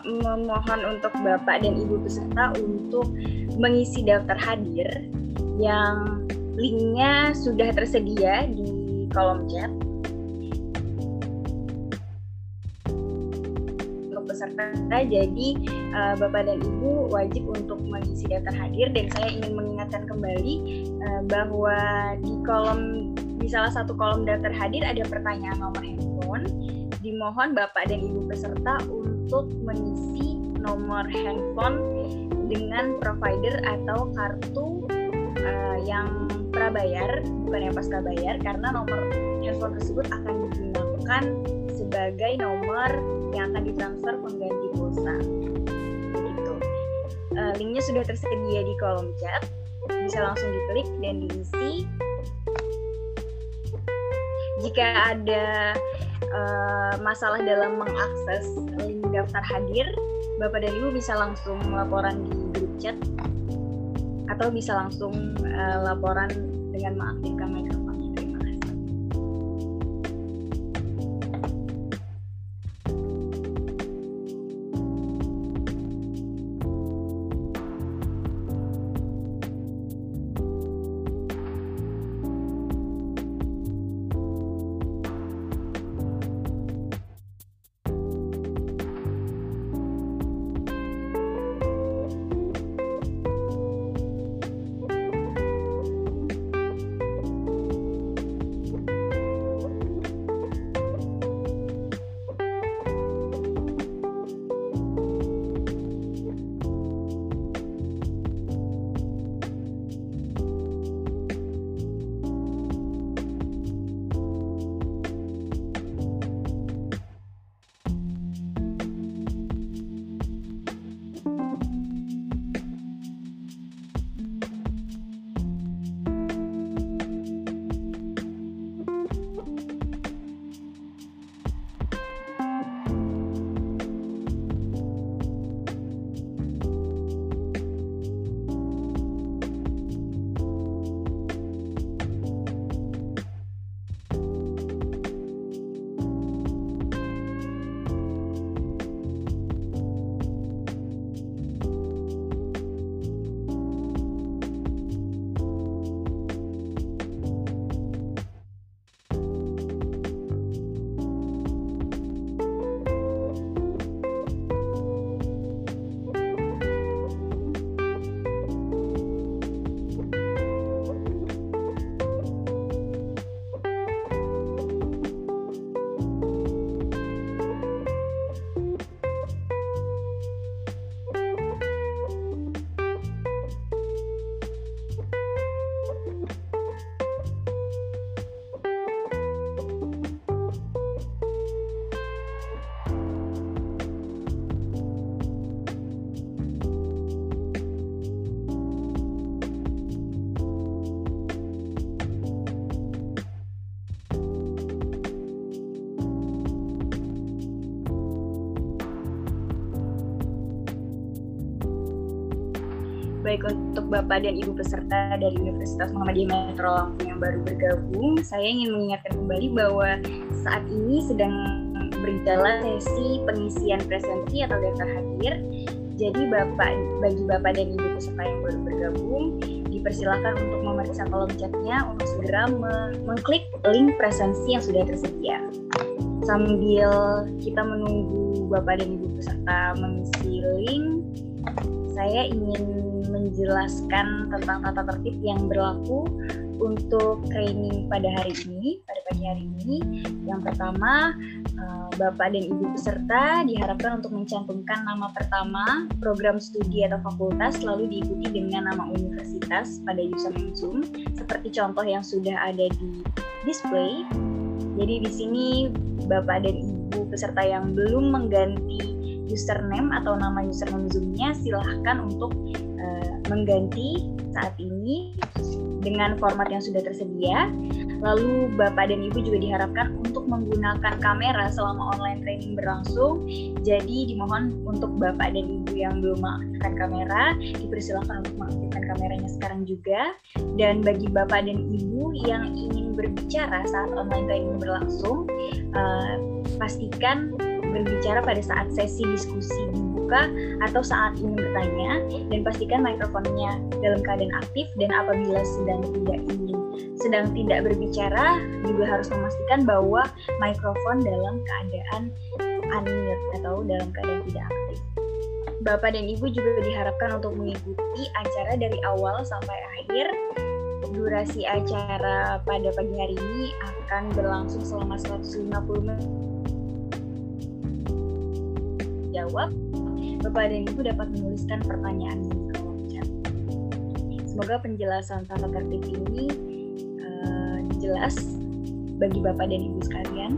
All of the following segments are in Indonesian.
memohon untuk Bapak dan Ibu peserta untuk mengisi daftar hadir yang linknya sudah tersedia di kolom chat. Untuk peserta, jadi Bapak dan Ibu wajib untuk mengisi daftar hadir, dan saya ingin mengingatkan kembali bahwa di salah satu kolom daftar hadir ada pertanyaan nomor handphone. Dimohon Bapak dan Ibu peserta untuk mengisi nomor handphone dengan provider atau kartu yang prabayar, bukan yang pasca bayar, karena nomor handphone tersebut akan digunakan sebagai nomor yang akan ditransfer pengganti pulsa. Gitu. Linknya sudah tersedia di kolom chat, bisa langsung diklik dan diisi. Jika ada masalah dalam mengakses link daftar hadir, Bapak dan Ibu bisa langsung laporan di grup chat atau bisa langsung laporan dengan mengaktifkan mikrofonnya. Terima kasih. Baik, untuk Bapak dan Ibu peserta dari Universitas Muhammadiyah Metro Lampung yang baru bergabung, saya ingin mengingatkan kembali bahwa saat ini sedang berjalan sesi pengisian presensi atau daftar hadir. Jadi bagi Bapak dan Ibu peserta yang baru bergabung, dipersilakan untuk memeriksa kolom chatnya untuk segera mengklik link presensi yang sudah tersedia. Sambil kita menunggu Bapak dan Ibu peserta mengisi link, saya ingin menjelaskan tentang tata tertib yang berlaku untuk training pada hari ini, pada pagi hari ini. Yang pertama, Bapak dan Ibu peserta diharapkan untuk mencantumkan nama pertama, program studi atau fakultas, lalu diikuti dengan nama universitas pada username Zoom, seperti contoh yang sudah ada di display. Jadi di sini Bapak dan Ibu peserta yang belum mengganti username atau nama username Zoom-nya, silahkan untuk mengganti saat ini dengan format yang sudah tersedia. Lalu Bapak dan Ibu juga diharapkan untuk menggunakan kamera selama online training berlangsung. Jadi dimohon untuk Bapak dan Ibu yang belum mengaktifkan kamera, dipersilakan untuk mengaktifkan kameranya sekarang juga. Dan bagi Bapak dan Ibu yang ingin berbicara saat online training berlangsung, pastikan berbicara pada saat sesi diskusi dibuka atau saat ingin bertanya, dan pastikan mikrofonnya dalam keadaan aktif, dan apabila sedang tidak berbicara juga harus memastikan bahwa mikrofon dalam keadaan unmute atau dalam keadaan tidak aktif. Bapak dan Ibu juga diharapkan untuk mengikuti acara dari awal sampai akhir. Durasi acara pada pagi hari ini akan berlangsung selama 150 menit. Jawab, Bapak dan Ibu dapat menuliskan pertanyaannya di kolom chat. Semoga penjelasan tata tertib ini jelas bagi Bapak dan Ibu sekalian.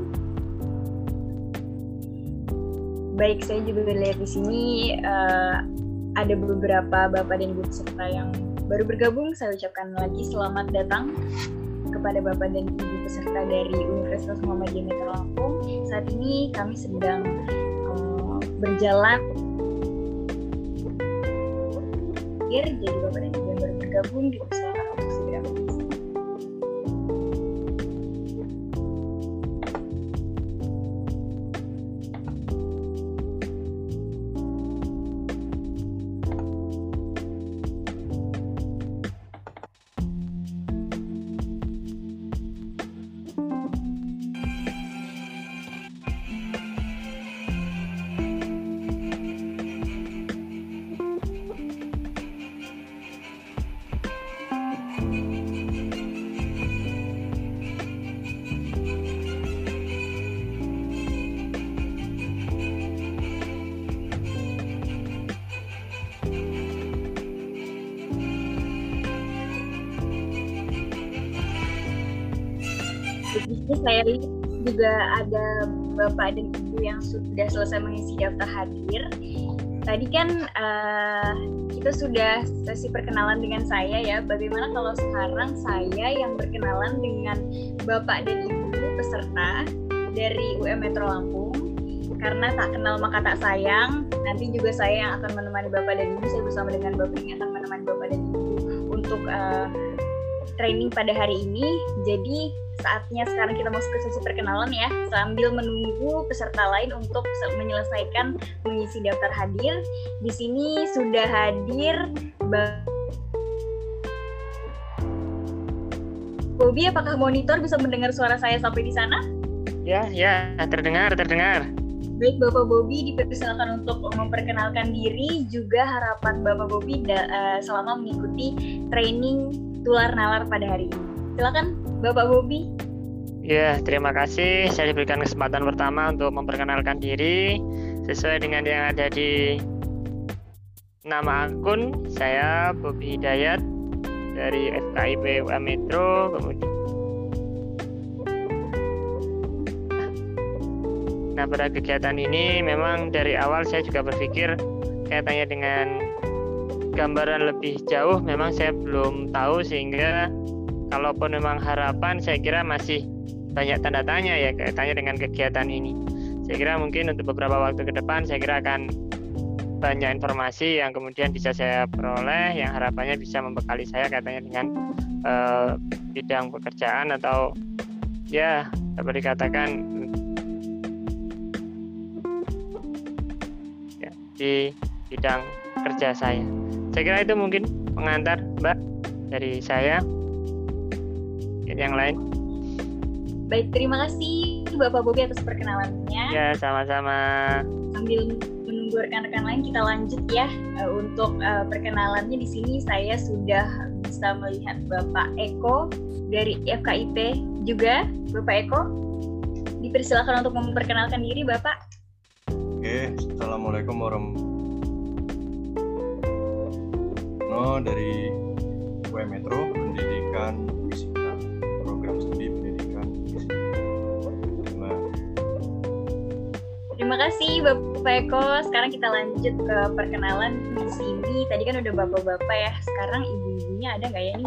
Baik, saya juga lihat di sini ada beberapa Bapak dan Ibu peserta yang baru bergabung. Saya ucapkan lagi selamat datang kepada Bapak dan Ibu peserta dari Universitas Muhammadiyah Metro Lampung. Saat ini kami sedang berjalan. Jadi Bapak dan Ibu yang baru bergabung dipersilakan untuk segera mengisi. Ini saya lihat juga ada Bapak dan Ibu yang sudah selesai mengisi daftar hadir. Tadi kan kita sudah sesi perkenalan dengan saya ya. Bagaimana kalau sekarang saya yang berkenalan dengan Bapak dan Ibu peserta dari UM Metro Lampung. Karena tak kenal maka tak sayang, nanti juga saya yang akan menemani Bapak dan Ibu. Saya bersama dengan Bapak yang akan menemani Bapak dan Ibu untuk training pada hari ini. Jadi saatnya sekarang kita masuk ke sesi perkenalan ya, sambil menunggu peserta lain untuk menyelesaikan mengisi daftar hadir. Di sini sudah hadir Bobby. Apakah monitor bisa mendengar suara saya sampai di sana? Ya, terdengar. Baik, Bapak Bobby dipersilakan untuk memperkenalkan diri, juga harapan Bapak Bobby selama mengikuti training tular nalar pada hari ini. Silakan Bapak Bobby. Ya, terima kasih. Saya diberikan kesempatan pertama untuk memperkenalkan diri sesuai dengan yang ada di nama akun. Saya Bobby Hidayat dari FKIP UM Metro. Nah, pada kegiatan ini memang dari awal saya juga berpikir kaitannya dengan gambaran lebih jauh memang saya belum tahu, sehingga kalaupun memang harapan, saya kira masih banyak tanda tanya ya kaitannya dengan kegiatan ini. Saya kira mungkin untuk beberapa waktu ke depan saya kira akan banyak informasi yang kemudian bisa saya peroleh, yang harapannya bisa membekali saya kaitannya dengan bidang pekerjaan atau ya dapat dikatakan ya, di bidang kerja saya. Saya kira itu mungkin pengantar Mbak dari saya. Yang lain. Baik, terima kasih Bapak Bobby atas perkenalannya. Ya, sama-sama. Sambil menunggu rekan-rekan lain, kita lanjut ya. Untuk perkenalannya di sini saya sudah bisa melihat Bapak Eko dari FKIP juga. Bapak Eko, dipersilakan untuk memperkenalkan diri, Bapak. Oke, Assalamualaikum warahmatullahi dari UM Metro Pendidikan Fisika, program studi pendidikan fisika. Terima kasih Bapak Eko. Sekarang kita lanjut ke perkenalan di sini. Tadi kan udah bapak-bapak ya. Sekarang ibu-ibunya ada nggak ya nih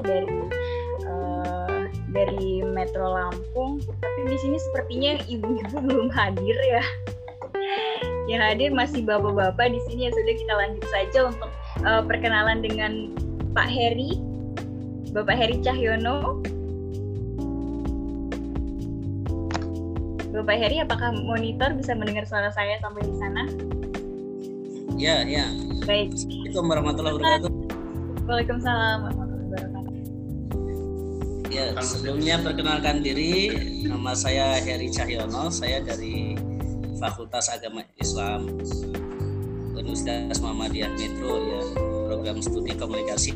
dari Metro Lampung? Tapi di sini sepertinya ibu-ibu belum hadir ya. Yang hadir masih bapak-bapak di sini. Ya sudah, kita lanjut saja untuk perkenalan dengan Pak Heri, Bapak Heri Cahyono. Bapak Heri, apakah monitor bisa mendengar suara saya sampai di sana? Ya. Baik. Assalamualaikum warahmatullahi wabarakatuh. Waalaikumsalam warahmatullahi wabarakatuh. Ya, sebelumnya perkenalkan diri, nama saya Heri Cahyono, saya dari Fakultas Agama Islam Universitas Muhammadiyah Metro, ya, program studi komunikasi.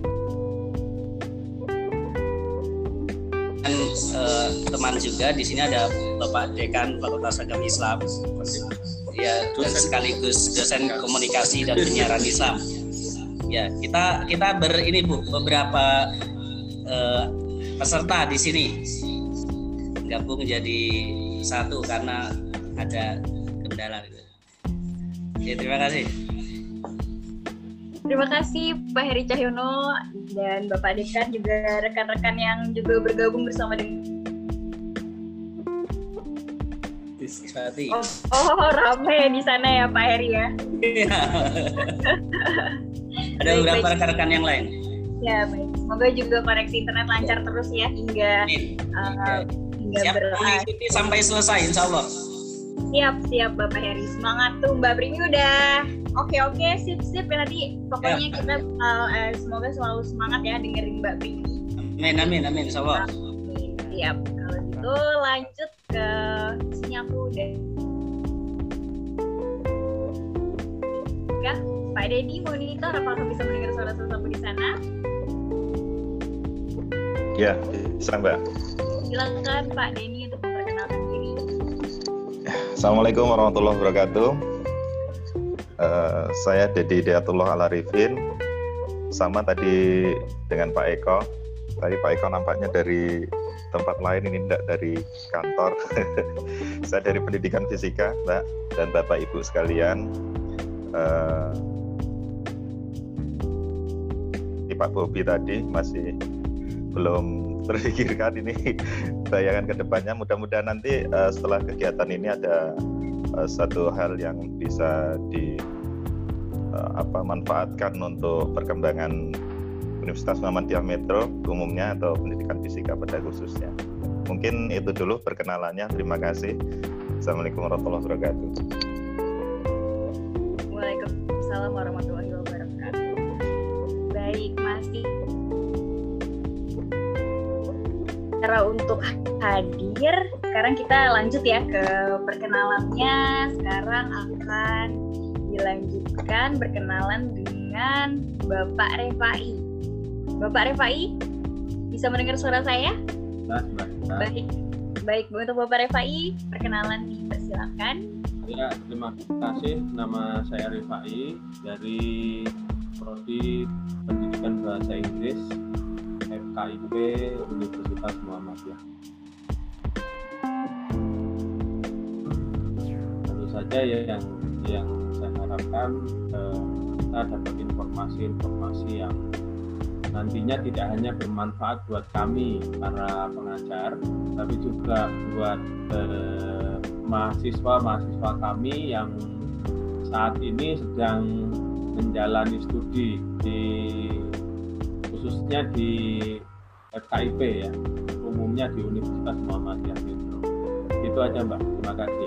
Dan teman juga di sini ada Bapak Dekan Fakultas Agama Islam, ya, dan sekaligus dosen komunikasi dan penyiaran Islam. Ya, kita beberapa peserta di sini gabung jadi satu karena ada kendala. Ya, terima kasih. Terima kasih Pak Heri Cahyono dan Bapak Dekan, juga rekan-rekan yang juga bergabung bersama dengan rame di sana ya Pak Heri ya. Ada beberapa rekan-rekan yang lain. Ya, baik. Semoga juga koneksi internet lancar terus ya hingga siap mengikuti sampai selesai, insya Allah. Siap Bapak Heri. Semangat tuh Mbak Primi udah oke, sip ya nanti. Pokoknya kita semoga selalu semangat ya dengerin Mbak Primi. Amin, insya Allah. Siap. Kalau gitu lanjut ke sini aku udah. Ya, Pak Dedi monitor, apakah bisa mendengar suara aku di sana? Ya, bisa Mbak. Silakan Pak Denny untuk memperkenalkan diri. Assalamualaikum warahmatullahi wabarakatuh. Saya Dedi Deatullah Al-Arifin. Sama tadi dengan Pak Eko. Tadi Pak Eko nampaknya dari tempat lain, ini enggak dari kantor. Saya dari Pendidikan Fisika, Mbak, dan Bapak Ibu sekalian. Pak Bobi tadi masih belum terpikirkan ini bayangan ke depannya. Mudah-mudahan nanti setelah kegiatan ini ada satu hal yang bisa manfaatkan untuk perkembangan Universitas Muhammadiyah Metro umumnya atau pendidikan fisika pada khususnya. Mungkin itu dulu perkenalannya. Terima kasih. Assalamualaikum warahmatullahi wabarakatuh. Waalaikumsalam warahmatullahi wabarakatuh. Baik, masih cara untuk hadir. Sekarang kita lanjut ya ke perkenalannya. Sekarang akan dilanjutkan berkenalan dengan Bapak Refai. Bapak Refai, bisa mendengar suara saya? Baik, untuk Bapak Refai, perkenalan dipersilakan. Ya, terima kasih. Nama saya Refai dari Prodi Pendidikan Bahasa Inggris FKIP Universitas Muhammadiyah. Tentu saja yang saya harapkan kita dapat informasi yang nantinya tidak hanya bermanfaat buat kami para pengajar, tapi juga buat mahasiswa kami yang saat ini sedang menjalani studi khususnya di FKIP ya, umumnya di Universitas Muhammadiyah Metro. Itu aja Mbak, terima kasih.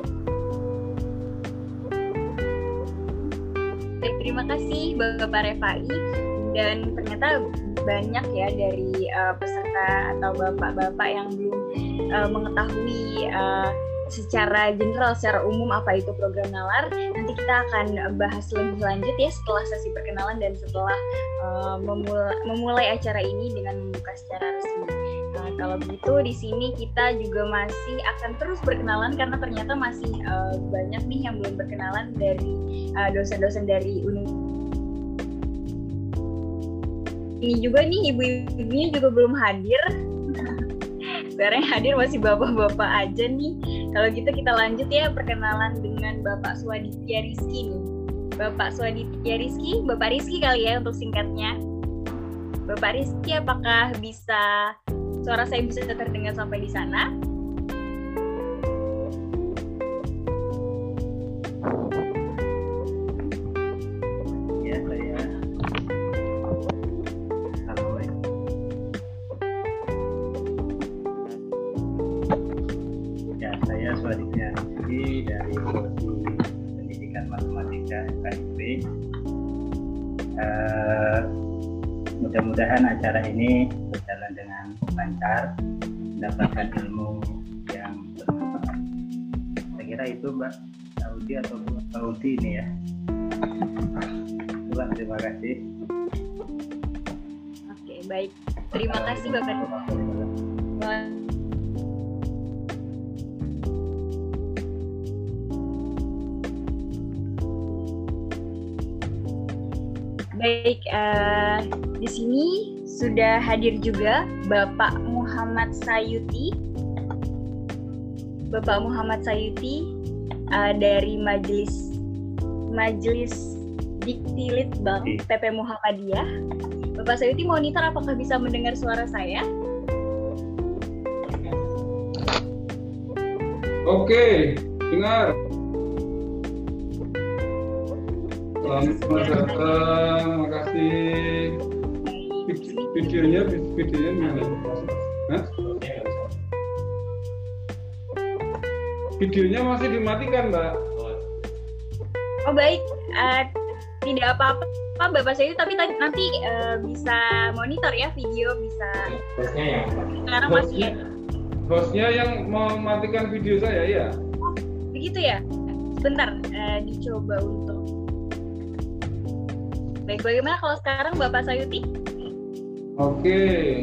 Baik, terima kasih Bapak Refai. Dan ternyata banyak ya dari peserta atau bapak-bapak yang belum mengetahui secara general, secara umum apa itu program nalar. Nanti kita akan bahas lebih lanjut ya setelah sesi perkenalan dan setelah memulai acara ini dengan membuka secara resmi. Kalau begitu di sini kita juga masih akan terus berkenalan karena ternyata masih banyak nih yang belum berkenalan dari dosen-dosen dari universitas. Ini juga nih ibu-ibunya juga belum hadir. Sekarang yang hadir masih bapak-bapak aja nih. Kalau gitu kita lanjut ya perkenalan dengan Bapak Swaditya Rizky nih. Bapak Swaditya Rizky, Bapak Rizky kali ya untuk singkatnya. Bapak Rizky, apakah suara saya bisa terdengar sampai di sana? Ya, saya. Assalamualaikum. Ya, saya Swaditya Mudah-mudahan acara ini berjalan dengan lancar, mendapatkan ilmu yang bermanfaat. Saya kira itu Mbak Saudi atau Bu Saudi ini ya. Terima kasih. Oke, baik. Terima kasih Bapak. Baik, di sini sudah hadir juga Bapak Muhammad Sayuti. Bapak Muhammad Sayuti dari Majelis Dikti Litbang PP Muhammadiyah. Bapak Sayuti monitor apakah bisa mendengar suara saya? Oke, dengar. Selamat datang, makasih. Videonya gimana? Hah? Videonya masih dimatikan, Mbak. Oh baik, tidak apa-apa Bapak Sayuti, tapi nanti bisa monitor ya video, bisa. Hostnya ya? Sekarang masih ya? Hostnya yang mematikan video saya, ya? Oh, begitu ya? Sebentar, dicoba untuk. Baik, bagaimana kalau sekarang Bapak Sayuti? Oke.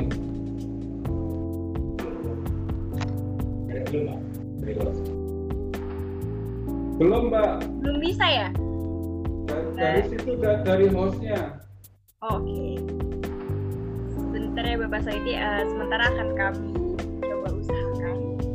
Belum, Mbak. Belum bisa ya? Dari situ, dari hostnya. Oke. Sebentar ya Bapak Sayuti, sementara akan kami coba usahakan.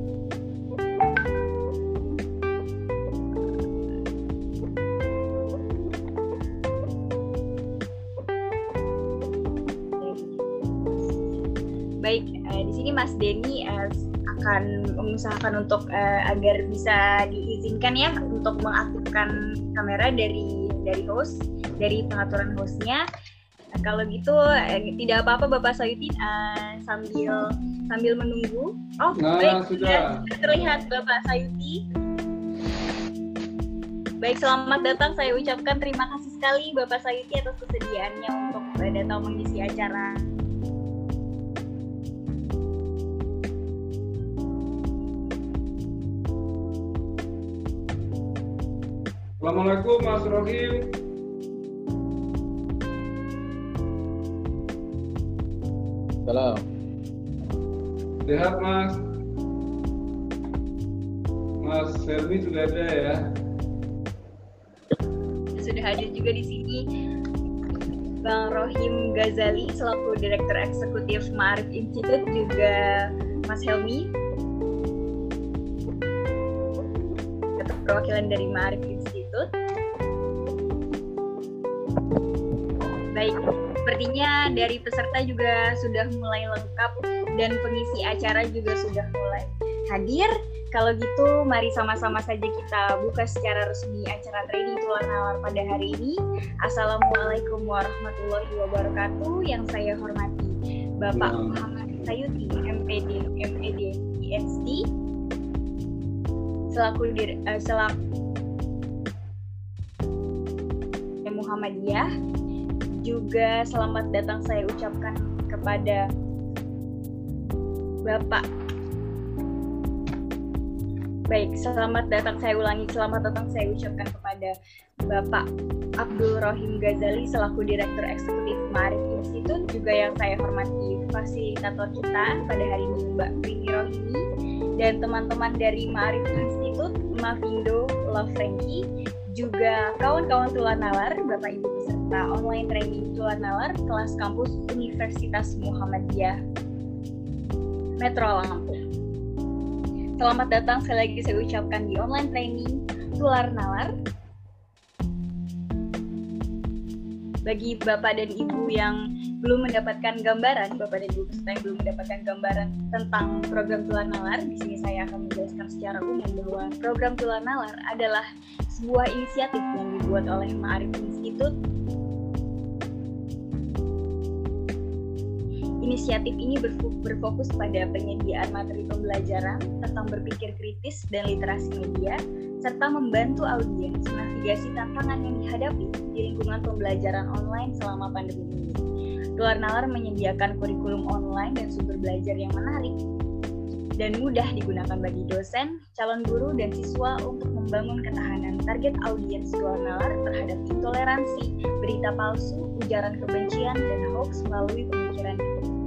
Baik, di sini Mas Denny akan mengusahakan untuk agar bisa diizinkan ya untuk mengaktifkan kamera dari host, dari pengaturan hostnya. Kalau gitu tidak apa-apa Bapak Sayuti, sambil menunggu. Oh baik, sudah terlihat Bapak Sayuti. Baik, selamat datang. Saya ucapkan terima kasih sekali Bapak Sayuti atas kesediaannya untuk datang mengisi acara. Assalamualaikum Mas Rohim. Salam. Sehat Mas. Mas Helmi sudah ada ya? Sudah hadir juga di sini Bang Rohim Ghazali selaku Direktur Eksekutif Ma'arif Institute, juga Mas Helmi perwakilan dari Ma'arif Institute. Baik, sepertinya dari peserta juga sudah mulai lengkap dan pengisi acara juga sudah mulai hadir. Kalau gitu, mari sama-sama saja kita buka secara resmi acara training Tular Nalar pada hari ini. Assalamualaikum warahmatullahi wabarakatuh. Yang saya hormati Bapak Muhammad Sayuti, MPD, PhD, selaku Muhammadiyah. Juga selamat datang saya ucapkan kepada Bapak. Baik, selamat datang saya ucapkan kepada Bapak Abdul Rohim Ghazali selaku Direktur Eksekutif Ma'arif Institute, juga yang saya hormati fasilitator kita pada hari ini Mbak Rini Rohini, dan teman-teman dari Ma'arif Institute, Mavindo, Love Frankie, juga kawan-kawan Tular Nalar, Bapak Ibu peserta online training Tular Nalar kelas kampus Universitas Muhammadiyah Metro Lampung. Selamat datang sekali lagi saya ucapkan di online training Tular Nalar. Bagi Bapak dan Ibu yang belum mendapatkan gambaran, Bapak dan Ibu peserta yang belum mendapatkan gambaran tentang program Tular Nalar, di sini saya akan menjelaskan secara umum bahwa program Tular Nalar adalah sebuah inisiatif yang dibuat oleh Ma'arif Institute. Inisiatif ini berfokus pada penyediaan materi pembelajaran tentang berpikir kritis dan literasi media, serta membantu audiens menavigasi tantangan yang dihadapi di lingkungan pembelajaran online selama pandemi ini. Gelar Nalar menyediakan kurikulum online dan sumber belajar yang menarik dan mudah digunakan bagi dosen, calon guru, dan siswa untuk membangun ketahanan target audiens Gelar Nalar terhadap intoleransi, berita palsu, ujaran kebencian, dan hoax melalui pemikiran.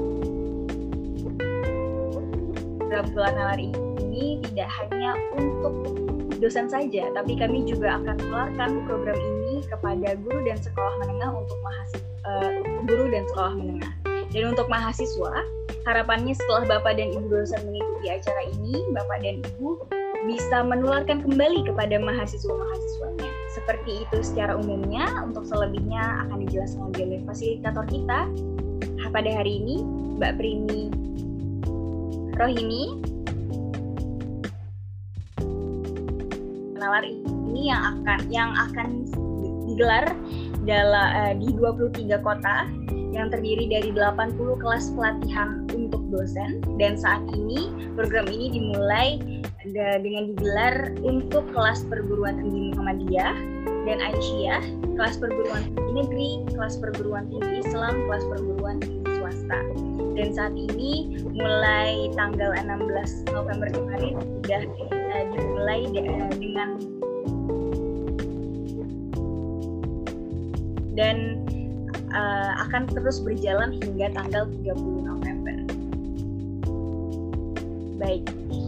Program Gelar Nalar ini tidak hanya untuk dosen saja, tapi kami juga akan menularkan program ini kepada guru dan sekolah menengah untuk guru dan sekolah menengah. Dan untuk mahasiswa, harapannya setelah Bapak dan Ibu dosen mengikuti acara ini, Bapak dan Ibu bisa menularkan kembali kepada mahasiswa-mahasiswanya. Seperti itu secara umumnya, untuk selebihnya akan dijelaskan oleh fasilitator kita pada hari ini, Mbak Prini Rohini. Nalar ini yang akan digelar di 23 kota yang terdiri dari 80 kelas pelatihan untuk dosen, dan saat ini program ini dimulai dengan digelar untuk kelas perguruan tinggi Muhammadiyah dan Aisyah, kelas perguruan tinggi negeri, kelas perguruan tinggi Islam, kelas perguruan tinggi swasta. Dan saat ini mulai tanggal 16 November kemarin sudah dimulai dengan dan akan terus berjalan hingga tanggal 30 November. Baik.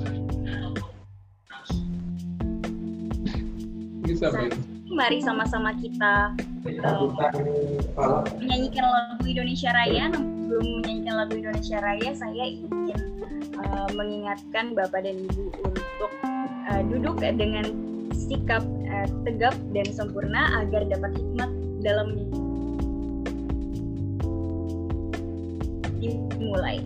Mari sama-sama kita menyanyikan lagu Indonesia Raya. Sebelum menyanyikan lagu Indonesia Raya, saya ingin mengingatkan Bapak dan Ibu untuk duduk dengan sikap tegap dan sempurna agar dapat hikmat dalam dimulai.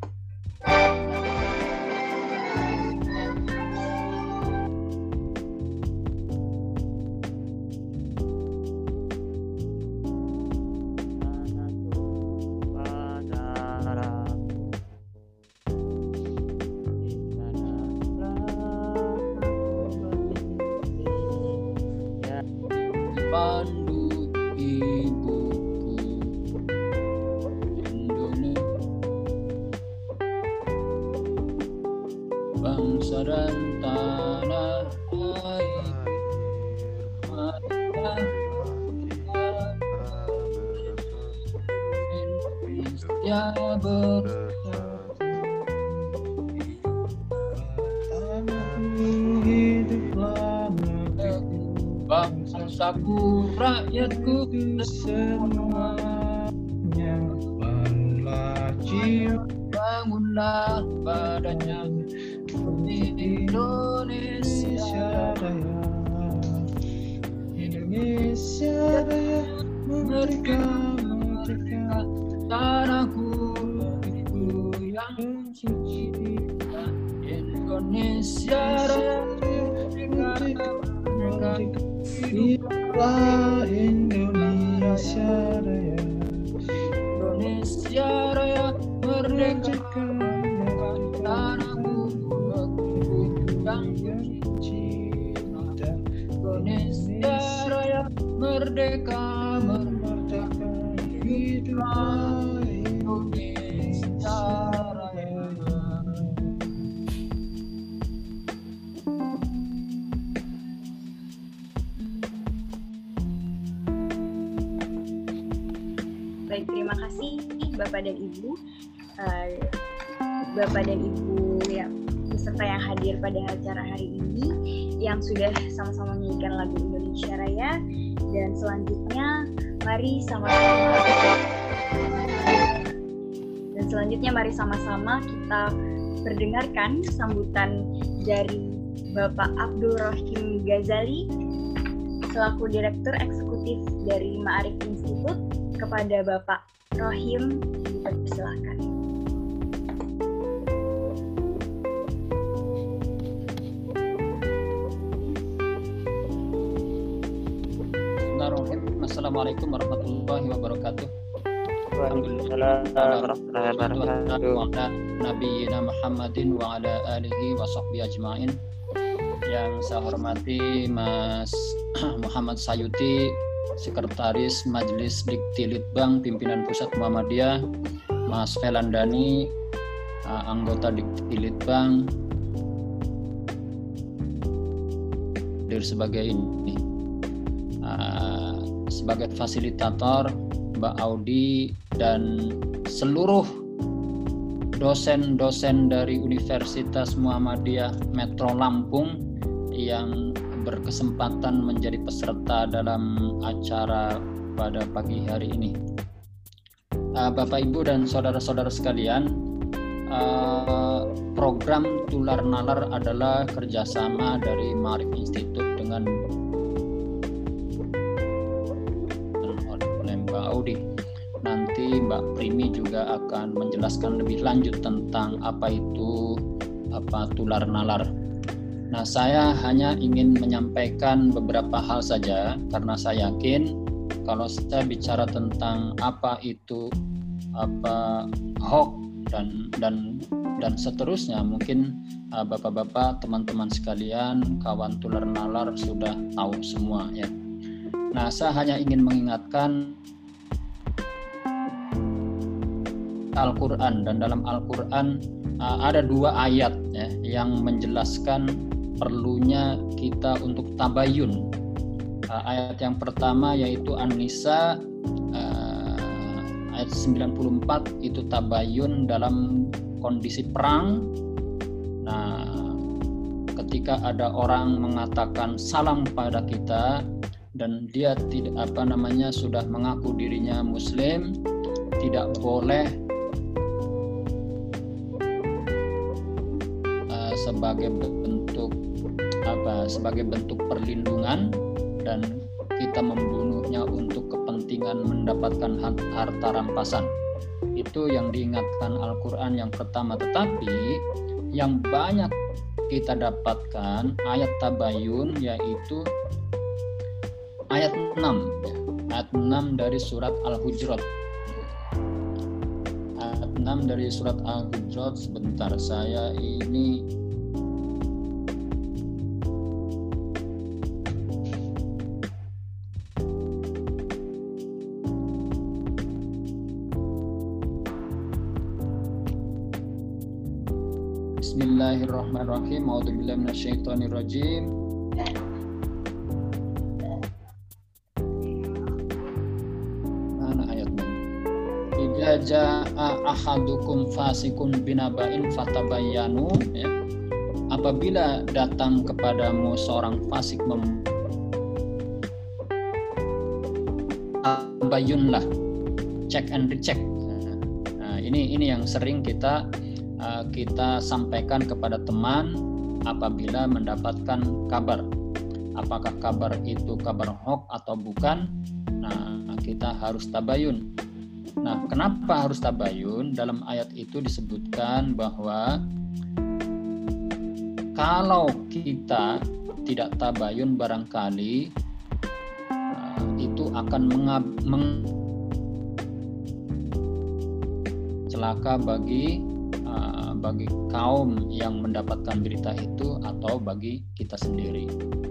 Bangsaku, rakyatku semuanya, bangunlah padanya di Indonesia Raya. Indonesia Raya, merdeka, merdeka, tanahku itu yang suci. Indonesia Raya, merdeka, merdeka, hiduplah Indonesia Raya. Indonesia Raya, merdeka, tanahku yang cinta. Indonesia Raya, merdeka, merdeka, hiduplah Indonesia Raya. Baik, terima kasih Bapak dan Ibu. Bapak dan Ibu yang peserta yang hadir pada acara hari ini yang sudah sama-sama menyanyikan lagu Indonesia Raya, dan selanjutnya mari sama-sama kita perdengarkan sambutan dari Bapak Abdul Rohim Ghazali selaku Direktur Eksekutif dari Ma'arif Institute. Kepada Bapak Rohim, dipersilakan. Bismillahirrahmanirrahim. Assalamualaikum warahmatullahi wabarakatuh. Waalaikumsalam warahmatullahi wabarakatuh. Wa ala nabiyina Muhammadin wa ala alihi wa sahbihi ajma'in. Yang saya hormati Mas Muhammad Sayuti, Sekretaris Majelis Dikti Litbang Pimpinan Pusat Muhammadiyah, Mas Felandani, anggota Dikti Litbang, sebagai ini, sebagai fasilitator, Mbak Audi, dan seluruh dosen-dosen dari Universitas Muhammadiyah Metro Lampung yang berkesempatan menjadi peserta dalam acara pada pagi hari ini. Bapak, Ibu, dan saudara-saudara sekalian, program Tular Nalar adalah kerjasama dari Ma'arif Institute dengan Mbak Audi. Nanti Mbak Primi juga akan menjelaskan lebih lanjut tentang apa itu Tular Nalar. Nah, saya hanya ingin menyampaikan beberapa hal saja karena saya yakin kalau saya bicara tentang apa itu hoax dan seterusnya, mungkin bapak-bapak, teman-teman sekalian, kawan Tular Nalar sudah tahu semua ya. Nah, saya hanya ingin mengingatkan Al-Quran, dan dalam Al-Quran ada 2 ayat ya, yang menjelaskan perlunya kita untuk tabayun. Ayat yang pertama yaitu An-Nisa ayat 94, itu tabayun dalam kondisi perang. Nah, ketika ada orang mengatakan salam pada kita dan dia tidak sudah mengaku dirinya muslim, tidak boleh sebagai bentuk perlindungan dan kita membunuhnya untuk kepentingan mendapatkan harta rampasan. Itu yang diingatkan Al-Quran yang pertama. Tetapi yang banyak kita dapatkan ayat tabayun yaitu ayat 6 ya. Ayat 6 dari surat Al-Hujurat. Ayat 6 dari surat Al-Hujurat, sebentar saya ini Bismillahirrahmanirrahim. A'udzubillahi minasyaitonirrajim. Mana ayatnya? Idza jaa ahadukum fasikun binaba'in fatabayyanu ya. Apabila datang kepadamu seorang fasik tabayyunlah, check and recheck. Nah, ini yang sering kita sampaikan kepada teman apabila mendapatkan kabar. Apakah kabar itu kabar hoax atau bukan? Nah, kita harus tabayun. Nah, kenapa harus tabayun? Dalam ayat itu disebutkan bahwa kalau kita tidak tabayun barangkali itu akan celaka bagi kaum yang mendapatkan berita itu atau bagi kita sendiri.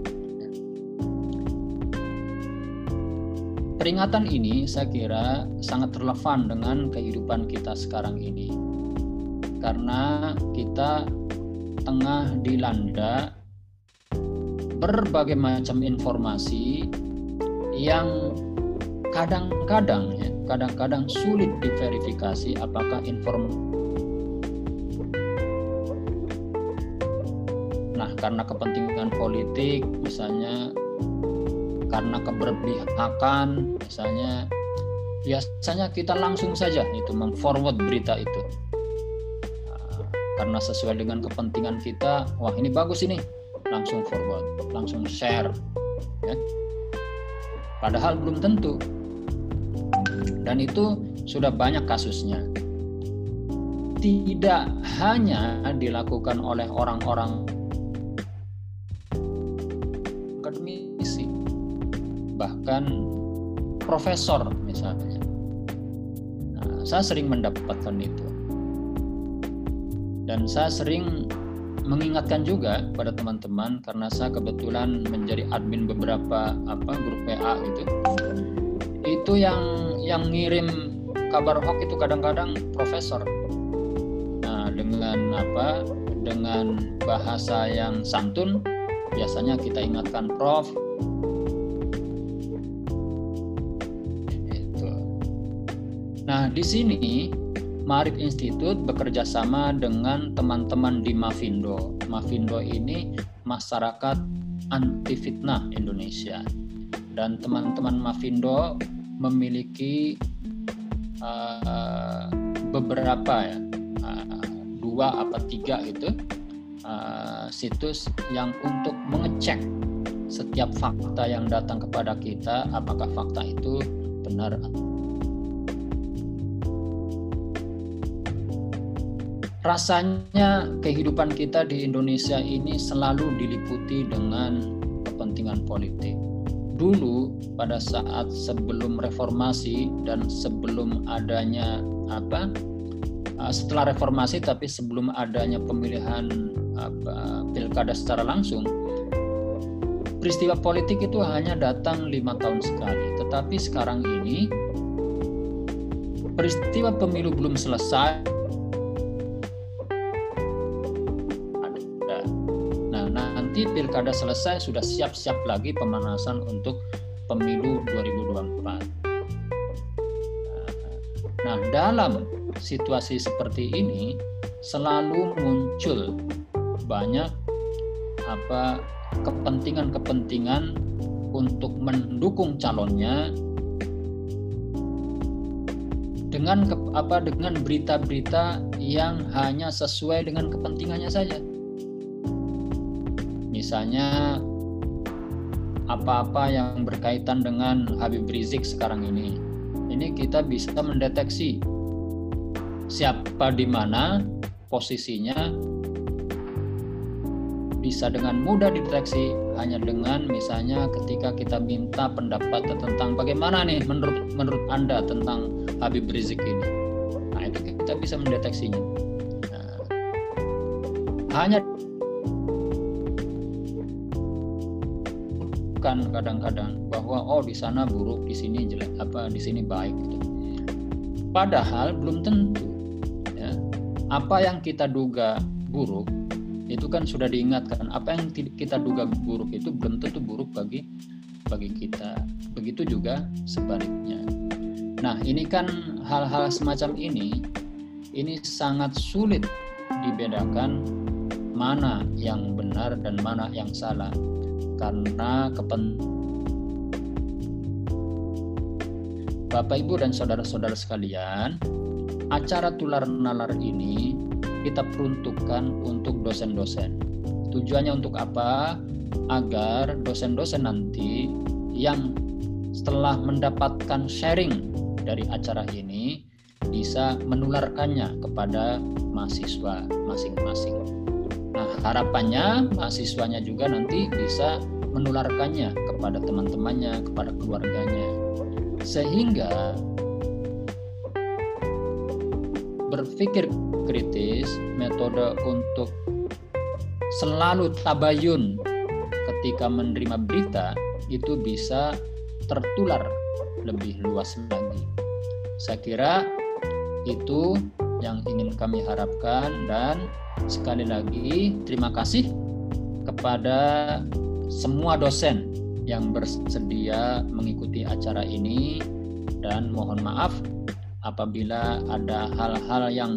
Peringatan ini saya kira sangat relevan dengan kehidupan kita sekarang ini, karena kita tengah dilanda berbagai macam informasi yang kadang-kadang sulit diverifikasi apakah informasi. Nah, karena kepentingan politik, misalnya karena keberpihakan, misalnya biasanya kita langsung saja itu memforward berita itu. Karena sesuai dengan kepentingan kita, wah ini bagus ini, langsung forward, langsung share. Ya. Padahal belum tentu. Dan itu sudah banyak kasusnya. Tidak hanya dilakukan oleh orang-orang akademisi, bahkan profesor misalnya. Nah, saya sering mendapatkan itu, dan saya sering mengingatkan juga pada teman-teman, karena saya kebetulan menjadi admin beberapa grup WA gitu. Itu yang ngirim kabar hoax itu kadang-kadang profesor. Nah, dengan bahasa yang santun biasanya kita ingatkan, Prof. Itu. Nah, di sini Ma'arif Institute bekerja sama dengan teman-teman di Mafindo. Mafindo ini Masyarakat Anti Fitnah Indonesia. Dan teman-teman Mafindo memiliki beberapa 2 atau 3 itu situs yang untuk mengecek setiap fakta yang datang kepada kita, apakah fakta itu benar. Rasanya kehidupan kita di Indonesia ini selalu diliputi dengan kepentingan politik. Dulu pada saat sebelum reformasi dan sebelum adanya setelah reformasi tapi sebelum adanya pemilihan pilkada secara langsung, peristiwa politik itu hanya datang 5 tahun sekali. Tetapi sekarang ini peristiwa pemilu belum selesai. Nah, nanti pilkada selesai sudah siap-siap lagi pemanasan untuk pemilu 2024. Nah, dalam situasi seperti ini selalu muncul banyak kepentingan-kepentingan untuk mendukung calonnya dengan berita-berita yang hanya sesuai dengan kepentingannya saja. Misalnya apa-apa yang berkaitan dengan Habib Rizik sekarang ini kita bisa mendeteksi siapa di mana posisinya, bisa dengan mudah dideteksi hanya dengan misalnya ketika kita minta pendapat tentang bagaimana nih menurut Anda tentang Habib Rizik ini. Nah, itu kita bisa mendeteksinya. Nah, hanya kadang-kadang bahwa di sana buruk, di sini jelek, di sini baik gitu. Padahal belum tentu ya. Apa yang kita duga buruk itu kan sudah diingatkan, apa yang kita duga buruk itu belum tentu buruk bagi kita. Begitu juga sebaliknya. Nah, ini kan hal-hal semacam ini sangat sulit dibedakan mana yang benar dan mana yang salah. Karena Bapak, Ibu, dan saudara-saudara sekalian, acara Tular Nalar ini kita peruntukkan untuk dosen-dosen. Tujuannya untuk apa? Agar dosen-dosen nanti yang setelah mendapatkan sharing dari acara ini bisa menularkannya kepada mahasiswa masing-masing. Nah, harapannya mahasiswanya juga nanti bisa menularkannya kepada teman-temannya, kepada keluarganya. Sehingga berpikir kritis, metode untuk selalu tabayun ketika menerima berita itu bisa tertular lebih luas lagi. Saya kira itu yang ingin kami harapkan, dan sekali lagi terima kasih kepada semua dosen yang bersedia mengikuti acara ini, dan mohon maaf apabila ada hal-hal yang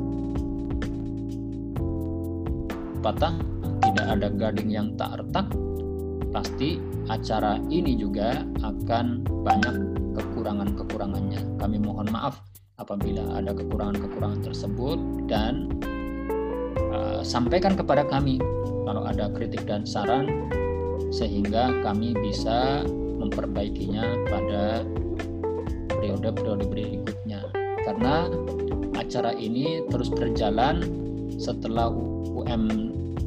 patah, tidak ada gading yang tak retak. Pasti acara ini juga akan banyak kekurangan-kekurangannya. Kami mohon maaf apabila ada kekurangan-kekurangan tersebut, dan sampaikan kepada kami kalau ada kritik dan saran sehingga kami bisa memperbaikinya pada periode-periode berikutnya. Karena acara ini terus berjalan setelah UM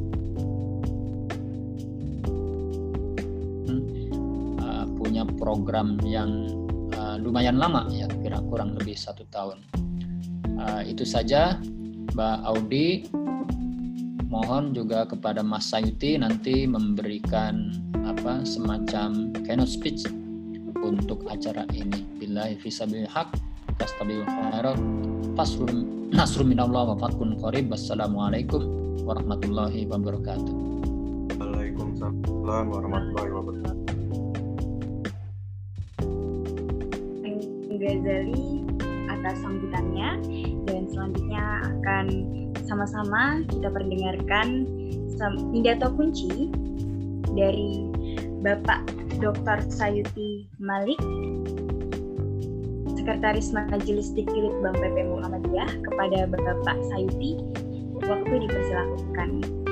punya program yang lumayan lama ya, kira kurang lebih 1 tahun. Itu saja Mbak Audi. mohon juga kepada Mas Sayuti nanti memberikan semacam keynote speech untuk acara ini. Billahi fisabilil haq tastabiul khairat nasrun minallah wa fathun qarib. Wassalamualaikum warahmatullahi wabarakatuh. Waalaikumsalam warahmatullahi wabarakatuh. Ghazali atas sambutannya, dan selanjutnya akan sama-sama kita perdengarkan pidato kunci dari Bapak Dr. Sayuti Malik, Sekretaris Majelis Dikti Litbang PP Muhammadiyah. Kepada Bapak Sayuti, waktu dipersilakan.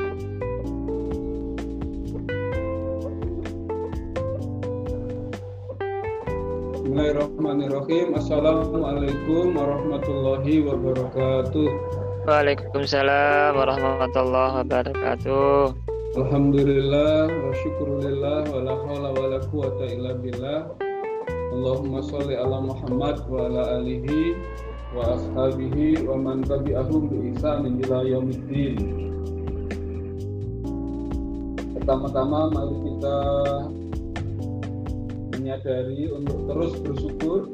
Bismillahirrahmanirrahim. Assalamualaikum warahmatullahi wabarakatuh. Waalaikumsalam warahmatullahi wabarakatuh. Alhamdulillah wa syukurillah wa la haula wa la quwata illa billah. Allahumma sholli ala Muhammad wa ala alihi wa ashabihi wa man tabi'ahum bi ihsanin ila yaumiddin. Pertama-tama mari kita menyadari untuk terus bersyukur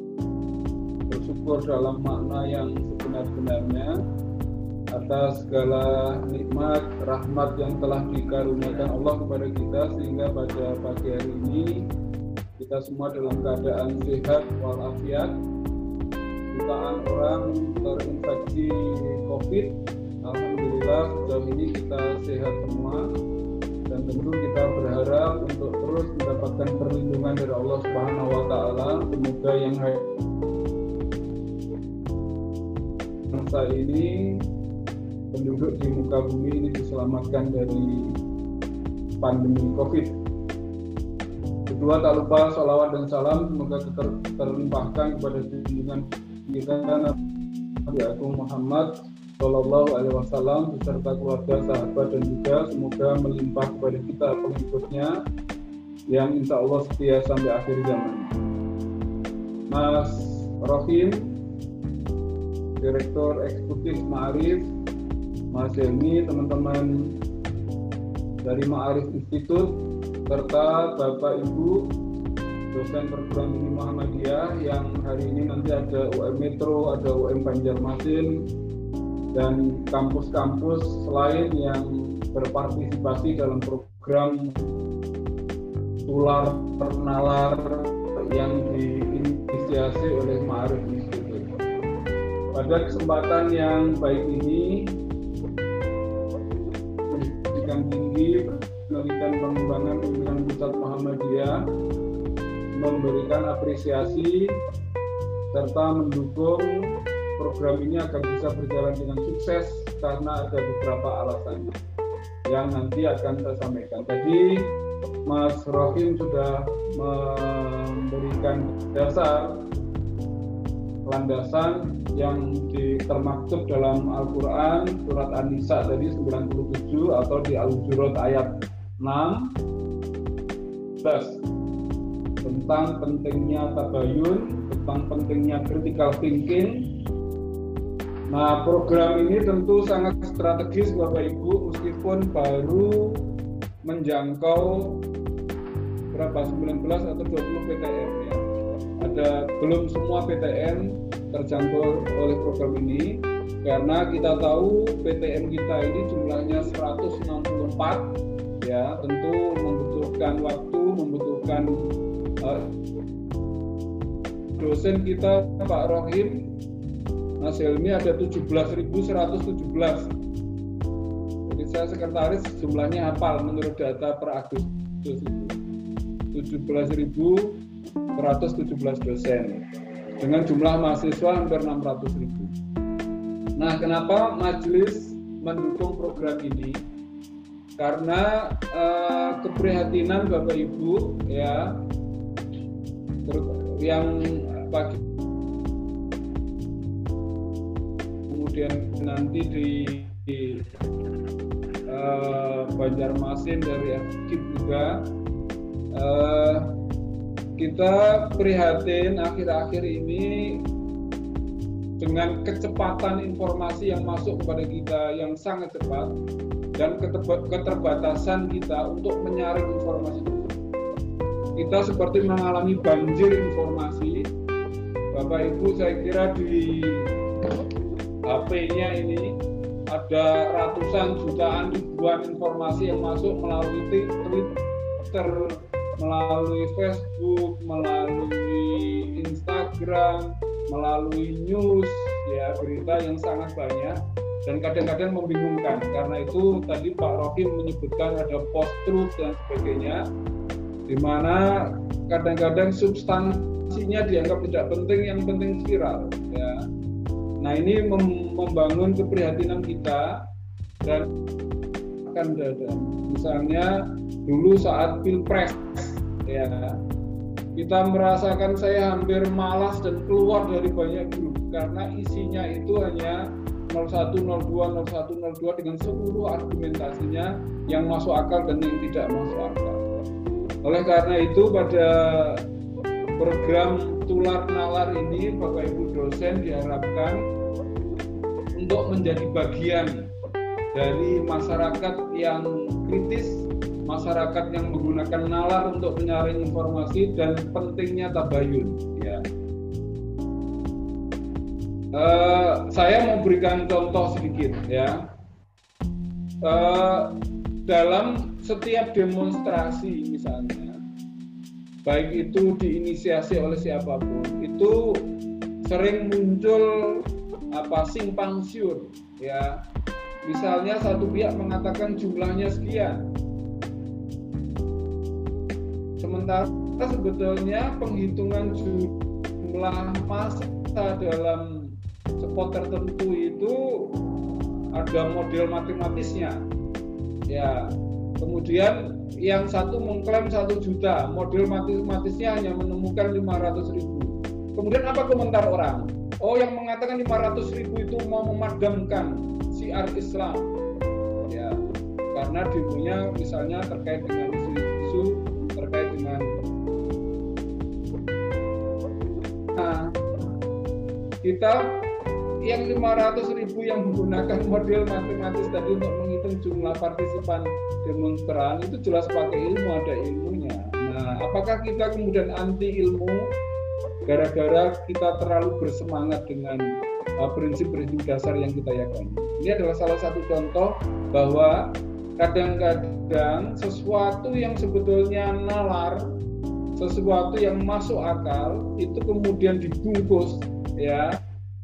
dalam makna yang sebenar-benarnya atas segala nikmat, rahmat yang telah dikaruniakan Allah kepada kita, sehingga pada pagi hari ini kita semua dalam keadaan sehat walafiat. Jutaan orang terinfeksi COVID, alhamdulillah sejauh ini kita sehat semua. Dan tentu kita berharap untuk terus mendapatkan perlindungan dari Allah Subhanahu wa Ta'ala. Semoga yang bangsa ini, penduduk di muka bumi ini diselamatkan dari pandemi COVID. Kedua, tak lupa sholawat dan salam semoga terlimpahkan kepada junjungan kita Nabi Agung Muhammad Sallallahu Alaihi Wasallam beserta keluarga, sahabat, dan juga semoga melimpah kepada kita pengikutnya yang insya Allah setia sampai akhir zaman. Mas Rohim, Direktur Eksekutif Ma'arif, Mas Helmi, teman-teman dari Ma'arif Institute, serta Bapak Ibu dosen perguruan tinggi Muhammadiyah yang hari ini nanti ada UM Metro, ada UM Banjarmasin, dan kampus-kampus lain yang berpartisipasi dalam program Tular Nalar yang diinisiasi oleh Ma'arif Institute. Pada kesempatan yang baik ini, Pendidikan Tinggi, Penelitian Pengembangan Pimpinan Pusat Muhammadiyah memberikan apresiasi serta mendukung program ini agar bisa berjalan dengan sukses karena ada beberapa alasannya yang nanti akan saya sampaikan. Tadi Mas Rohim sudah memberikan dasar landasan yang termaktub dalam Al-Quran surat An-Nisa tadi 97 atau di Al-Hujurat ayat 6 tentang pentingnya tabayun, tentang pentingnya critical thinking. Nah, program ini tentu sangat strategis Bapak Ibu, meskipun baru menjangkau berapa 19 atau 20 PTN ya. Belum semua PTN terjangkau oleh program ini, karena kita tahu PTN kita ini jumlahnya 164 ya, tentu membutuhkan waktu, membutuhkan dosen kita Pak Rohim, Mas Helmi ada 17.117. Jadi saya sekretaris jumlahnya hafal menurut data per Agustus itu 17.117 dosen dengan jumlah mahasiswa hampir 600.000. Nah, kenapa majelis mendukung program ini? Karena keprihatinan Bapak Ibu ya, yang pagi kemudian nanti di Banjarmasin dari FKIP juga kita prihatin akhir-akhir ini dengan kecepatan informasi yang masuk kepada kita yang sangat cepat dan keterbatasan kita untuk menyaring informasi tersebut. Kita seperti mengalami banjir informasi. Bapak Ibu, saya kira di HP-nya ini ada ratusan, jutaan, ribuan informasi yang masuk melalui Twitter, melalui Facebook, melalui Instagram, melalui news, ya, berita yang sangat banyak dan kadang-kadang membingungkan. Karena itu tadi Pak Rohim menyebutkan ada post-truth dan sebagainya, di mana kadang-kadang substansinya dianggap tidak penting, yang penting viral, ya. Nah, ini membangun keprihatinan kita dan akan ada. Misalnya dulu saat Pilpres, ya, kita merasakan saya hampir malas dan keluar dari banyak grup karena isinya itu hanya 0102, 0102 dengan seluruh argumentasinya yang masuk akal dan yang tidak masuk akal. Oleh karena itu pada program Tular Nalar ini Bapak Ibu dosen diharapkan untuk menjadi bagian dari masyarakat yang kritis, masyarakat yang menggunakan nalar untuk menyaring informasi dan pentingnya tabayun, ya. Saya mau berikan contoh sedikit, ya. Dalam setiap demonstrasi misalnya, baik itu diinisiasi oleh siapapun, itu sering muncul simpang siur, ya. Misalnya satu pihak mengatakan jumlahnya sekian, sementara sebetulnya penghitungan jumlah massa dalam spot tertentu itu ada model matematisnya, ya. Kemudian yang satu mengklaim 1 juta, model matematisnya hanya menemukan 500.000. Kemudian apa komentar orang? Oh, yang mengatakan 500.000 itu mau memadamkan syiar Islam, ya, karena demonya misalnya terkait dengan isu-isu terkait dengan kita yang 500.000 yang menggunakan model matematis tadi untuk menghitung jumlah partisipan demonstran itu jelas pakai ilmu, ada ilmunya. Nah, apakah kita kemudian anti ilmu gara-gara kita terlalu bersemangat dengan prinsip-prinsip dasar yang kita yakini? Ini adalah salah satu contoh bahwa kadang-kadang sesuatu yang sebetulnya nalar, sesuatu yang masuk akal itu kemudian dibungkus, ya,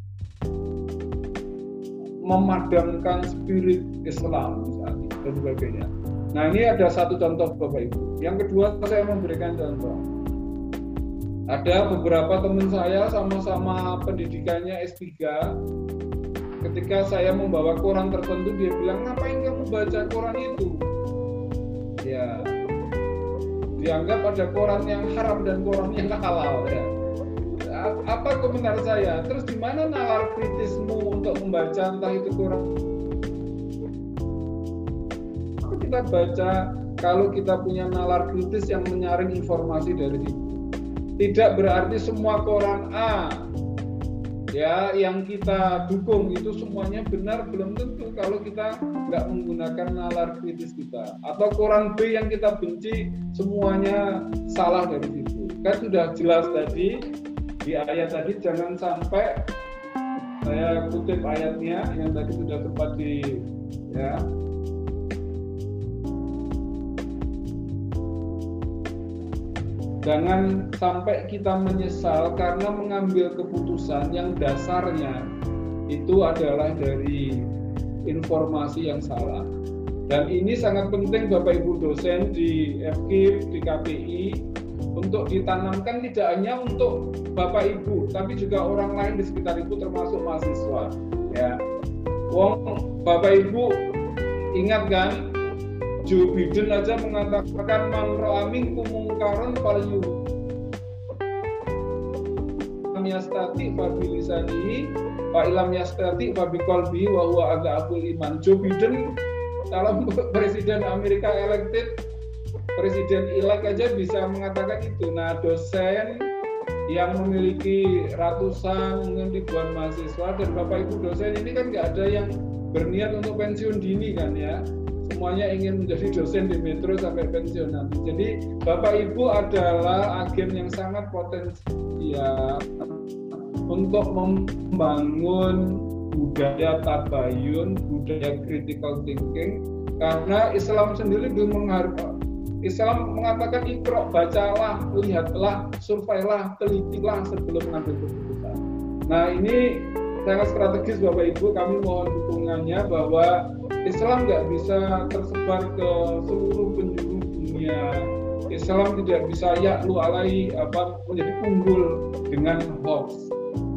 memadamkan spirit Islam misalnya dan sebagainya. Nah, ini ada satu contoh Bapak Ibu. Yang kedua, saya memberikan contoh. Ada beberapa teman saya sama-sama pendidikannya S3. Ketika saya membawa koran tertentu, dia bilang, ngapain kamu baca koran itu? Ya, dianggap ada koran yang haram dan koran yang halal, ya. Apa komentar saya? Terus di mana nalar kritismu untuk membaca entah itu koran? Kita baca kalau kita punya nalar kritis yang menyaring informasi dari situ. Tidak berarti semua koran A, ya, yang kita dukung itu semuanya benar, belum tentu kalau kita nggak menggunakan nalar kritis kita. Atau koran B yang kita benci semuanya salah dari situ. Kan sudah jelas tadi di ayat tadi, jangan sampai, saya kutip ayatnya yang tadi sudah sempat ya. Jangan sampai kita menyesal karena mengambil keputusan yang dasarnya itu adalah dari informasi yang salah. Dan ini sangat penting Bapak Ibu dosen di FKIP, di KPI, untuk ditanamkan tidak hanya untuk Bapak Ibu, tapi juga orang lain di sekitar Ibu termasuk mahasiswa. Ya, Bapak Ibu ingat kan? Joe Biden aja mengatakan man ra'a minkum mungkaran falyughayyirhu lam yastati fa bi lisanihi wa illam yastati fa bi qalbihi wa huwa adhaful iman. Joe Biden calon presiden Amerika elected, presiden elect aja bisa mengatakan itu. Nah, dosen yang memiliki ratusan mungkin ribuan mahasiswa, dan Bapak Ibu dosen ini kan nggak ada yang berniat untuk pensiun dini kan ya, semuanya ingin menjadi dosen di Metro sampai pensiun nanti. Jadi Bapak Ibu adalah agen yang sangat potensial untuk membangun budaya tabayun, budaya critical thinking, karena Islam sendiri belum menghargai. Islam mengatakan ikro, bacalah, lihatlah, surveilah, telitilah sebelum mengambil keputusan. Nah ini sangat strategis Bapak Ibu, kami mohon dukungannya bahwa Islam nggak bisa tersebar ke seluruh penjuru dunia. Islam tidak bisa ya'lu alai menjadi unggul dengan hoax.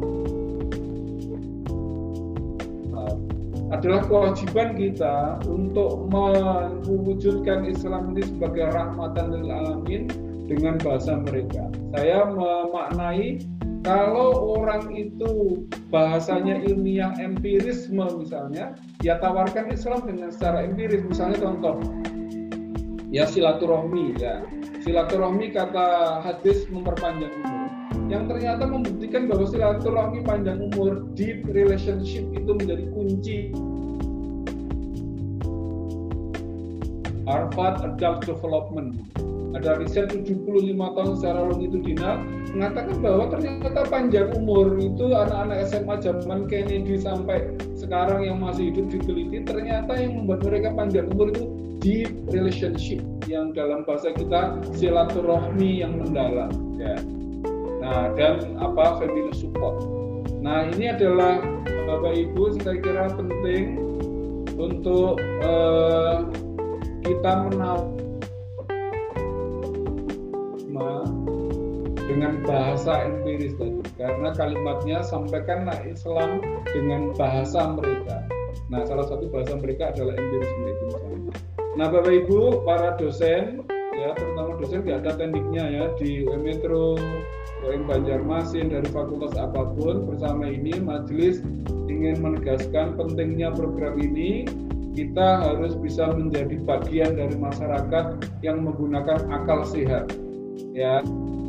Adalah kewajiban kita untuk mewujudkan Islam ini sebagai rahmatan lil alamin dengan bahasa mereka. Saya memaknai kalau orang itu bahasanya ilmiah empirisme misalnya, ya tawarkan Islam dengan secara empiris. Misalnya contoh, ya silaturahmi ya. Silaturahmi kata hadis memperpanjang umur. Yang ternyata membuktikan bahwa silaturahmi panjang umur, deep relationship itu menjadi kunci. Harvard Adult Development, ada riset 75 tahun secara longitudinal mengatakan bahwa ternyata panjang umur itu anak-anak SMA zaman Kennedy sampai sekarang yang masih hidup diteliti, ternyata yang membuat mereka panjang umur itu deep relationship, yang dalam bahasa kita silaturahmi yang mendalam ya. Nah, dan family support. Nah, ini adalah Bapak Ibu saya kira penting untuk kita menawarkan dengan bahasa empiris tadi, karena kalimatnya sampaikanlah Islam dengan bahasa mereka. Nah, salah satu bahasa mereka adalah empirisme itu misalnya. Nah, Bapak Ibu para dosen ya, terutama dosen nggak ada tekniknya ya di Metro, UM Banjarmasin, dari fakultas apapun, bersama ini majelis ingin menegaskan pentingnya program ini. Kita harus bisa menjadi bagian dari masyarakat yang menggunakan akal sehat ya.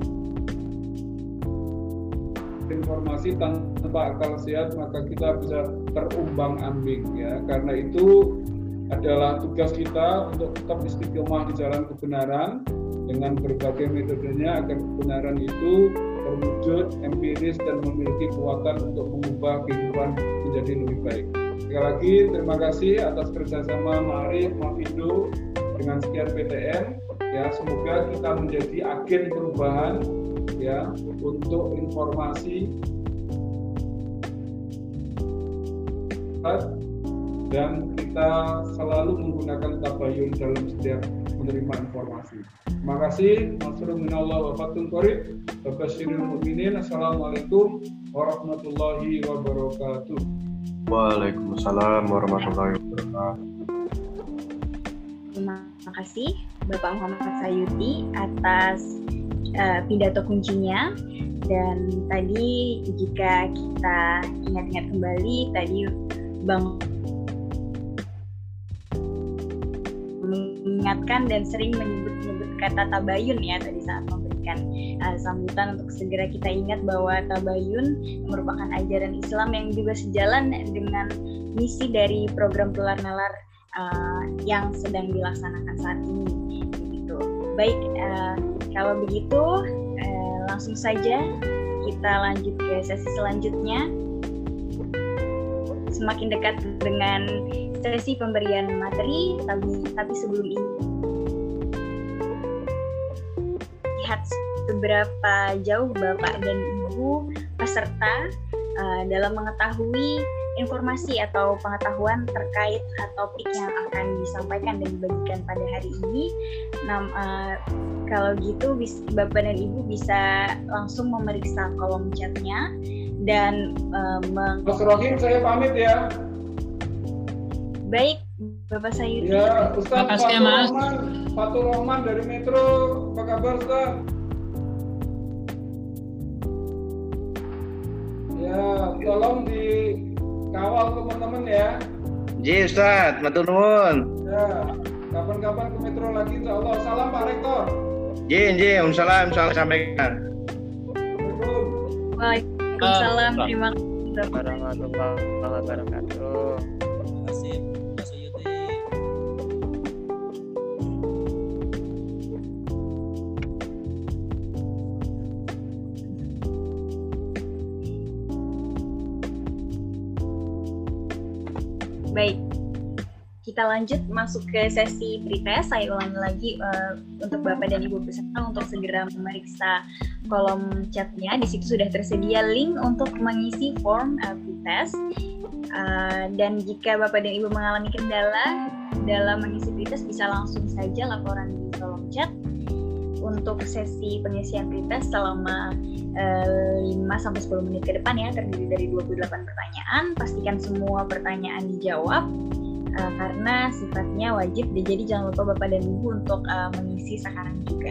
Informasi tanpa akal sehat maka kita bisa terumbang-ambing ya. Karena itu adalah tugas kita untuk tetap istiqomah di jalan kebenaran dengan berbagai metodenya agar kebenaran itu terwujud empiris dan memiliki kekuatan untuk mengubah kehidupan menjadi lebih baik. Sekali lagi terima kasih atas kerjasama Ma'arif, Mafindo dengan sekian PTN ya, semoga kita menjadi agen perubahan ya untuk informasi dan kita selalu menggunakan tabayun dalam setiap menerima informasi. Terima kasih. Masrul wa fatun qarib. Basyiril mu'minin. Assalamualaikum warahmatullahi wabarakatuh. Waalaikumsalam warahmatullahi wabarakatuh. Terima kasih Bapak Muhammad Sayuti atas pidato kuncinya. Dan tadi jika kita ingat-ingat kembali, tadi Bang mengingatkan dan sering menyebut kata tabayun ya tadi saat memberikan sambutan, untuk segera kita ingat bahwa tabayun merupakan ajaran Islam yang juga sejalan dengan misi dari program Tular Nalar yang sedang dilaksanakan saat ini. Begitu. Baik, kalau begitu langsung saja kita lanjut ke sesi selanjutnya. Semakin dekat dengan sesi pemberian materi, tapi sebelum ini lihat seberapa jauh Bapak dan Ibu peserta dalam mengetahui informasi atau pengetahuan terkait topik yang akan disampaikan dan dibagikan pada hari ini. Kalau gitu Bapak dan Ibu bisa langsung memeriksa kolom chatnya dan Mas Rohim, saya pamit ya. Baik, Bapak Sayuti. Ya, Ustaz Fatul Rahman dari Metro, apa kabar Ustaz? Ya, tolong dikawal teman-teman ya. Ji Ustaz, matur nuwun. Ya, kapan-kapan ke Metro lagi insyaallah. Salam Pak Rektor. Ji, salam sampaikan. Assalamualaikum. Waalaikumsalam. Terima kasih. Warahmatullahi wabarakatuh. Terima kasih Pak Suyuti. Baik, kita lanjut masuk ke sesi pretest. Saya ulangi lagi untuk Bapak dan Ibu peserta untuk segera memeriksa kolom chatnya. Di situ sudah tersedia link untuk mengisi form pretest. Dan jika Bapak dan Ibu mengalami kendala dalam mengisi pretest, bisa langsung saja laporan di kolom chat. Untuk sesi pengisian pretest selama 5-10 menit ke depan ya, terdiri dari 28 pertanyaan. Pastikan semua pertanyaan dijawab karena sifatnya wajib. Jadi jangan lupa Bapak dan Ibu untuk mengisi sekarang juga.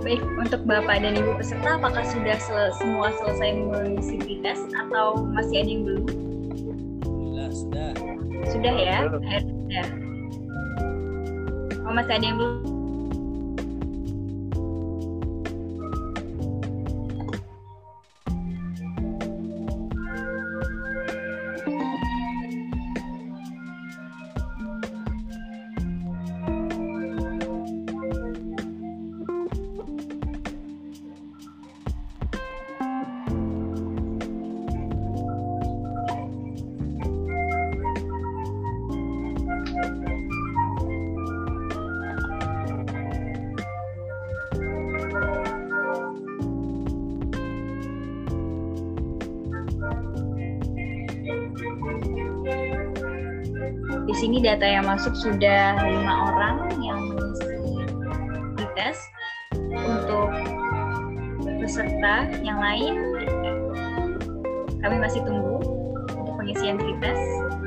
Baik, untuk Bapak dan Ibu peserta, apakah sudah semua selesai mengisi pretest atau masih ada yang belum? Sudah. Sudah ya? Sudah. Oh, masih ada yang belum? Di sini data yang masuk sudah 5 orang yang mengisi pretest. Untuk peserta yang lain, kami masih tunggu untuk pengisian pretest.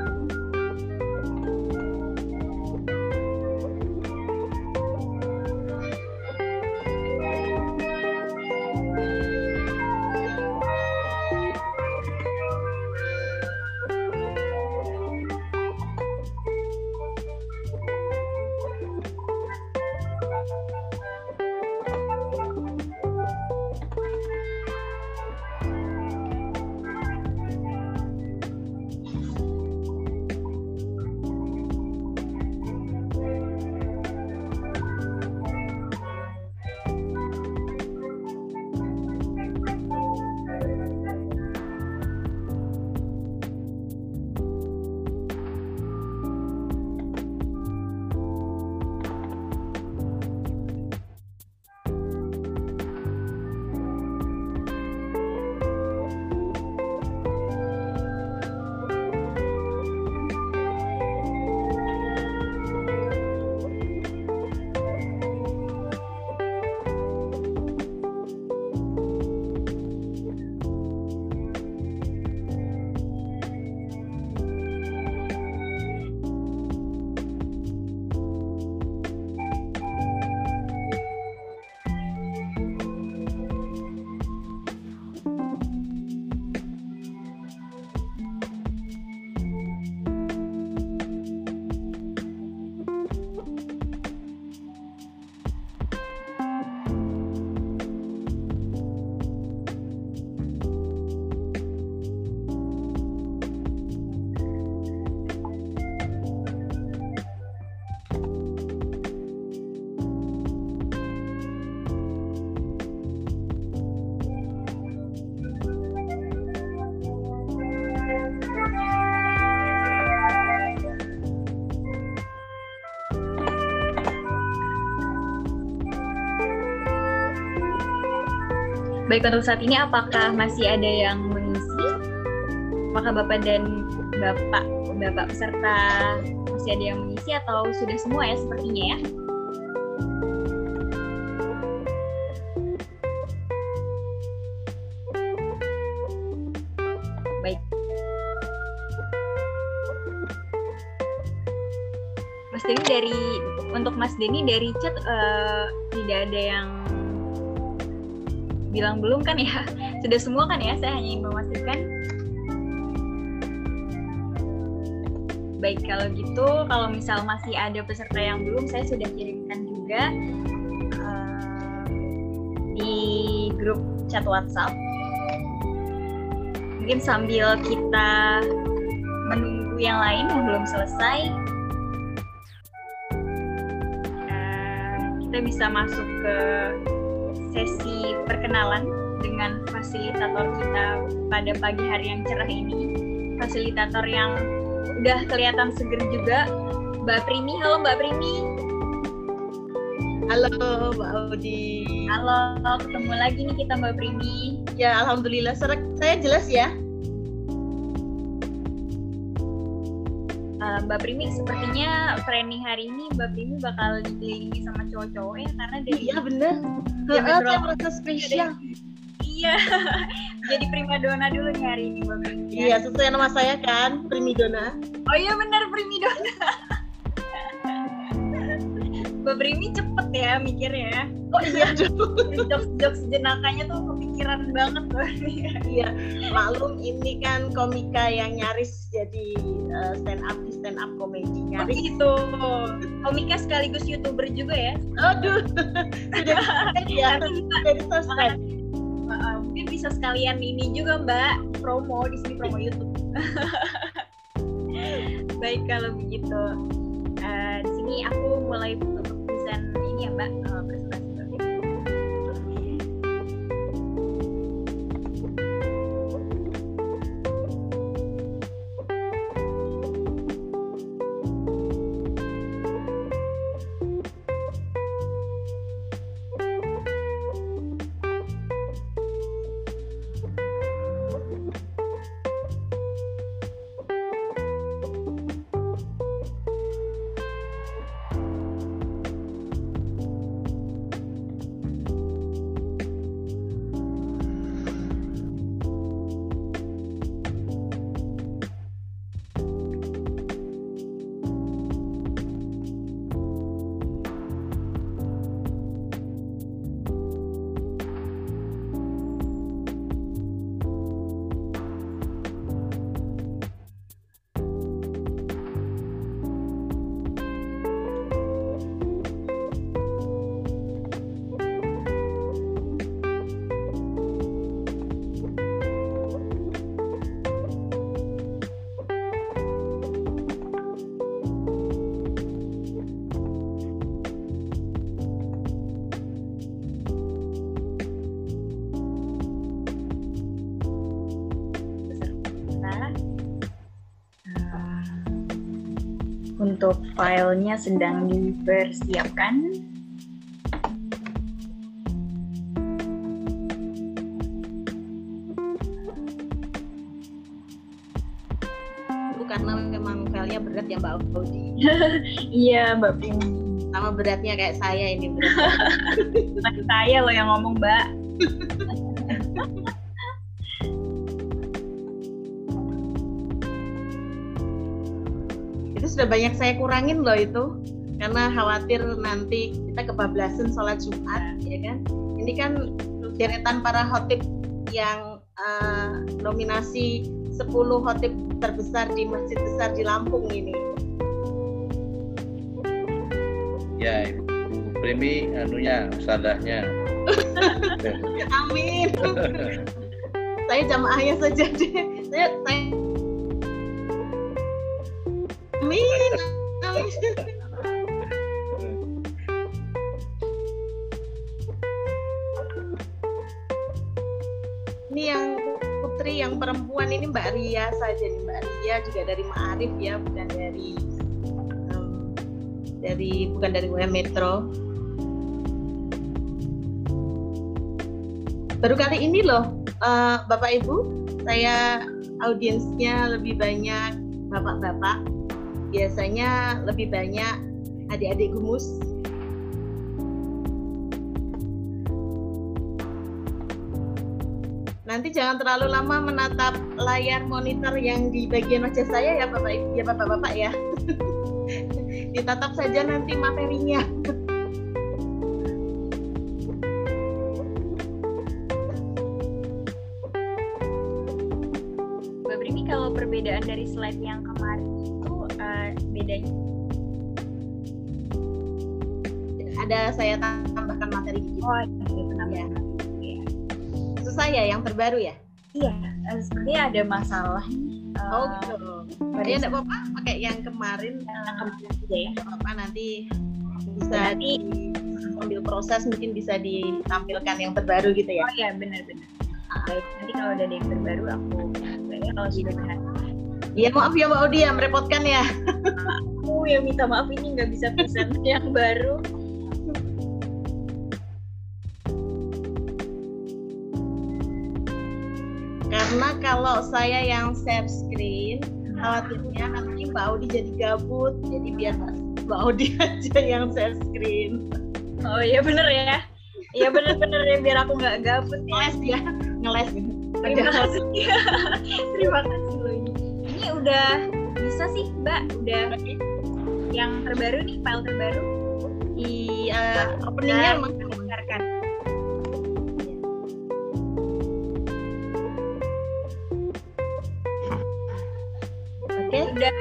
Baik, untuk saat ini apakah masih ada yang mengisi? Apakah Bapak dan Bapak peserta masih ada yang mengisi atau sudah semua ya sepertinya ya? Baik. Mas Denny untuk Mas Denny dari chat tidak ada yang bilang belum kan ya? Sudah semua kan ya? Saya hanya ingin memastikan. Baik, kalau gitu, kalau misal masih ada peserta yang belum, saya sudah kirimkan juga di grup chat WhatsApp. Mungkin sambil kita menunggu yang lain yang belum selesai, kita bisa masuk ke sesi perkenalan dengan fasilitator kita pada pagi hari yang cerah ini. Fasilitator yang udah kelihatan seger juga, Mbak Primi. Halo Mbak Primi. Halo Mbak Audi. Halo, ketemu lagi nih kita Mbak Primi. Ya, alhamdulillah. Saya jelas ya? Mbak Primi, sepertinya training hari ini Mbak Primi bakal dikelilingi sama cowok-cowok ya, karena dari iya bener. Saya merasa spesial. Iya, jadi primadona dulu nih hari ini Mbak Primi. Iya, sesuai nama saya kan, Primidona. Oh iya benar, Primidona. Mbak Brimi cepet ya mikirnya. Oh iya dong. Jokes jenakanya tuh kepikiran banget loh. Iya, maklum ini kan komika yang nyaris jadi stand up komedi nyaris. Itu komika sekaligus YouTuber juga ya. Aduh, sudah ya, jadi selesai. Mungkin bisa sekalian ini juga Mbak, promo di sini, promo YouTube. Baik kalau begitu. Di sini aku mulai present ini ya Mbak, presentasi. Untuk filenya sedang dipersiapkan. Karena memang filenya berat ya Mbak Audi. Iya Mbak Primi. Sama beratnya kayak saya ini berat. Saya loh yang ngomong Mbak. Itu sudah banyak saya kurangin loh itu, karena khawatir nanti kita kebablasan sholat Jumat, ya kan? Ini kan deretan para khotib yang nominasi 10 khotib terbesar di masjid besar di Lampung ini. Ya, Ibu Primi ustadzahnya. Amin. Saya jamaahnya saja deh. Saya Amin. Ini yang putri, yang perempuan ini Mbak Ria saja nih. Mbak Ria juga dari Ma'arif ya, bukan dari UM Metro. Baru kali ini loh, Bapak Ibu, saya audiensnya lebih banyak bapak-bapak. Biasanya lebih banyak adik-adik gumus. Nanti jangan terlalu lama menatap layar monitor yang di bagian wajah saya ya Bapak, ya Bapak-bapak ya. Ditatap saja nanti materinya. Mbak Brimi, kalau perbedaan dari slide yang kemarin itu bedanya? Ada saya tambahkan materi gitu. Oh, iya. Saya yang terbaru ya? Iya, sepertinya ada masalah nih. Oh gitu. Ya enggak apa-apa, pakai yang kemarin aja ya. Apa nanti bisa sambil proses mungkin bisa ditampilkan yang terbaru gitu ya. Oh iya, benar-benar. Baik, nanti kalau ada yang terbaru aku kalau sudah benar. Iya, maaf ya Mbak Audi ya, merepotkan ya. Aku yang minta maaf ini nggak bisa present yang baru. Karena kalau saya yang share screen, khawatirnya nanti Mbak Audi jadi gabut. Jadi biar Mbak Audi aja yang share screen. Oh iya bener ya. Iya bener-bener ya, biar aku nggak gabut ya. Ngeles. Terima kasih. Terima kasih loh ini. Ini udah bisa sih Mbak, udah yang terbaru nih, file terbaru. Openingnya mendengarkan. Oke,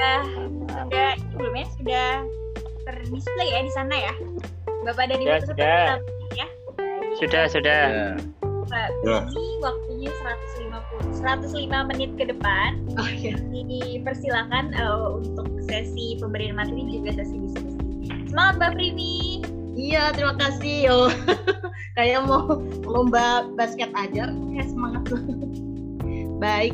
sudah terdisplay ya di sana ya, Bapak dan Ibu peserta ya. Sudah. Ini waktunya 105 menit ke depan. Dipersilakan untuk sesi pemberian materi juga sesi diskusi. Semangat Mbak Primi. Iya, terima kasih. Kayak mau lomba basket aja. Ya, semangat. Baik.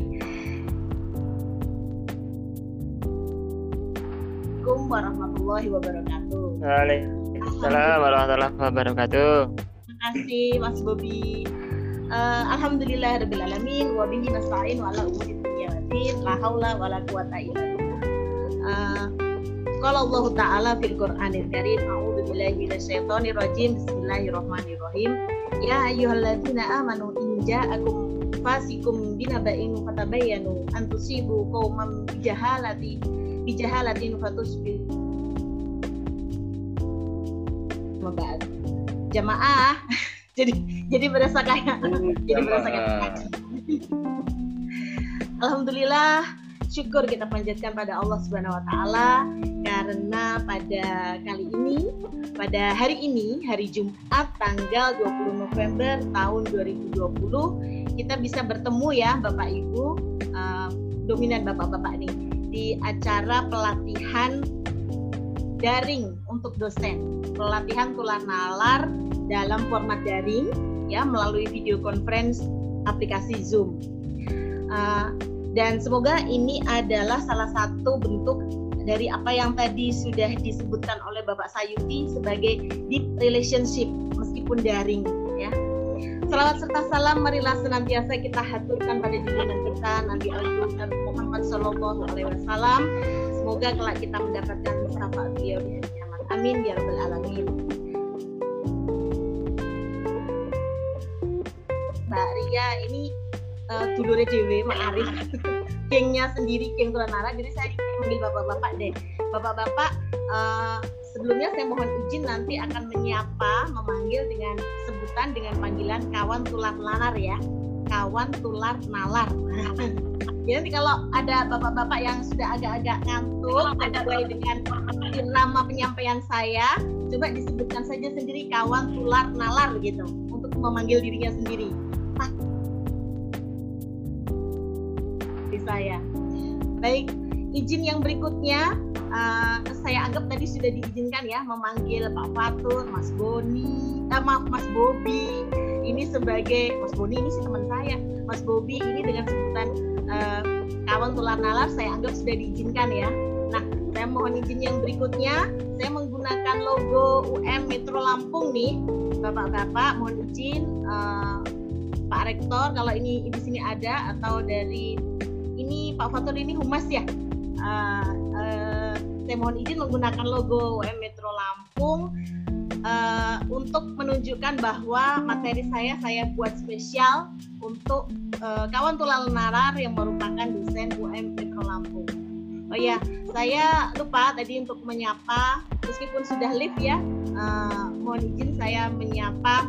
Assalamualaikum warahmatullahi wabarakatuh. Waalaikumsalam warahmatullahi wabarakatuh. Terima kasih Mas Bobi. Alhamdulillahirabbil alamin wa bihi nasta'in wa ala umuri dunya waddin la haula wala quwata illa billah. Qala Allah Ta'ala fil Qur'anil Karim, a'udzu billahi minasyaitonir rajim. Bismillahirrahmanirrahim. Ya ayyuhalladzina amanu in ja'akum fasikum binaba'in fatabayyanu an tusibu qauman bijahalatin fatusbihu. Jamaah. Jadi berasa kayak Alhamdulillah, syukur kita panjatkan pada Allah Subhanahu wa taala karena pada hari ini hari Jumat tanggal 20 November tahun 2020 kita bisa bertemu ya Bapak Ibu, dominan Bapak-bapak nih di acara pelatihan daring untuk dosen, pelatihan tular nalar dalam format daring ya melalui video conference aplikasi Zoom. Dan semoga ini adalah salah satu bentuk dari apa yang tadi sudah disebutkan oleh Bapak Sayuti sebagai deep relationship meskipun daring ya. Salawat serta salam marilah senantiasa kita haturkan pada junjungan kita Nabi Nabi Muhammad SAW. Semoga kelak kita mendapatkan syafaat beliau di hari kiamat. Amin ya rabbal alamin. Mbak Ria ini dulure dewe Mak Arif, gengnya sendiri, geng tular nara. Jadi saya panggil bapak-bapak deh. Bapak-bapak, sebelumnya saya mohon izin nanti akan memanggil dengan sebutan dengan panggilan kawan tular nalar ya, kawan tular nalar. Jadi kalau ada bapak-bapak yang sudah agak-agak ngantuk sesuai dengan nama penyampaian saya, coba disebutkan saja sendiri kawan tular nalar gitu untuk memanggil dirinya sendiri. Saya. Baik, izin yang berikutnya saya anggap tadi sudah diizinkan ya memanggil Pak Fatur, Mas Boni, Mas Bobi. Ini sebagai Mas Boni ini sih teman saya. Mas Bobi ini dengan sebutan kawan tular nalar saya anggap sudah diizinkan ya. Nah, saya mohon izin yang berikutnya, saya menggunakan logo UM Metro Lampung nih, Bapak-bapak mohon izin Pak Rektor kalau ini di sini ada atau dari ini Pak Fatur ini humas ya. Saya mohon izin menggunakan logo UM Metro Lampung untuk menunjukkan bahwa materi saya buat spesial untuk kawan tular nalar yang merupakan dosen UM Metro Lampung. Oh ya, saya lupa tadi untuk menyapa meskipun sudah live ya. Mohon izin saya menyapa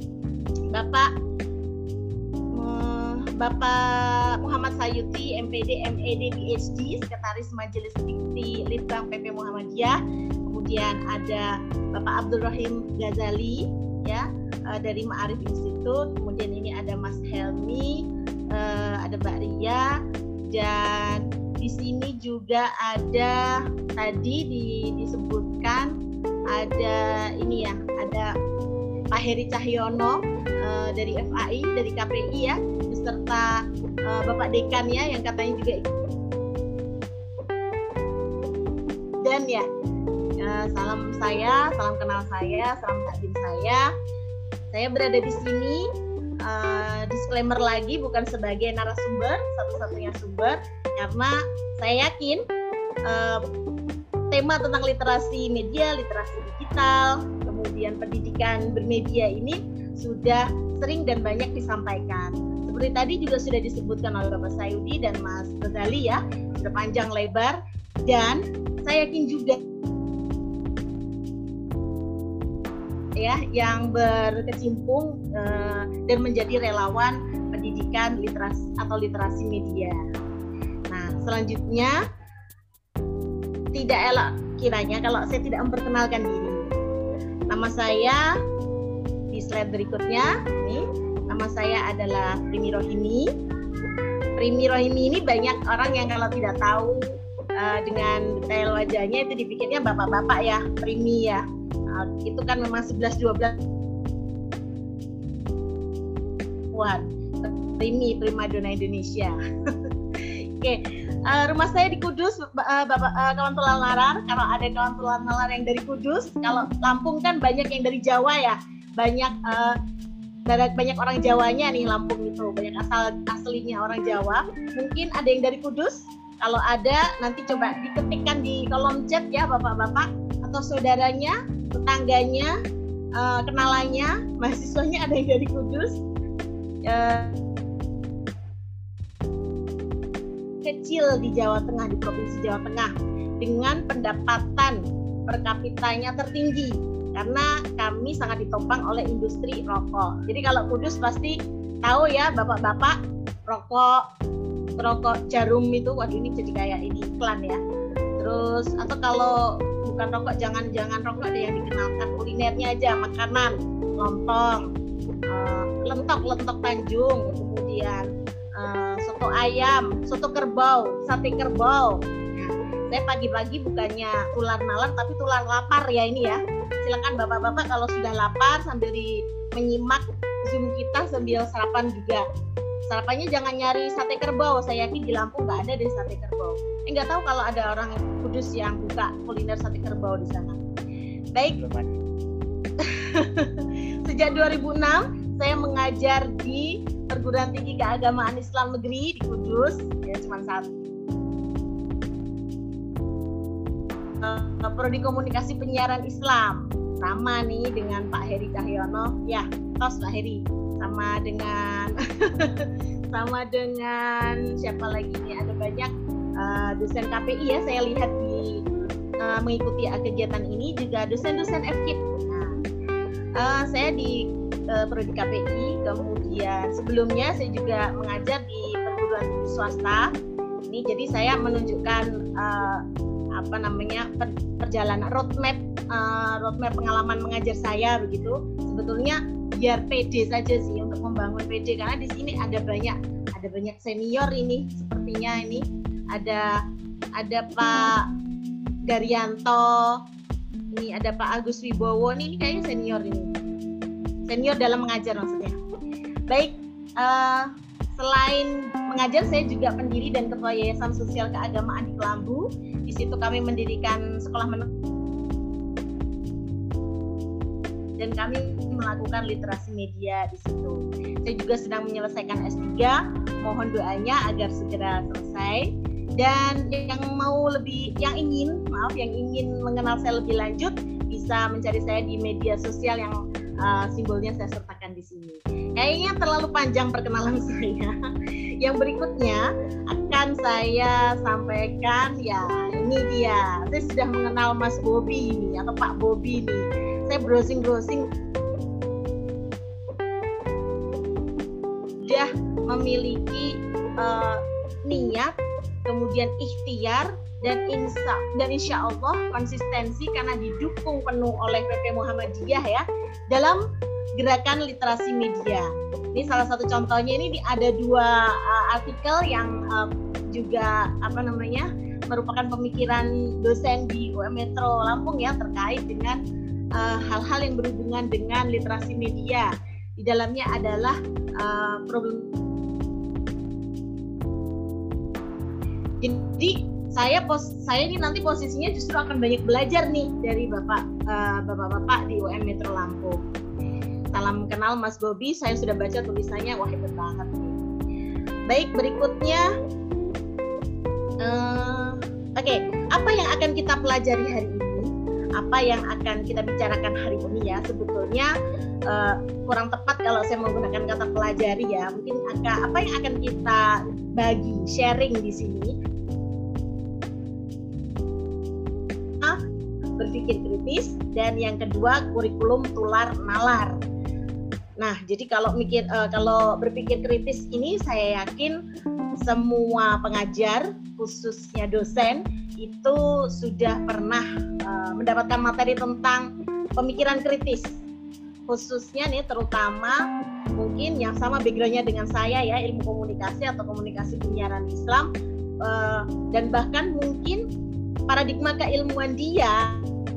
Bapak Muhammad Sayuti, MPD, MED, PhD, Sekretaris Majelis Dikti Litbang PP Muhammadiyah. Kemudian ada Bapak Abdul Rahim Ghazali, ya, dari Ma'arif Institute. Kemudian ini ada Mas Helmi, ada Mbak Ria, dan di sini juga ada tadi disebutkan ada ini ya, ada Pak Heri Cahyono dari FAI, dari KPI ya, beserta Bapak Dekan ya yang katanya juga dan ya salam kenal saya, salam takdim saya berada di sini disclaimer lagi bukan sebagai narasumber satu-satunya sumber karena saya yakin tema tentang literasi media, literasi digital, kemudian pendidikan bermedia ini sudah sering dan banyak disampaikan. Seperti tadi juga sudah disebutkan oleh Bapak Sayudi dan Mas Ghazali ya, sudah panjang lebar dan saya yakin juga ya yang berkecimpung dan menjadi relawan pendidikan literasi media. Nah, selanjutnya tidak elok kiranya kalau saya tidak memperkenalkan diri. Nama saya di slide berikutnya, ini nama saya adalah Primi Rohimi. Primi Rohimi ini banyak orang yang kalau tidak tahu dengan detail wajahnya itu dipikirnya bapak-bapak ya, Primi ya. Itu kan memang 11-12 Primi, primadona Indonesia. Oke, rumah saya di Kudus, kawan Tulan Nalar. Kalau ada kawan Tulan Nalar yang dari Kudus, kalau Lampung kan banyak yang dari Jawa ya, banyak orang Jawanya nih Lampung itu, banyak aslinya orang Jawa. Mungkin ada yang dari Kudus. Kalau ada, nanti coba diketikkan di kolom chat ya bapak-bapak atau saudaranya, tetangganya, kenalannya, mahasiswanya ada yang dari Kudus. Kecil di Jawa Tengah, di Provinsi Jawa Tengah, dengan pendapatan per kapitanya tertinggi karena kami sangat ditopang oleh industri rokok. Jadi kalau Kudus pasti tahu ya bapak-bapak, rokok jarum itu, waduh ini jadi kayak ini iklan ya. Terus atau kalau bukan rokok, jangan rokok, ada yang dikenalkan kulinernya aja, makanan, lontong, lentok Tanjung, kemudian soto ayam, soto kerbau, sate kerbau. Nah, saya pagi-pagi bukannya tular nalar tapi tular lapar ya ini ya. Silakan bapak-bapak kalau sudah lapar sambil menyimak Zoom kita sambil sarapan juga. Sarapannya jangan nyari sate kerbau, saya yakin di Lampung nggak ada deh sate kerbau. Nggak tahu kalau ada orang Kudus yang buka kuliner sate kerbau di sana. Baik. Sejak 2006 saya mengajar di Perguruan Tinggi Keagamaan Islam Negeri di Kudus, ya cuma satu. Prodi Komunikasi Penyiaran Islam, sama nih dengan Pak Heri Cahyono, ya, tos Pak Heri, sama dengan siapa lagi nih, ada banyak dosen KPI ya, saya lihat di mengikuti kegiatan ini juga dosen-dosen FKIP. Nah, saya di prodi KPI, kemudian sebelumnya saya juga mengajar di perguruan tinggi swasta. Ini jadi saya menunjukkan perjalanan roadmap pengalaman mengajar saya begitu. Sebetulnya biar PD saja sih, untuk membangun PD, karena di sini ada banyak senior ini, sepertinya ini ada Pak Daryanto, ini ada Pak Agus Wibowo, ini kayaknya senior dalam mengajar maksudnya. Baik, selain mengajar saya juga pendiri dan ketua Yayasan Sosial Keagamaan di Kelambu. Di situ kami mendirikan sekolah dan kami melakukan literasi media di situ. Saya juga sedang menyelesaikan S3, mohon doanya agar segera selesai. Dan yang ingin mengenal saya lebih lanjut bisa mencari saya di media sosial yang simbolnya saya sertakan di sini. Kayaknya terlalu panjang perkenalan saya. Yang berikutnya akan saya sampaikan, ya ini dia. Saya sudah mengenal Mas Bobi ini atau Pak Bobi ini. Saya browsing sudah memiliki niat, kemudian ikhtiar, dan insya Allah konsistensi karena didukung penuh oleh PP Muhammadiyah ya dalam gerakan literasi media. Ini salah satu contohnya, ini ada 2 artikel yang juga merupakan pemikiran dosen di UM Metro Lampung ya, terkait dengan hal-hal yang berhubungan dengan literasi media. Di dalamnya adalah problem. Jadi saya ini nanti posisinya justru akan banyak belajar nih dari bapak-bapak di UM Metro Lampung. Salam kenal Mas Bobi, saya sudah baca tulisannya, wah hebat banget nih. Baik, berikutnya oke, apa yang akan kita pelajari hari ini? Apa yang akan kita bicarakan hari ini ya? Sebetulnya kurang tepat kalau saya menggunakan kata pelajari ya. Mungkin apa yang akan kita bagi, sharing di sini? Berpikir kritis, kritis, dan yang kedua kurikulum tular nalar. Nah, jadi kalau berpikir kritis ini saya yakin semua pengajar, khususnya dosen, itu sudah pernah mendapatkan materi tentang pemikiran kritis. Khususnya nih terutama mungkin yang sama backgroundnya dengan saya ya, ilmu komunikasi atau komunikasi penyiaran Islam, dan bahkan mungkin paradigma keilmuan dia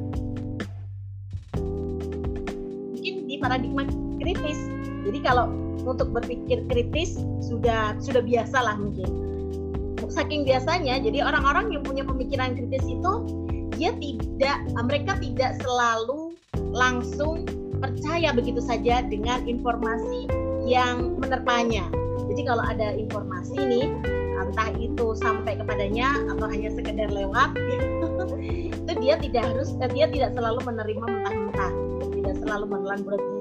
mungkin di paradigma kritis. Jadi kalau untuk berpikir kritis sudah biasa lah mungkin. Saking biasanya, jadi orang-orang yang punya pemikiran kritis itu mereka tidak selalu langsung percaya begitu saja dengan informasi yang menerpanya. Jadi kalau ada informasi nih, entah itu sampai kepadanya atau hanya sekedar lewat, itu dia tidak selalu menerima mentah-mentah, tidak selalu menelan bulat-bulat.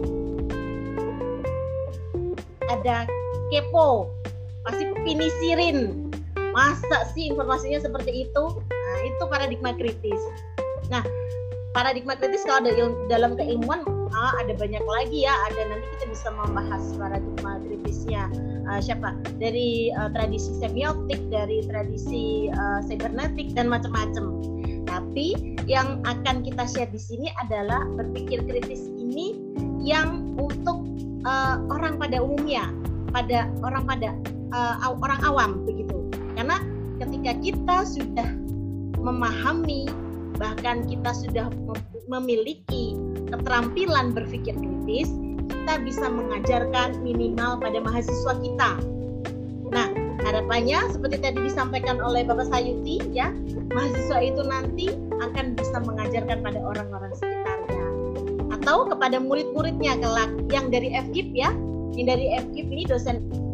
Ada kepo, pasti pinisirin. Masa sih informasinya seperti itu? Nah, itu paradigma kritis. Nah, paradigma kritis kalau dalam keilmuan ada banyak lagi ya. Ada, nanti kita bisa membahas paradigma kritisnya siapa? Dari tradisi semiotik, dari tradisi cybernetik dan macam-macam. Tapi yang akan kita share di sini adalah berpikir kritis ini yang untuk orang pada umumnya, orang awam begitu. Karena ketika kita sudah memahami, bahkan kita sudah memiliki keterampilan berpikir kritis, kita bisa mengajarkan minimal pada mahasiswa kita. Nah, harapannya seperti tadi disampaikan oleh Bapak Sayuti ya, mahasiswa itu nanti akan bisa mengajarkan pada orang-orang sekitarnya atau kepada murid-muridnya kelak yang dari FKIP ya. Yang dari FKIP ini dosen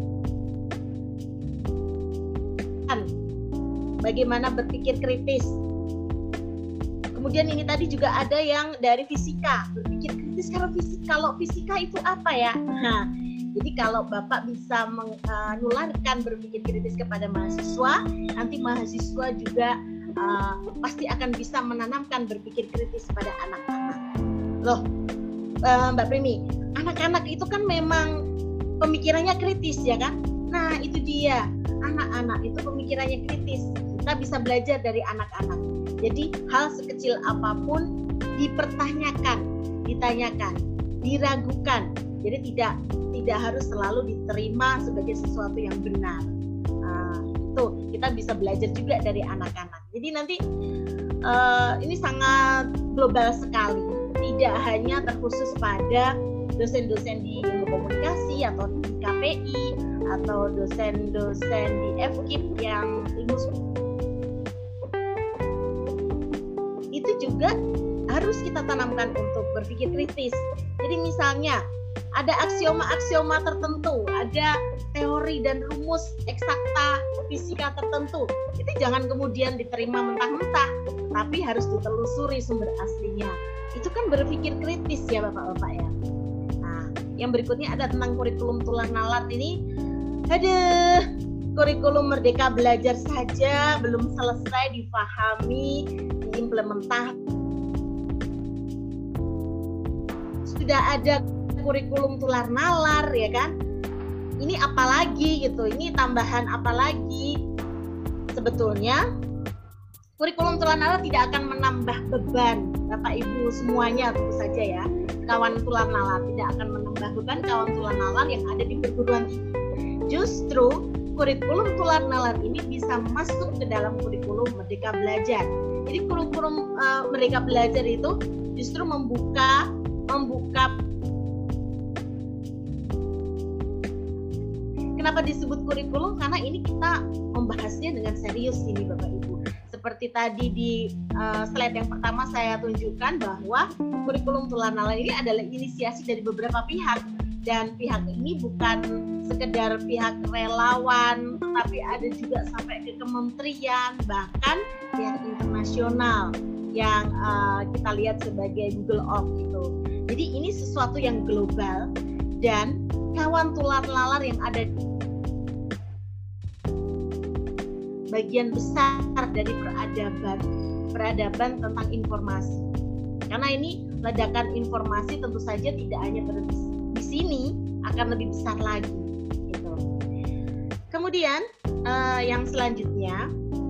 bagaimana berpikir kritis. Kemudian ini tadi juga ada yang dari fisika, berpikir kritis kalau fisika itu apa ya? Nah, jadi kalau Bapak bisa menularkan berpikir kritis kepada mahasiswa, nanti mahasiswa juga pasti akan bisa menanamkan berpikir kritis pada anak-anak. Loh, Mbak Primi, anak-anak itu kan memang pemikirannya kritis ya kan? Nah, itu dia. Anak-anak itu pemikirannya kritis. Kita bisa belajar dari anak-anak. Jadi hal sekecil apapun dipertanyakan, ditanyakan, diragukan. Jadi tidak harus selalu diterima sebagai sesuatu yang benar. Itu kita bisa belajar juga dari anak-anak. Jadi nanti ini sangat global sekali. Tidak hanya terkhusus pada dosen-dosen di ilmu komunikasi atau di KPI atau dosen-dosen di FKIP yang ilmu itu juga harus kita tanamkan untuk berpikir kritis. Jadi misalnya ada aksioma-aksioma tertentu, ada teori dan rumus eksakta fisika tertentu, itu jangan kemudian diterima mentah-mentah, tapi harus ditelusuri sumber aslinya. Itu kan berpikir kritis ya Bapak-Bapak ya. Nah, yang berikutnya ada tentang kurikulum tular nalar ini. Kurikulum Merdeka Belajar saja belum selesai difahami, diimplementasi. Sudah ada kurikulum tular nalar ya kan? Ini apalagi gitu? Ini tambahan apalagi? Sebetulnya kurikulum tular nalar tidak akan menambah beban Bapak Ibu semuanya tentu saja ya. Kawan tular nalar tidak akan menambah beban kawan tular nalar yang ada di perguruan tinggi. Justru kurikulum tular nalar ini bisa masuk ke dalam kurikulum Merdeka Belajar. Jadi kurikulum Merdeka Belajar itu justru membuka kenapa disebut kurikulum? Karena ini kita membahasnya dengan serius ini Bapak Ibu. Seperti tadi di slide yang pertama saya tunjukkan bahwa kurikulum tular nalar ini adalah inisiasi dari beberapa pihak. Dan pihak ini bukan sekedar pihak relawan, tetapi ada juga sampai ke kementerian, bahkan pihak internasional yang kita lihat sebagai Google Off gitu. Jadi ini sesuatu yang global dan kawan tular nalar yang ada bagian besar dari peradaban tentang informasi. Karena ini ledakan informasi tentu saja tidak hanya berhenti di sini, akan lebih besar lagi. Gitu. Kemudian yang selanjutnya,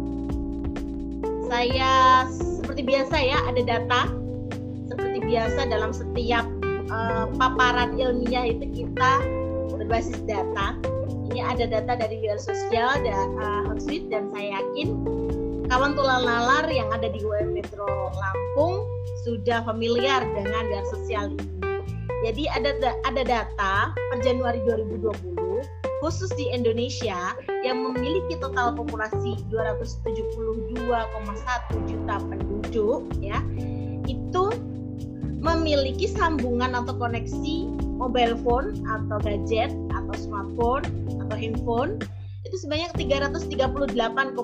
saya seperti biasa ya, ada data. Seperti biasa dalam setiap paparan ilmiah itu kita berbasis data. Ini ada data dari WR Sosial dan Hootsuite, dan saya yakin kawan tular nalar yang ada di UM Metro Lampung sudah familiar dengan WR Sosial ini. Jadi ada data per Januari 2020 khusus di Indonesia yang memiliki total populasi 272,1 juta penduduk ya, itu memiliki sambungan atau koneksi mobile phone atau gadget atau smartphone atau handphone itu sebanyak 338,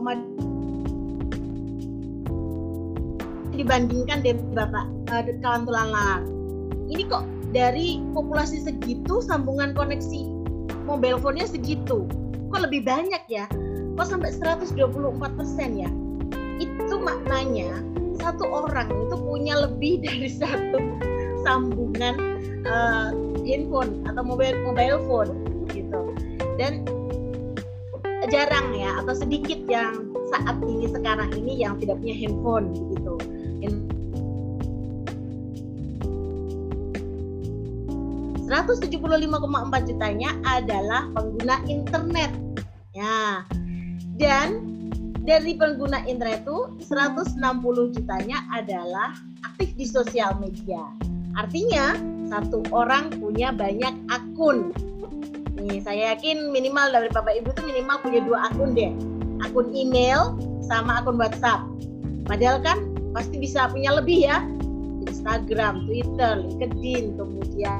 dibandingkan dengan Bapak kawan tular nalar. Ini kok dari populasi segitu sambungan koneksi mobile phone-nya segitu, kok lebih banyak ya? Kok sampai 124% ya? Itu maknanya satu orang itu punya lebih dari satu sambungan handphone atau mobile phone gitu. Dan jarang ya, atau sedikit yang saat ini sekarang ini yang tidak punya handphone begitu. 175,4 jutanya adalah pengguna internet ya, dan dari pengguna internet itu 160 jutanya adalah aktif di sosial media. Artinya satu orang punya banyak akun. Nih, saya yakin minimal dari Bapak Ibu itu minimal punya 2 akun deh, akun email sama akun WhatsApp. Padahal kan pasti bisa punya lebih ya, Instagram, Twitter, LinkedIn, kemudian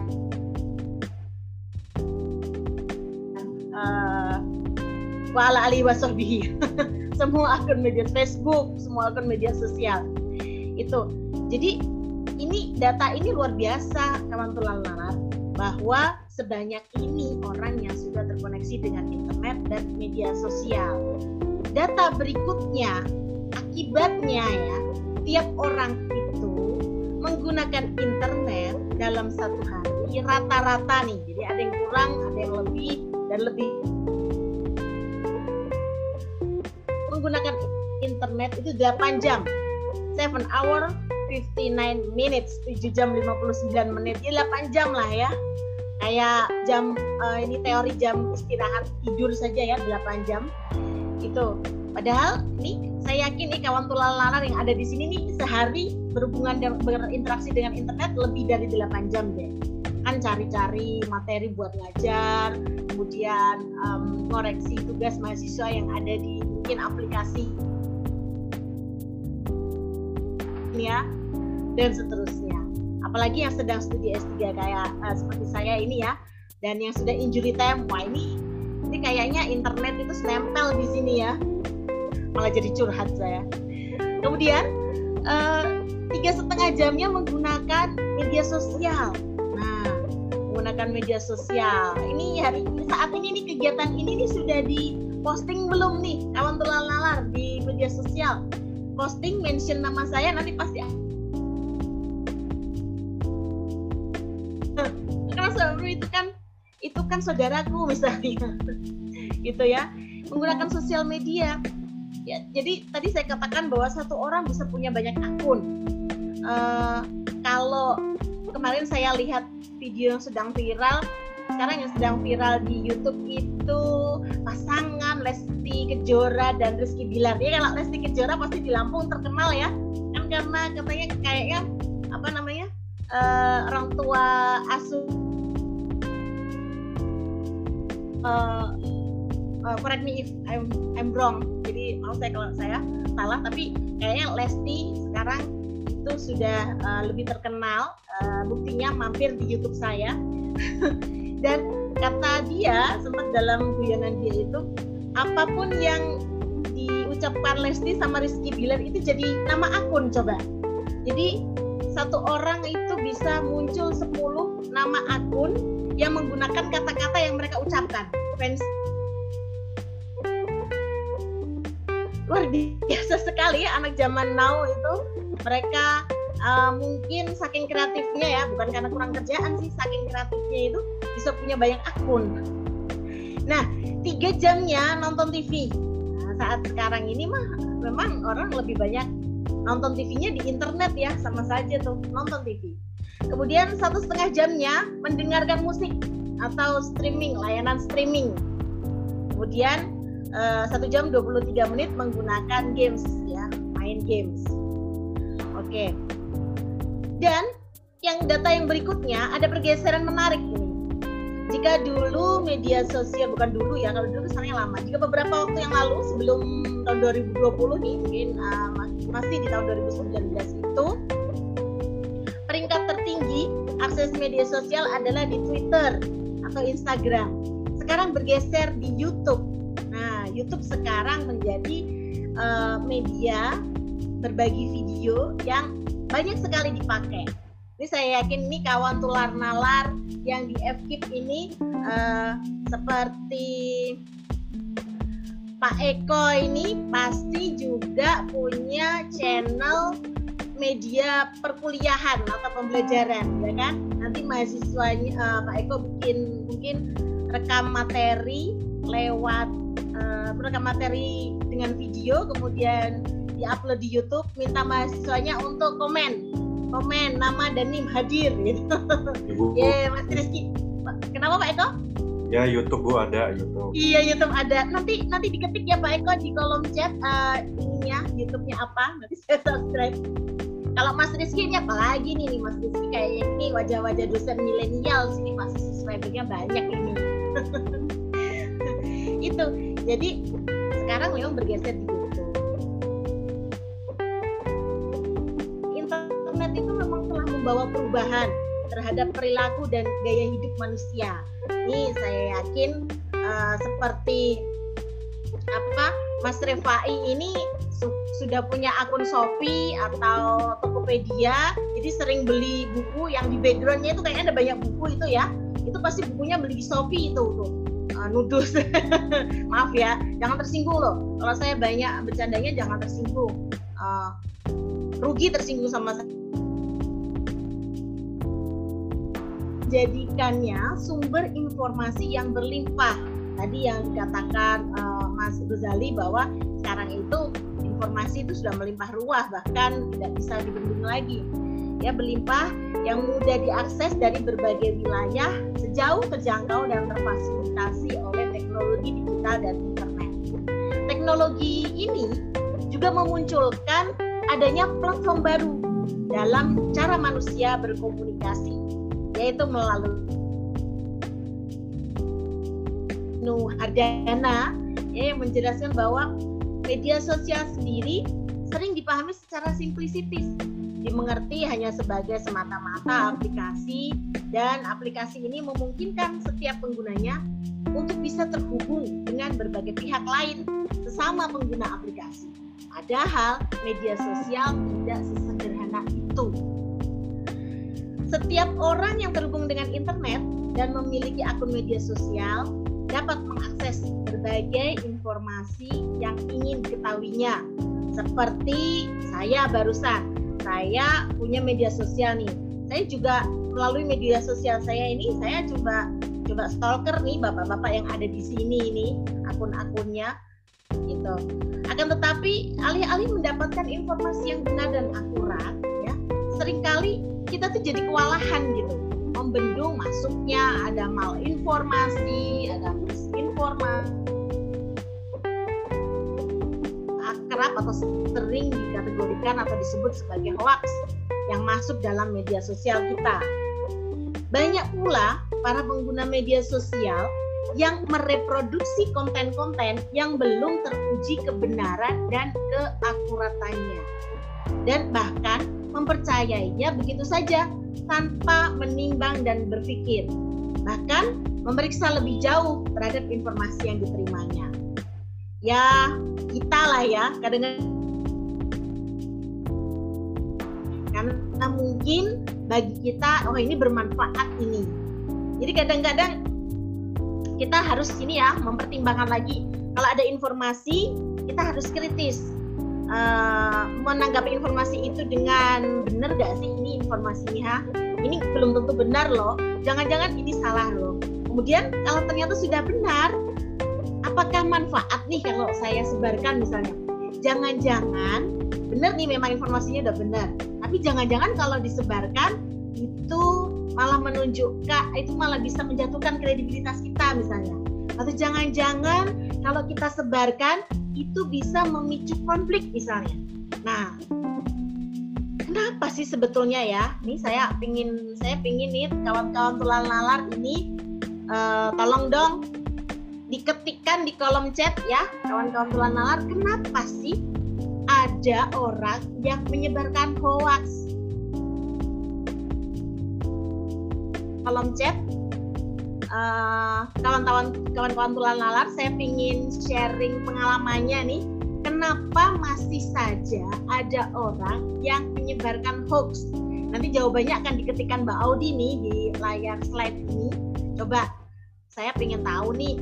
wa'ala alihi wasahbihi semua akun media Facebook, semua akun media sosial itu. Jadi ini data ini luar biasa kawan tular nalar, bahwa sebanyak ini orang yang sudah terkoneksi dengan internet dan media sosial. Data berikutnya, akibatnya ya, tiap orang itu menggunakan internet dalam satu hari rata-rata nih, jadi ada yang kurang, ada yang lebih, dan lebih menggunakan internet itu 8 jam, 7 hour 59 minutes, 7 jam 59 menit, ya 8 jam lah ya, kayak jam ini teori jam istirahat tidur saja ya 8 jam itu. Padahal nih saya yakin nih kawan tular nalar yang ada di sini nih sehari berhubungan dan berinteraksi dengan internet lebih dari 8 jam deh. Kan cari-cari materi buat ngajar, kemudian koreksi tugas mahasiswa yang ada di mungkin aplikasi ya, dan seterusnya. Apalagi yang sedang studi S3 kayak seperti saya ini ya, dan yang sudah injury time, wah ini kayaknya internet itu nempel di sini ya, malah jadi curhat saya. Kemudian 3,5 jamnya menggunakan media sosial. Nah, menggunakan media sosial ini saat ini nih, kegiatan ini nih sudah diposting belum nih kawan tular nalar di media sosial? Posting, mention nama saya, nanti pasti karena itu kan saudaraku misalnya gitu ya, menggunakan sosial media ya. Jadi tadi saya katakan bahwa satu orang bisa punya banyak akun. Kalau kemarin saya lihat video yang sedang viral sekarang, yang sedang viral di YouTube itu pasangan Lesti Kejora dan Rizky Bilar. Ya kalau Lesti Kejora pasti di Lampung terkenal ya, kan karena katanya kayaknya apa namanya orang tua asuh, correct me if I'm wrong, jadi maaf saya kalau saya salah, tapi kayaknya Lesti sekarang itu sudah lebih terkenal, buktinya mampir di YouTube saya. Dan kata dia, sempat dalam guyonan dia itu, apapun yang diucapkan Lesti sama Rizky Bilar itu jadi nama akun coba. Jadi satu orang itu bisa muncul 10 nama akun yang menggunakan kata-kata yang mereka ucapkan. Fans luar biasa sekali ya anak zaman now itu. Mereka mungkin saking kreatifnya ya, bukan karena kurang kerjaan sih, saking kreatifnya itu bisa punya banyak akun. Nah, 3 jamnya nonton TV. Nah, saat sekarang ini mah memang orang lebih banyak nonton TV-nya di internet ya, sama saja tuh nonton TV. Kemudian 1,5 jamnya mendengarkan musik atau streaming, layanan streaming. Kemudian 1 jam 23 menit menggunakan games ya, main games. Oke. Dan yang data yang berikutnya ada pergeseran menarik ini. Jika dulu media sosial, bukan dulu ya, kalau dulu kesannya lama. Jika beberapa waktu yang lalu sebelum tahun 2020 nih, mungkin masih di tahun 2019 itu, peringkat tertinggi akses media sosial adalah di Twitter atau Instagram. Sekarang bergeser di YouTube. Nah, YouTube sekarang menjadi media berbagi video yang banyak sekali dipakai. Ini saya yakin nih kawan tular nalar yang di FKIP ini seperti Pak Eko ini pasti juga punya channel media perkuliahan atau pembelajaran, ya kan? Nanti mahasiswanya Pak Eko bikin mungkin rekam materi lewat rekam materi dengan video, kemudian diupload di YouTube, minta mahasiswanya untuk komen nama dan NIM hadir gitu. Ya, Mas Rizky. Kenapa Pak Eko? Ya, YouTube Bu, ada YouTube. Iya, YouTube ada. Nanti diketik ya Pak Eko di kolom chat ininya YouTube-nya apa, nanti saya subscribe. Kalau Mas Rizky ini apa lagi nih Mas Rizky, kayaknya ini wajah-wajah dosen milenial sini pasti subscribernya banyak ini. Itu. Jadi sekarang memang bergeser di YouTube. Internet itu memang telah membawa perubahan terhadap perilaku dan gaya hidup manusia. Ini saya yakin seperti Mas Refai ini sudah punya akun Shopee atau Tokopedia, jadi sering beli buku yang di backgroundnya itu kayaknya ada banyak buku itu ya. Itu pasti bukunya beli di Shopee itu tuh. Nudus. Maaf ya, jangan tersinggung loh. Kalau saya banyak bercandanya jangan tersinggung. Rugi tersinggung sama saya. Jadikannya sumber informasi yang berlimpah. Tadi yang dikatakan Mas Ghazali bahwa sekarang itu informasi itu sudah melimpah ruah, bahkan tidak bisa dibendung lagi. Ya, berlimpah yang mudah diakses dari berbagai wilayah, sejauh terjangkau dan terfasilitasi oleh teknologi digital dan internet. Teknologi ini juga memunculkan adanya platform baru dalam cara manusia berkomunikasi, yaitu melalui Hardana yang menjelaskan bahwa media sosial sendiri sering dipahami secara simplisitis, dimengerti hanya sebagai semata-mata aplikasi, dan aplikasi ini memungkinkan setiap penggunanya untuk bisa terhubung dengan berbagai pihak lain sesama pengguna aplikasi. Padahal media sosial tidak sesederhana itu. Setiap orang yang terhubung dengan internet dan memiliki akun media sosial dapat mengakses berbagai informasi yang ingin diketahuinya. Seperti saya barusan, saya punya media sosial nih. Saya juga melalui media sosial saya ini, saya coba stalker nih bapak-bapak yang ada di sini ini, akun-akunnya gitu. Akan tetapi alih-alih mendapatkan informasi yang benar dan akurat, ya, seringkali kita tuh jadi kewalahan gitu. Membendung masuknya, ada malinformasi, ada misinformasi, akrab atau sering dikategorikan atau disebut sebagai hoax yang masuk dalam media sosial kita. Banyak pula para pengguna media sosial yang mereproduksi konten-konten yang belum teruji kebenaran dan keakuratannya, dan bahkan mempercayainya begitu saja tanpa menimbang dan berpikir, bahkan memeriksa lebih jauh terhadap informasi yang diterimanya. Ya, kita lah ya, kadang-kadang karena mungkin bagi kita, oh ini bermanfaat ini. Jadi kadang-kadang kita harus ini ya, mempertimbangkan lagi. Kalau ada informasi, kita harus kritis. menanggapi informasi itu dengan benar gak sih ini informasinya? Ini belum tentu benar loh. Jangan-jangan ini salah loh. Kemudian kalau ternyata sudah benar, apakah manfaat nih kalau saya sebarkan misalnya? Jangan-jangan benar nih memang informasinya udah benar, tapi jangan-jangan kalau disebarkan itu malah menunjukkan, itu malah bisa menjatuhkan kredibilitas kita misalnya. Atau jangan-jangan kalau kita sebarkan itu bisa memicu konflik misalnya. Nah, kenapa sih sebetulnya ya? Nih saya pingin nih kawan-kawan tulang nalar ini tolong dong diketikkan di kolom chat ya, kawan-kawan tulang nalar, kenapa sih ada orang yang menyebarkan hoax? Kolom chat, kawan-kawan tulang nalar, saya ingin sharing pengalamannya nih. Kenapa masih saja ada orang yang menyebarkan hoax? Nanti jawabannya akan diketikkan Mbak Audi nih di layar slide ini. Coba, saya ingin tahu nih.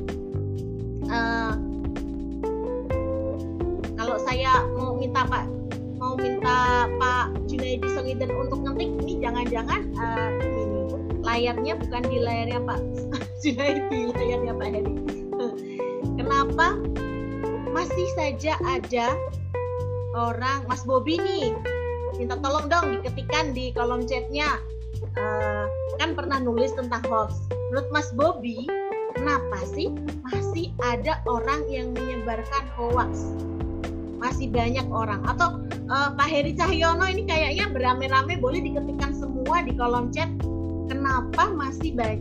Kalau saya mau minta Pak Junaidi Songidan untuk ngetik ini, jangan-jangan ini layarnya bukan di layarnya Pak Junaidi, layarnya Pak Heri. Kenapa masih saja ada orang, Mas Bobi nih, minta tolong dong diketikkan di kolom chatnya, kan pernah nulis tentang hoax. Menurut Mas Bobi, kenapa sih masih ada orang yang menyebarkan hoax? Masih banyak orang. Atau Pak Heri Cahyono ini kayaknya beramai-ramai, boleh diketikkan semua di kolom chat. Kenapa masih banyak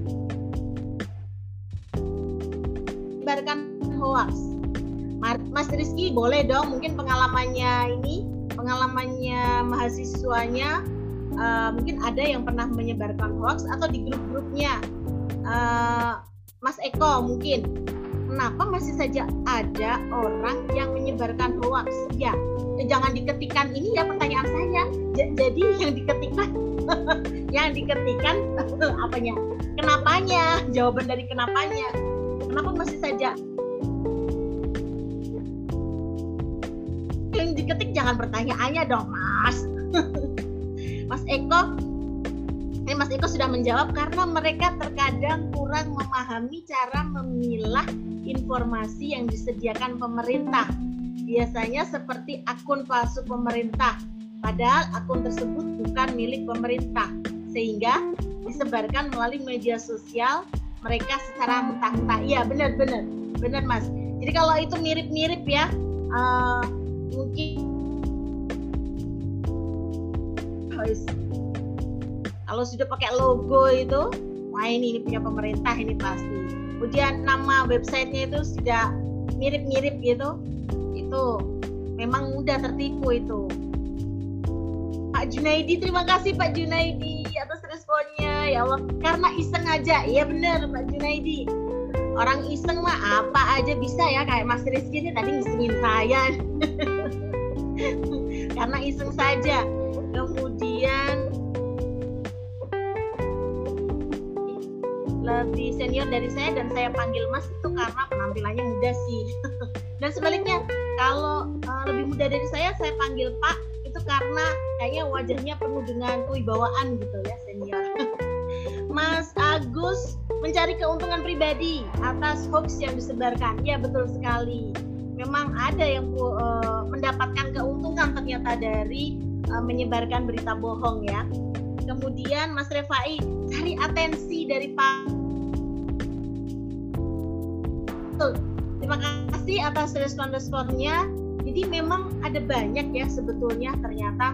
menyebarkan hoax? Mas Rizky boleh dong, mungkin pengalamannya mahasiswanya, mungkin ada yang pernah menyebarkan hoax atau di grup-grupnya. Mas Eko mungkin, kenapa masih saja ada orang yang menyebarkan hoax? Ya, jangan diketikkan ini ya pertanyaan saya. Jadi yang diketikkan apanya? Kenapanya? Jawaban dari kenapanya. Kenapa masih saja? Yang diketik jangan pertanyaannya dong, Mas. Mas Eko sudah menjawab karena mereka terkadang kurang memahami cara memilah informasi yang disediakan pemerintah. Biasanya seperti akun palsu pemerintah, padahal akun tersebut bukan milik pemerintah, sehingga disebarkan melalui media sosial mereka secara mentah-mentah. Iya, benar Mas. Jadi kalau itu mirip-mirip ya, mungkin kalau sudah pakai logo itu, wah ini punya pemerintah ini pasti. Kemudian nama websitenya itu sudah mirip-mirip gitu, itu memang mudah tertipu itu. Pak Junaidi, terima kasih Pak Junaidi atas responnya. Ya Allah, karena iseng aja. Iya benar Pak Junaidi. Orang iseng mah apa aja bisa ya, kayak Mas Rizky ini tadi ngisengin saya. Karena iseng saja. Kemudian lebih senior dari saya dan saya panggil Mas itu karena penampilannya muda sih. Dan sebaliknya, kalau lebih muda dari saya panggil Pak itu karena kayaknya wajahnya penuh dengan kewibawaan gitu ya, senior. Mas Agus mencari keuntungan pribadi atas hoax yang disebarkan. Ya betul sekali. Memang ada yang mendapatkan keuntungan ternyata dari menyebarkan berita bohong ya. Kemudian Mas Refai cari atensi dari Pak. Terima kasih atas respon-responnya. Jadi memang ada banyak ya sebetulnya ternyata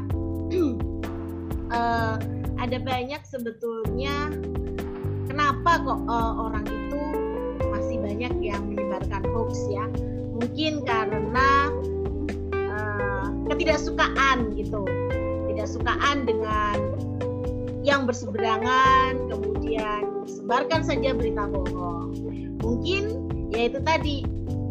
ada banyak sebetulnya kenapa kok orang itu masih banyak yang menyebarkan hoax ya. Mungkin karena ketidaksukaan gitu. Ketidaksukaan dengan yang berseberangan, kemudian sebarkan saja berita bohong. Mungkin ya itu tadi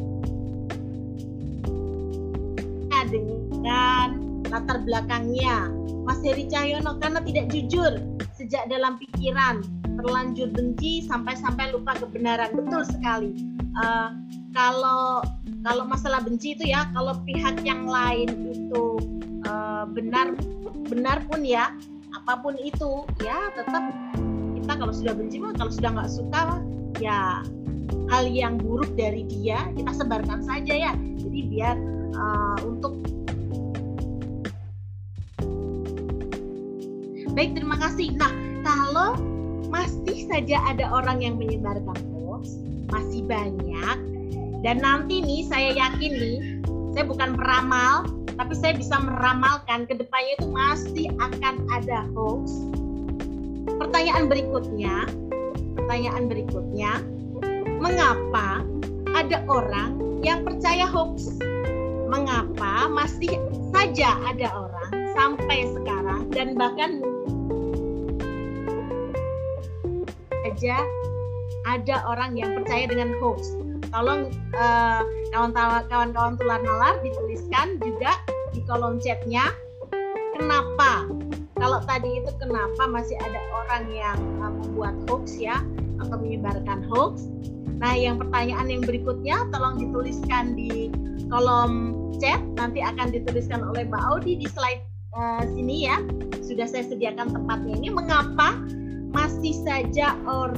dengan latar belakangnya Mas Heri Cahyono karena tidak jujur sejak dalam pikiran, terlanjur benci sampai lupa kebenaran. Betul sekali. Kalau kalau masalah benci itu ya, kalau pihak yang lain itu benar pun ya, apapun itu ya tetap kita kalau sudah benci mah, kalau sudah nggak suka ya hal yang buruk dari dia kita sebarkan saja ya. Jadi biar untuk baik, terima kasih. Nah, kalau masih saja ada orang yang menyebarkan hoax, masih banyak, dan nanti nih saya yakin nih, saya bukan peramal, tapi saya bisa meramalkan ke depannya itu masih akan ada hoax. Pertanyaan berikutnya, mengapa ada orang yang percaya hoax? Mengapa masih saja ada orang sampai sekarang dan bahkan saja ada orang yang percaya dengan hoax? Tolong kawan-kawan tular nalar dituliskan juga di kolom chatnya kenapa. Kalau tadi itu kenapa masih ada orang yang membuat hoax ya, atau menyebarkan hoax. Nah, yang pertanyaan yang berikutnya tolong dituliskan di kolom chat, nanti akan dituliskan oleh Mbak Audi di slide sini ya. Sudah saya sediakan tempatnya ini. Mengapa masih saja orang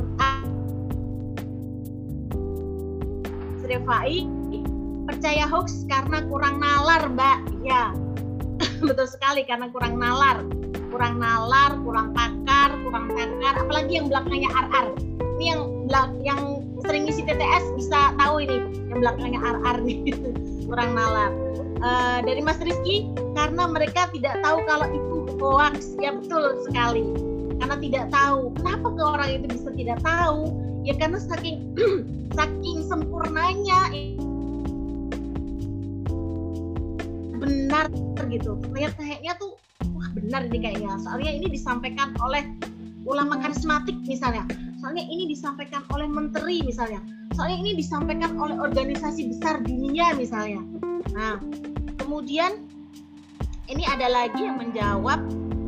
Refai percaya hoax karena kurang nalar, Mbak? Ya, betul sekali, karena kurang nalar, kurang pakar, kurang takar, apalagi yang belakangnya RR. Ini yang sering ngisi TTS bisa tahu ini, yang belakangnya RR nih, kurang nalar. Dari Mas Rizky, karena mereka tidak tahu kalau itu hoax. Ya betul sekali, karena tidak tahu. Kenapa ke orang itu bisa tidak tahu? Ya karena saking sempurnanya benar gitu. Kayaknya tuh wah benar ini kayaknya. Soalnya ini disampaikan oleh ulama karismatik misalnya. Soalnya ini disampaikan oleh menteri misalnya. Soalnya ini disampaikan oleh organisasi besar dunia misalnya. Nah, kemudian ini ada lagi yang menjawab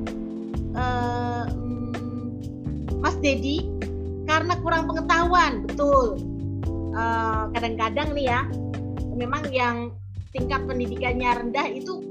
Mas Dedi, karena kurang pengetahuan. Betul. Kadang-kadang nih ya, memang yang tingkat pendidikannya rendah itu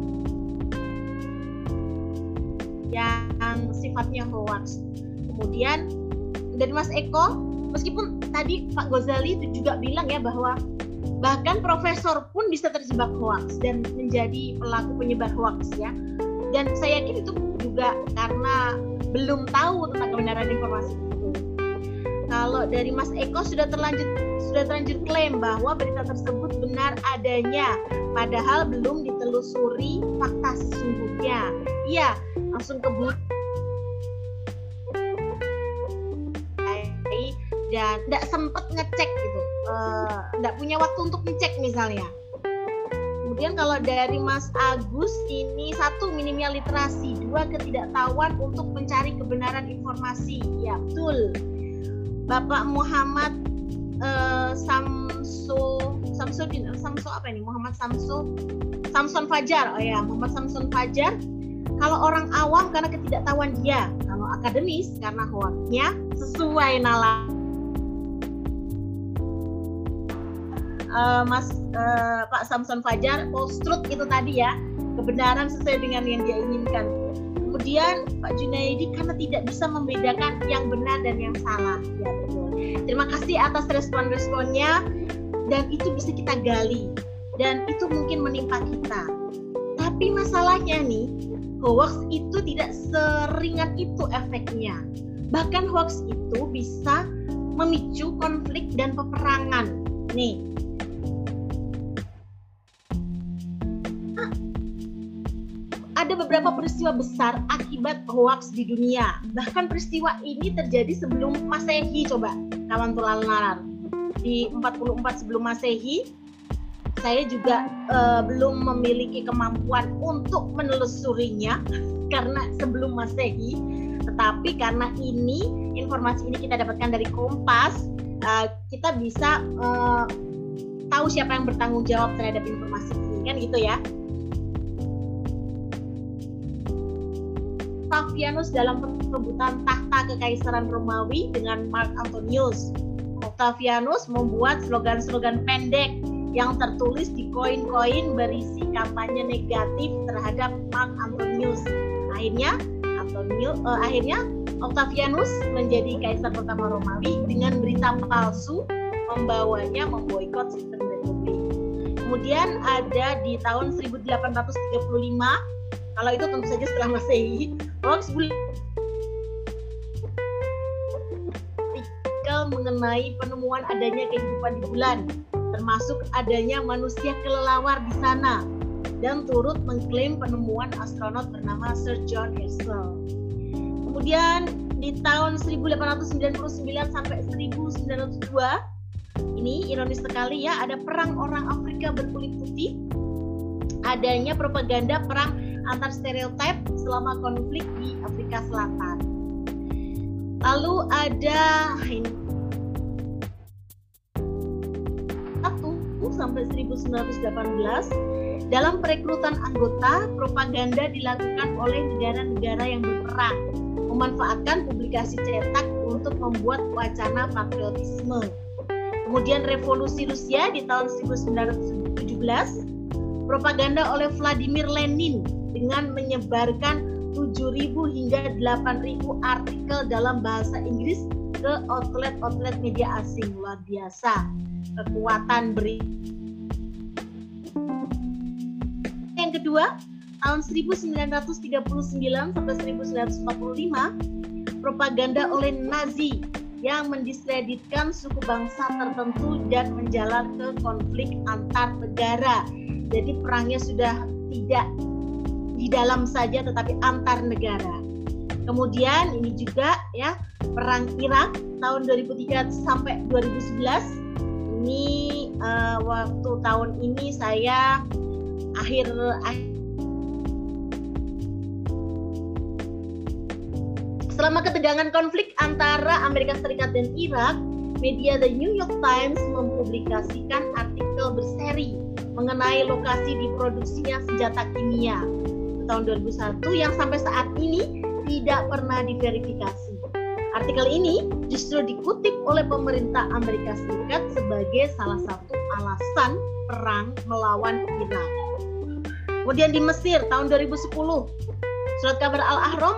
yang sifatnya hoax. Kemudian dari Mas Eko, meskipun tadi Pak Ghazali itu juga bilang ya bahwa bahkan profesor pun bisa terjebak hoax dan menjadi pelaku penyebar hoax ya. Dan saya yakin itu juga karena belum tahu tentang kebenaran informasi itu. Kalau dari Mas Eko sudah terlanjur klaim bahwa berita tersebut benar adanya, padahal belum ditelusuri fakta sesungguhnya. Iya, langsung keburu dan tidak sempat ngecek gitu, tidak punya waktu untuk ngecek misalnya. Kemudian kalau dari Mas Agus ini, 1, minimnya literasi, 2, ketidaktahuan untuk mencari kebenaran informasi. Ya betul. Bapak Muhammad Samson Fajar. Oh ya, Muhammad Samson Fajar. Kalau orang awam karena ketidaktahuan dia, kalau akademis karena hoaxnya sesuai nalar. Pak Samson Fajar, post-truth itu tadi ya, kebenaran sesuai dengan yang dia inginkan. Kemudian Pak Junaidi karena tidak bisa membedakan yang benar dan yang salah. Ya betul. Terima kasih atas respon-responnya, dan itu bisa kita gali dan itu mungkin menimpa kita. Tapi masalahnya nih, hoax itu tidak seringan itu efeknya. Bahkan hoax itu bisa memicu konflik dan peperangan. Nih, ada beberapa peristiwa besar akibat hoax di dunia. Bahkan peristiwa ini terjadi sebelum Masehi, coba kawan tular nalar. Di 44 sebelum Masehi, saya juga belum memiliki kemampuan untuk menelusurinya karena sebelum Masehi. Tetapi karena ini, informasi ini kita dapatkan dari Kompas, kita bisa tahu siapa yang bertanggung jawab terhadap informasi ini, kan gitu ya. Octavianus dalam perebutan tahta kekaisaran Romawi dengan Mark Antonius. Octavianus membuat slogan-slogan pendek yang tertulis di koin-koin berisi kampanye negatif terhadap Mark Antonius. Akhirnya Octavianus menjadi kaisar pertama Romawi dengan berita palsu membawanya memboikot sistem republik. Kemudian ada di tahun 1835, kalau itu tentu saja setelah Masehi, hoax mengenai penemuan adanya kehidupan di bulan, termasuk adanya manusia kelelawar di sana, dan turut mengklaim penemuan astronot bernama Sir John Herschel. Kemudian di tahun 1899 sampai 1902, ini ironis sekali ya, ada perang orang Afrika berkulit putih, adanya propaganda perang antar stereotip selama konflik di Afrika Selatan. Lalu ada 1 sampai 1918, dalam perekrutan anggota, propaganda dilakukan oleh negara-negara yang berperang, memanfaatkan publikasi cetak untuk membuat wacana patriotisme. Kemudian revolusi Rusia di tahun 1917, propaganda oleh Vladimir Lenin dengan menyebarkan 7.000 hingga 8.000 artikel dalam bahasa Inggris ke outlet media asing. Luar biasa kekuatan berita. Yang kedua, tahun 1939 sampai 1945, propaganda oleh Nazi yang mendiskreditkan suku bangsa tertentu dan menjalar ke konflik antar negara. Jadi perangnya sudah tidak di dalam saja tetapi antar negara. Kemudian ini juga ya, perang Irak tahun 2003 sampai 2011. Ini waktu tahun ini saya selama ketegangan konflik antara Amerika Serikat dan Irak, media The New York Times mempublikasikan artikel berseri mengenai lokasi diproduksinya senjata kimia tahun 2001 yang sampai saat ini tidak pernah diverifikasi. Artikel ini justru dikutip oleh pemerintah Amerika Serikat sebagai salah satu alasan perang melawan Irak. Kemudian di Mesir tahun 2010, surat kabar Al-Ahram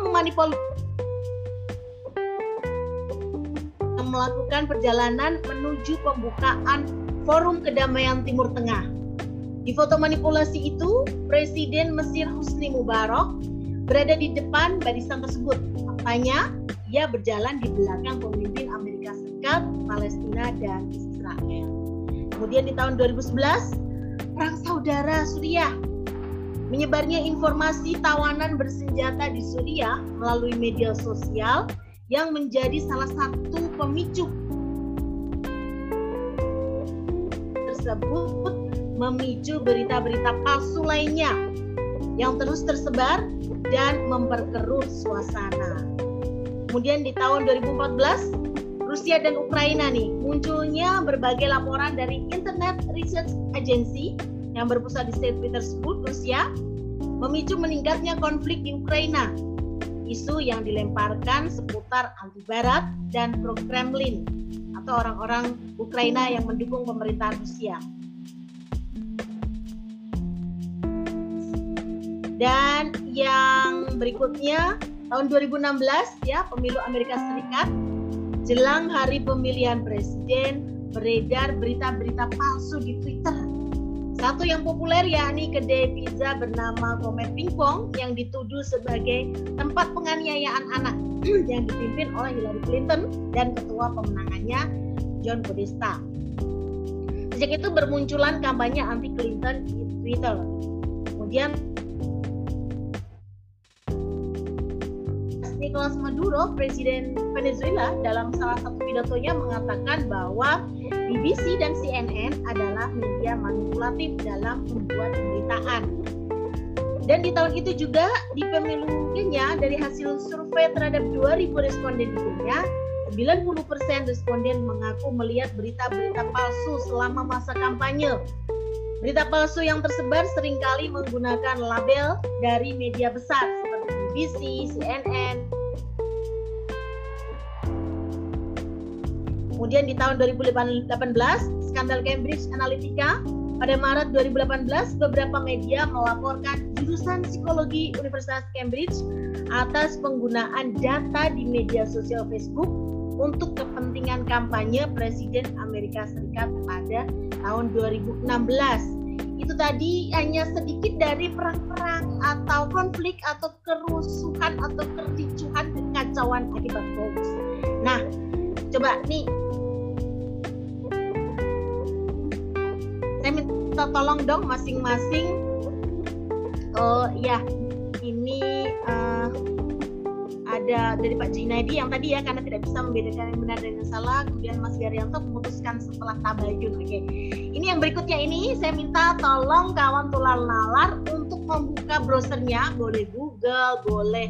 melakukan perjalanan menuju pembukaan Forum Kedamaian Timur Tengah. Di foto manipulasi itu, Presiden Mesir Husni Mubarak berada di depan barisan tersebut. Faktanya, dia berjalan di belakang pemimpin Amerika Serikat, Palestina, dan Israel. Kemudian di tahun 2011, Perang Saudara Suriah. Menyebarnya informasi tawanan bersenjata di Suriah melalui media sosial yang menjadi salah satu pemicu tersebut, memicu berita-berita palsu lainnya yang terus tersebar dan memperkeruh suasana. Kemudian di tahun 2014, Rusia dan Ukraina nih, munculnya berbagai laporan dari Internet Research Agency yang berpusat di St. Petersburg, Rusia, memicu meningkatnya konflik di Ukraina. Isu yang dilemparkan seputar anti Barat dan pro-Kremlin atau orang-orang Ukraina yang mendukung pemerintahan Rusia. Dan yang berikutnya tahun 2016 ya, pemilu Amerika Serikat, jelang hari pemilihan presiden beredar berita-berita palsu di Twitter. Satu yang populer yakni kedai pizza bernama Comet Pingpong yang dituduh sebagai tempat penganiayaan anak yang dipimpin oleh Hillary Clinton dan ketua pemenangannya John Podesta. Sejak itu bermunculan kampanye anti Clinton di Twitter. Kemudian Nicolas Maduro, presiden Venezuela, dalam salah satu pidatonya mengatakan bahwa BBC dan CNN adalah media manipulatif dalam membuat pemberitaan. Dan di tahun itu juga di pemilu Kenya, dari hasil survei terhadap 2.000 responden di Kenya, 90% responden mengaku melihat berita-berita palsu selama masa kampanye. Berita palsu yang tersebar seringkali menggunakan label dari media besar seperti BBC, CNN. Kemudian di tahun 2018, skandal Cambridge Analytica Pada Maret 2018, beberapa media melaporkan jurusan psikologi Universitas Cambridge atas penggunaan data di media sosial Facebook untuk kepentingan kampanye Presiden Amerika Serikat pada tahun 2016. Itu tadi hanya sedikit dari perang-perang atau konflik atau kerusuhan atau kericuhan kekacauan akibat hoax. Nah, coba nih, saya minta tolong dong masing-masing. Oh ya, ini ada dari Pak Junaidi yang tadi ya, karena tidak bisa membedakan yang benar dan yang salah. Kemudian Mas Garyanto memutuskan setelah tabayun. Oke. Ini yang berikutnya ini saya minta tolong kawan tular nalar untuk membuka browsernya, boleh Google, boleh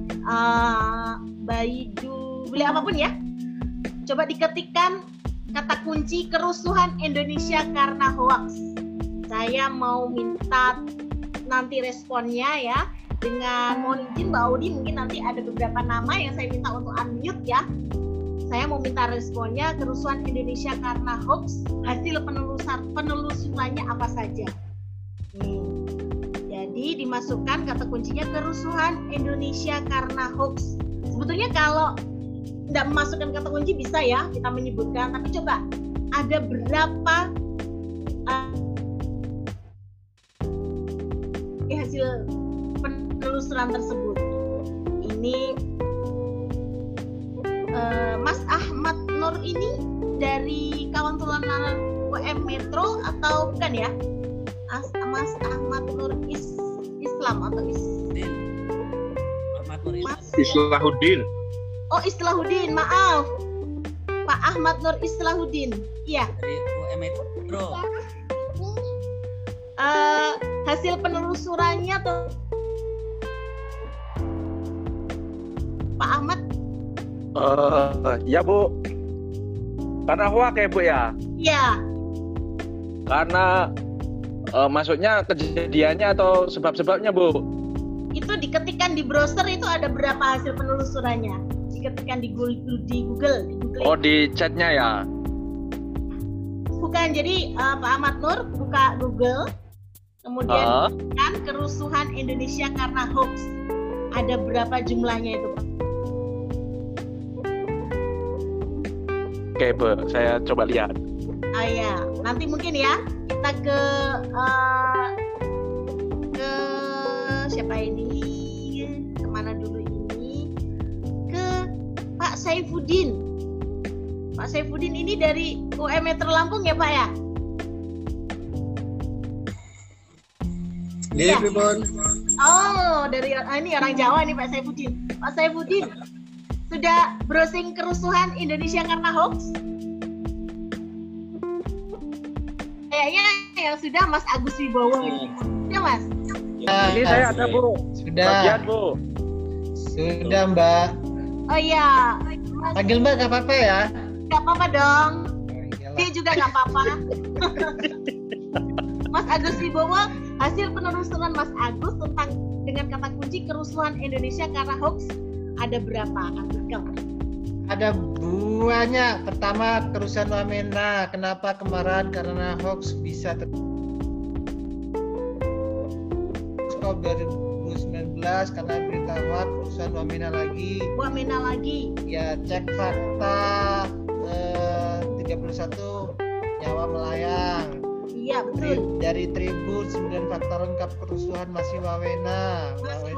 Baidu, boleh apapun ya. Coba diketikkan kata kunci kerusuhan Indonesia karena hoax. Saya mau minta nanti responnya ya. Dengan mohon izin Mbak Audi, mungkin nanti ada beberapa nama yang saya minta untuk unmute ya. Saya mau minta responnya kerusuhan Indonesia karena hoax, hasil penelusurannya apa saja. Jadi dimasukkan kata kuncinya kerusuhan Indonesia karena hoax. Sebetulnya kalau tidak memasukkan kata kunci bisa ya kita menyebutkan, tapi coba ada berapa hasil penelusuran tersebut. Ini Mas Ahmad Nur ini dari kawan tular UM Metro atau bukan ya? Mas Ahmad Nur Islam atau Islahuddin. Oh, Islahuddin, maaf. Pak Ahmad Nur Islahuddin. Iya. Dari UM Metro. Hasil penelusurannya tuh Pak Ahmad. Ya Bu. Karena hoax ya Bu ya? Iya. Karena maksudnya kejadiannya atau sebab-sebabnya Bu? Itu diketikkan di browser itu ada berapa hasil penelusurannya? Diketikkan di Google. Oh, di chatnya ya? Bukan, jadi Pak Ahmad Nur buka Google, kemudian kan kerusuhan Indonesia karena hoax. Ada berapa jumlahnya itu Pak? Oke Bu, saya coba lihat. Oh ya, nanti mungkin ya kita ke siapa ini? Kemana dulu ini? Ke Pak Saifuddin. Pak Saifuddin ini dari UM Metro Lampung ya Pak ya? Iya, Bun. Oh, dari ini orang Jawa nih Pak Saifuddin. Pak Saifuddin, sudah browsing kerusuhan Indonesia karena hoax? Kayaknya yang sudah Mas Agus Wibowo ini. Ya Mas? Ini saya ada Bu. Sudah. Bagian Bu. Sudah Mbak. Oh iya. Panggil Mbak gak apa-apa ya? Gak apa-apa dong. Dia juga gak apa-apa. Mas Agus Wibowo, hasil penelusuran Mas Agus tentang dengan kata kunci kerusuhan Indonesia karena hoax ada berapa artikel? Ada banyak. Pertama, kerusuhan Wamena. Kenapa kemarahan karena hoax bisa Skop 2019 karena berita hoax kerusuhan Wamena lagi. Ya, cek fakta 31 nyawa melayang. Iya, betul. Dari Tribun 9 fakta lengkap kerusuhan masih Wamena.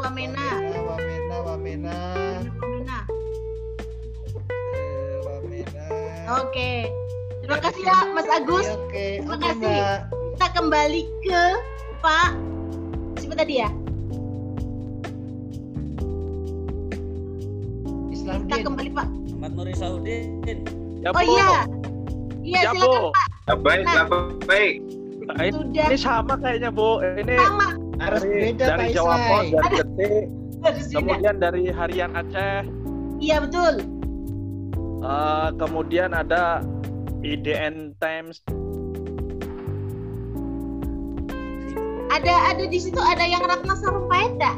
Oke. Terima kasih ya Mas Agus. Oke. Terima kasih. Kita kembali ke Pak siapa tadi ya? Islahuddin. Kita kembali Pak Ahmad Nur Islahuddin. Ya, oh iya. Iya, ya, silakan Bu. Pak. Baik. Sudah. Ini sama kayaknya Bu. Ini sama. Harus beda dari Pak Jawa Pos, Isai. dari Detik, kemudian dari Harian Aceh. Iya, betul. Kemudian ada IDN Times. Ada di situ ada yang Ratna Sarumpait dah.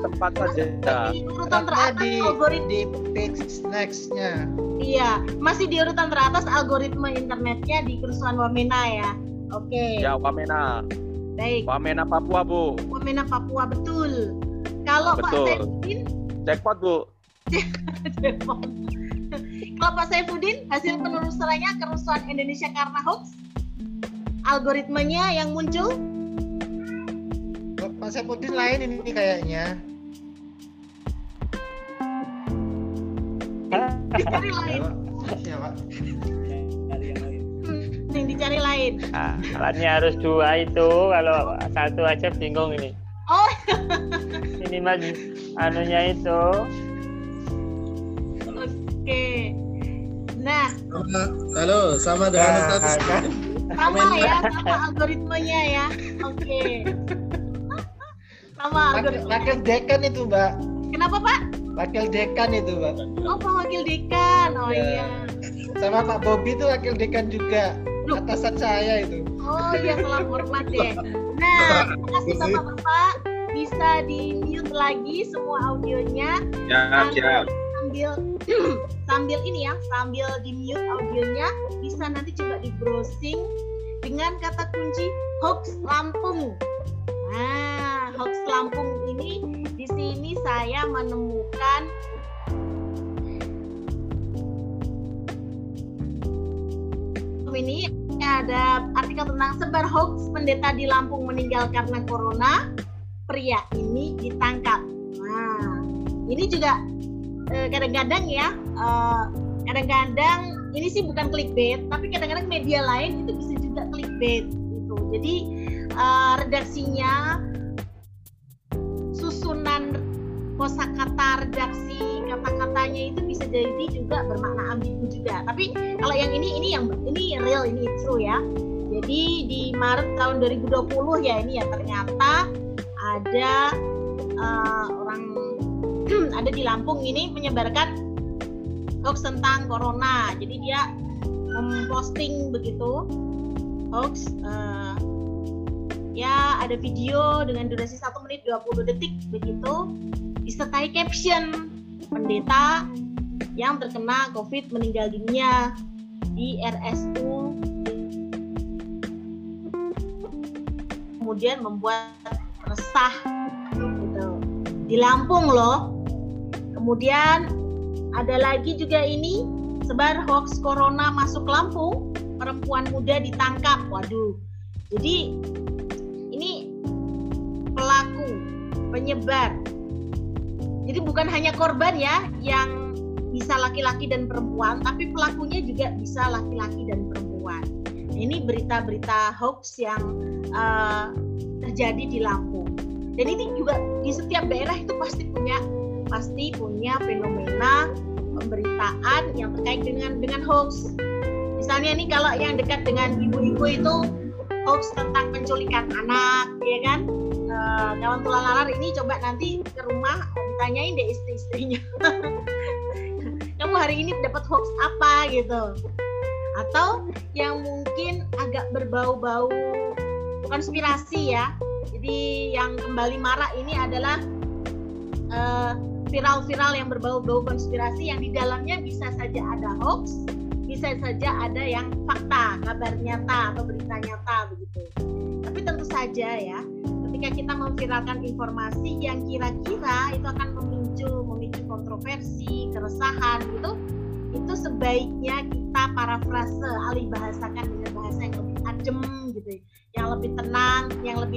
tempat saja. Di urutan teratas di page next-nya. Iya, masih di urutan teratas algoritma internetnya di kerusuhan Wamena ya. Oke. Ya, Wamena. Baik. Wamena Papua, Bu. Wamena Papua, betul. Kalau Pak Saifuddin, jackpot, Bu. jackpot. Kalau Pak Saifuddin, hasil penelusurannya kerusuhan Indonesia karena hoax, algoritmanya yang muncul? Pak Saifuddin lain ini kayaknya. Dicari lain. Ya, Pak. Yang dicari lain. Alatnya harus 2 itu, kalau 1 aja bingung ini. Oh. Ini mas anunya itu. Oke. Nah. Halo, sama dengan status. Sama ya, sama algoritmanya ya. Oke. Sama algoritma. Wakil dekan itu, Mbak. Kenapa, Pak? Wakil dekan itu, Mbak. Oh, Pak Wakil Dekan. Oh iya. Sama Pak Bobi itu wakil dekan juga. Atasan saya itu. Oh iya, salam hormat deh. Nah, terima kasih Bapak-bapak. Bisa di-mute lagi semua audionya. Ya, siap. Sambil ini ya, sambil di-mute audionya, bisa nanti coba di-browsing dengan kata kunci hoax Lampung. Nah, hoax Lampung ini di sini saya menemukan ini ada artikel tentang sebar hoax pendeta di Lampung meninggal karena corona, pria ini ditangkap. Nah, ini juga kadang-kadang ya, kadang-kadang ini sih bukan clickbait, tapi kadang-kadang media lain itu bisa juga clickbait gitu. Jadi redaksinya, susunan kosakata redaksi kata-katanya itu bisa jadi juga bermakna ambigu juga. Tapi kalau yang ini real, ini true ya. Jadi di Maret tahun 2020 ya ini ya, ternyata ada orang ada di Lampung ini menyebarkan hoax tentang corona. Jadi dia memposting begitu hoax, ya ada video dengan durasi 1 menit 20 detik begitu, disertai caption pendeta yang terkena COVID meninggal dunia di RSU, kemudian membuat resah gitu di Lampung loh. Kemudian ada lagi juga ini, sebar hoax corona masuk Lampung, perempuan muda ditangkap. Waduh, jadi ini pelaku penyebar. Jadi bukan hanya korban ya yang bisa laki-laki dan perempuan, tapi pelakunya juga bisa laki-laki dan perempuan. Nah, ini berita-berita hoax yang terjadi di Lampung. Dan ini juga di setiap daerah itu pasti punya fenomena pemberitaan yang terkait dengan hoax. Misalnya nih kalau yang dekat dengan ibu-ibu itu hoax tentang penculikan anak, ya kan? Kawan tulalar ini coba nanti ke rumah ditanyain deh istri-istrinya. Kamu hari ini dapat hoax apa gitu? Atau yang mungkin agak berbau-bau konspirasi ya. Jadi yang kembali marak ini adalah viral-viral yang berbau-bau konspirasi yang di dalamnya bisa saja ada hoax, bisa saja ada yang fakta, kabar nyata atau berita nyata begitu. Tapi tentu saja ya, ketika kita memviralkan informasi yang kira-kira itu akan memicu kontroversi, keresahan gitu, itu sebaiknya kita parafrase, alih bahasakan dengan bahasa yang lebih adem gitu, yang lebih tenang, yang lebih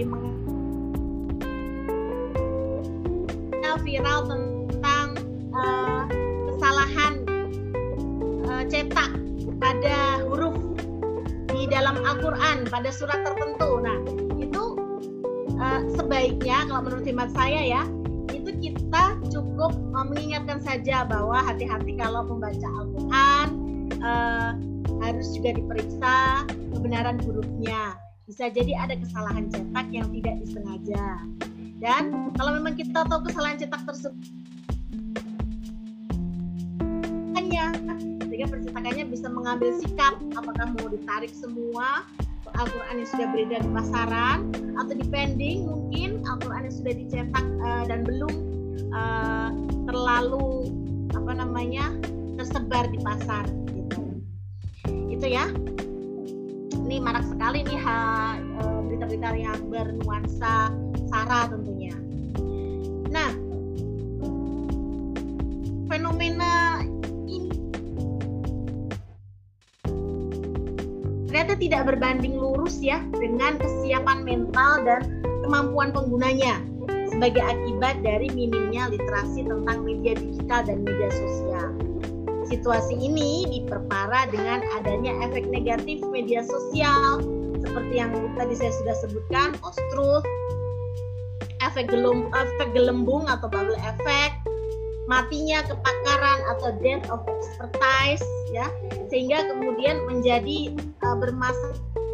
viral tentang kesalahan cetak pada huruf di dalam Al-Quran pada surat tertentu. Nah itu sebaiknya kalau menurut hemat saya ya, itu kita cukup mengingatkan saja bahwa hati-hati kalau membaca Al-Quran, harus juga diperiksa kebenaran hurufnya. Bisa jadi ada kesalahan cetak yang tidak disengaja. Dan kalau memang kita tahu kesalahan cetak tersebut, sehingga percetakannya bisa mengambil sikap apakah mau ditarik semua Al-Quran yang sudah beredar di pasaran, atau depending mungkin Al-Quran yang sudah dicetak dan belum terlalu tersebar di pasar gitu. Itu ya. Ini marak sekali nih berita-berita yang bernuansa sara tentunya. Nah, fenomena ini ternyata tidak berbanding lurus ya dengan kesiapan mental dan kemampuan penggunanya sebagai akibat dari minimnya literasi tentang media digital dan media sosial. Situasi ini diperparah dengan adanya efek negatif media sosial seperti yang tadi saya sudah sebutkan, post-truth, efek gelembung atau bubble effect, matinya kepakaran atau death of expertise ya, sehingga kemudian menjadi bermasalah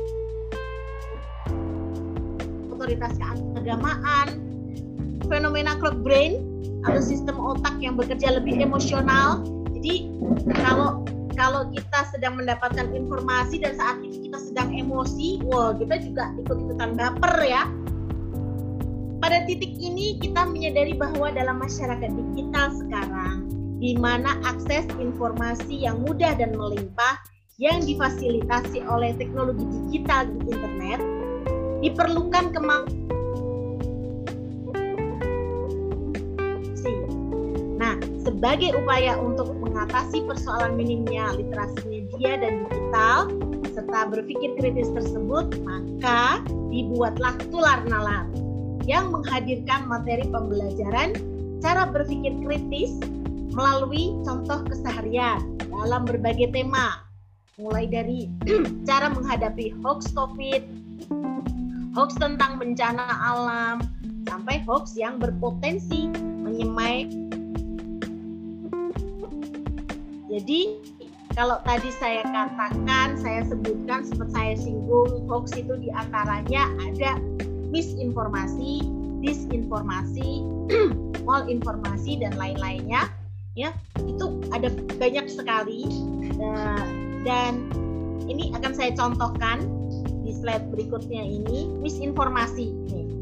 otoritas keagamaan, fenomena cloud brain atau sistem otak yang bekerja lebih emosional. Jadi kalau kita sedang mendapatkan informasi dan saat itu kita sedang emosi, kita juga ikut-ikutan baper ya. Pada titik ini kita menyadari bahwa dalam masyarakat digital sekarang, di mana akses informasi yang mudah dan melimpah yang difasilitasi oleh teknologi digital di internet, diperlukan kemampuan. Nah, sebagai upaya untuk mengatasi persoalan minimnya literasi media dan digital serta berpikir kritis tersebut, maka dibuatlah Tular Nalar yang menghadirkan materi pembelajaran cara berpikir kritis melalui contoh keseharian dalam berbagai tema, mulai dari cara menghadapi hoax COVID, hoax tentang bencana alam, sampai hoax yang berpotensi menyemai. Jadi kalau tadi saya katakan, saya sebutkan, sempat saya singgung, hoax itu diantaranya ada misinformasi, disinformasi, malinformasi dan lain-lainnya. Ya, itu ada banyak sekali. Dan ini akan saya contohkan di slide berikutnya ini, misinformasi.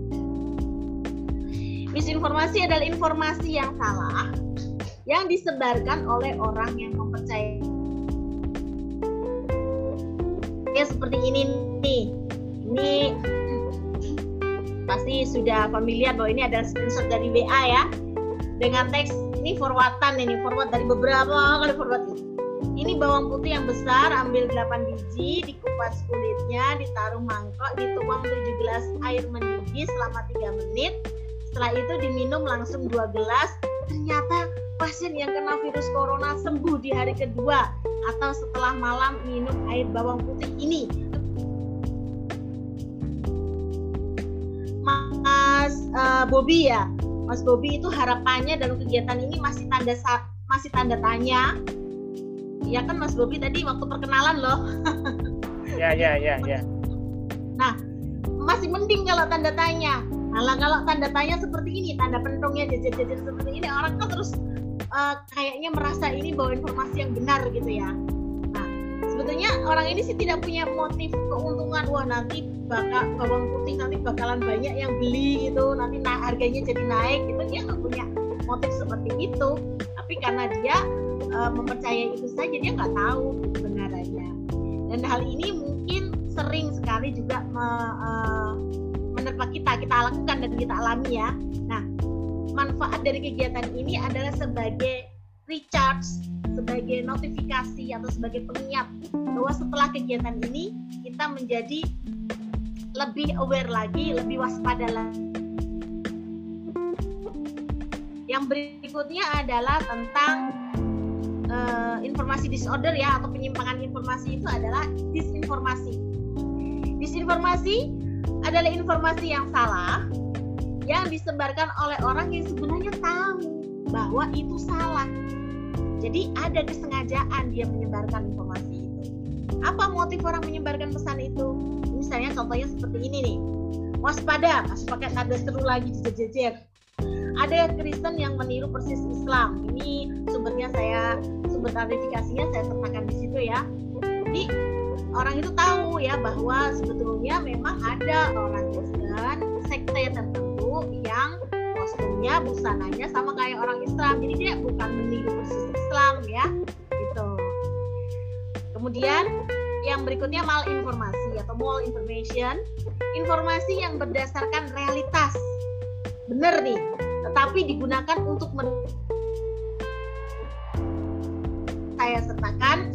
Misinformasi adalah informasi yang salah yang disebarkan oleh orang yang mempercayai. Ya seperti ini nih. Ini pasti sudah familiar bahwa ini adalah screenshot dari WA ya. Dengan teks ini forward dari beberapa kali forward ini. Ini bawang putih yang besar, ambil 8 biji, dikupas kulitnya, ditaruh mangkok, dituang 7 gelas air mendidih selama 3 menit. Setelah itu diminum langsung 2 gelas. Ternyata pasien yang kena virus corona sembuh di hari kedua atau setelah malam minum air bawang putih ini. Mas Bobby ya, Mas Bobby itu harapannya dalam kegiatan ini masih tanda tanya. Ya kan Mas Bobby tadi waktu perkenalan loh. Ya. Nah, masih mending kalau tanda tanya. Nah, kalau tanda tanya seperti ini, tanda pentongnya jajar-jajar seperti ini, orang kan terus kayaknya merasa ini bahwa informasi yang benar gitu ya. Nah, sebetulnya orang ini sih tidak punya motif keuntungan, wah nanti bawang putih nanti bakalan banyak yang beli gitu, nanti harganya jadi naik gitu, dia nggak punya motif seperti itu. Tapi karena dia mempercayai itu saja, dia nggak tahu kebenarannya. Dan hal ini mungkin sering sekali juga menerpa kita lakukan dan kita alami ya. Nah, manfaat dari kegiatan ini adalah sebagai recharge, sebagai notifikasi atau sebagai pengingat bahwa setelah kegiatan ini kita menjadi lebih aware lagi, lebih waspada lagi. Yang berikutnya adalah tentang informasi disorder ya, atau penyimpangan informasi itu adalah disinformasi. Disinformasi adalah informasi yang salah yang disebarkan oleh orang yang sebenarnya tahu bahwa itu salah. Jadi ada kesengajaan dia menyebarkan informasi itu. Apa motif orang menyebarkan pesan itu? Misalnya contohnya seperti ini nih. Waspada, masih pakai tanda seru lagi jejer-jejer. Ada Kristen yang meniru persis Islam. Ini sumber klarifikasinya saya sertakan di situ ya. Jadi orang itu tahu ya bahwa sebetulnya memang ada orang Kristen sekte tertentu yang kostumnya dia busananya sama kayak orang Islam, jadi dia bukan meniru persis Islam ya, gitu. Kemudian yang berikutnya malinformasi atau malinformation, informasi yang berdasarkan realitas, benar nih, tetapi digunakan untuk saya sertakan.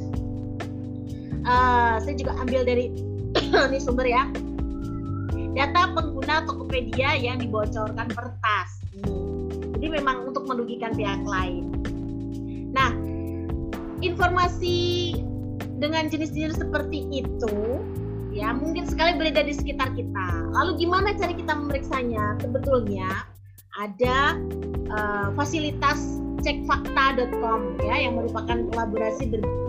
Saya juga ambil dari ini sumber ya, data pengguna Tokopedia yang dibocorkan peretas. Jadi memang untuk merugikan pihak lain. Nah, informasi dengan jenis-jenis seperti itu ya mungkin sekali beredar di sekitar kita. Lalu gimana cara kita memeriksanya? Sebetulnya ada fasilitas cekfakta.com ya, yang merupakan kolaborasi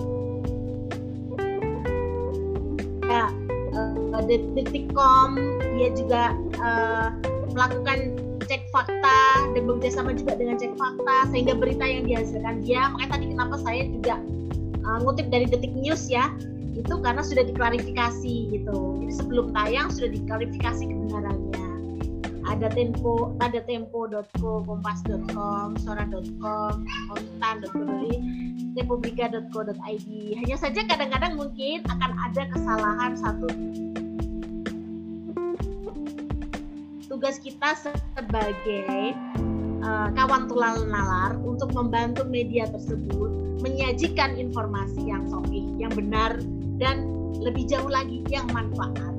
Detik.com. Dia juga melakukan cek fakta dan bekerjasama juga dengan cek fakta sehingga berita yang dihasilkan dia. Makanya tadi kenapa saya juga ngutip dari Detik News ya, itu karena sudah diklarifikasi gitu. Jadi sebelum tayang sudah diklarifikasi kebenarannya. Ada Tempo.co, Kompas.com, Sora.com, Kontan.co, Republika.co.id. Hanya saja kadang-kadang mungkin akan ada kesalahan satu. Tugas kita sebagai kawan tular nalar untuk membantu media tersebut menyajikan informasi yang sahih, yang benar, dan lebih jauh lagi yang manfaat.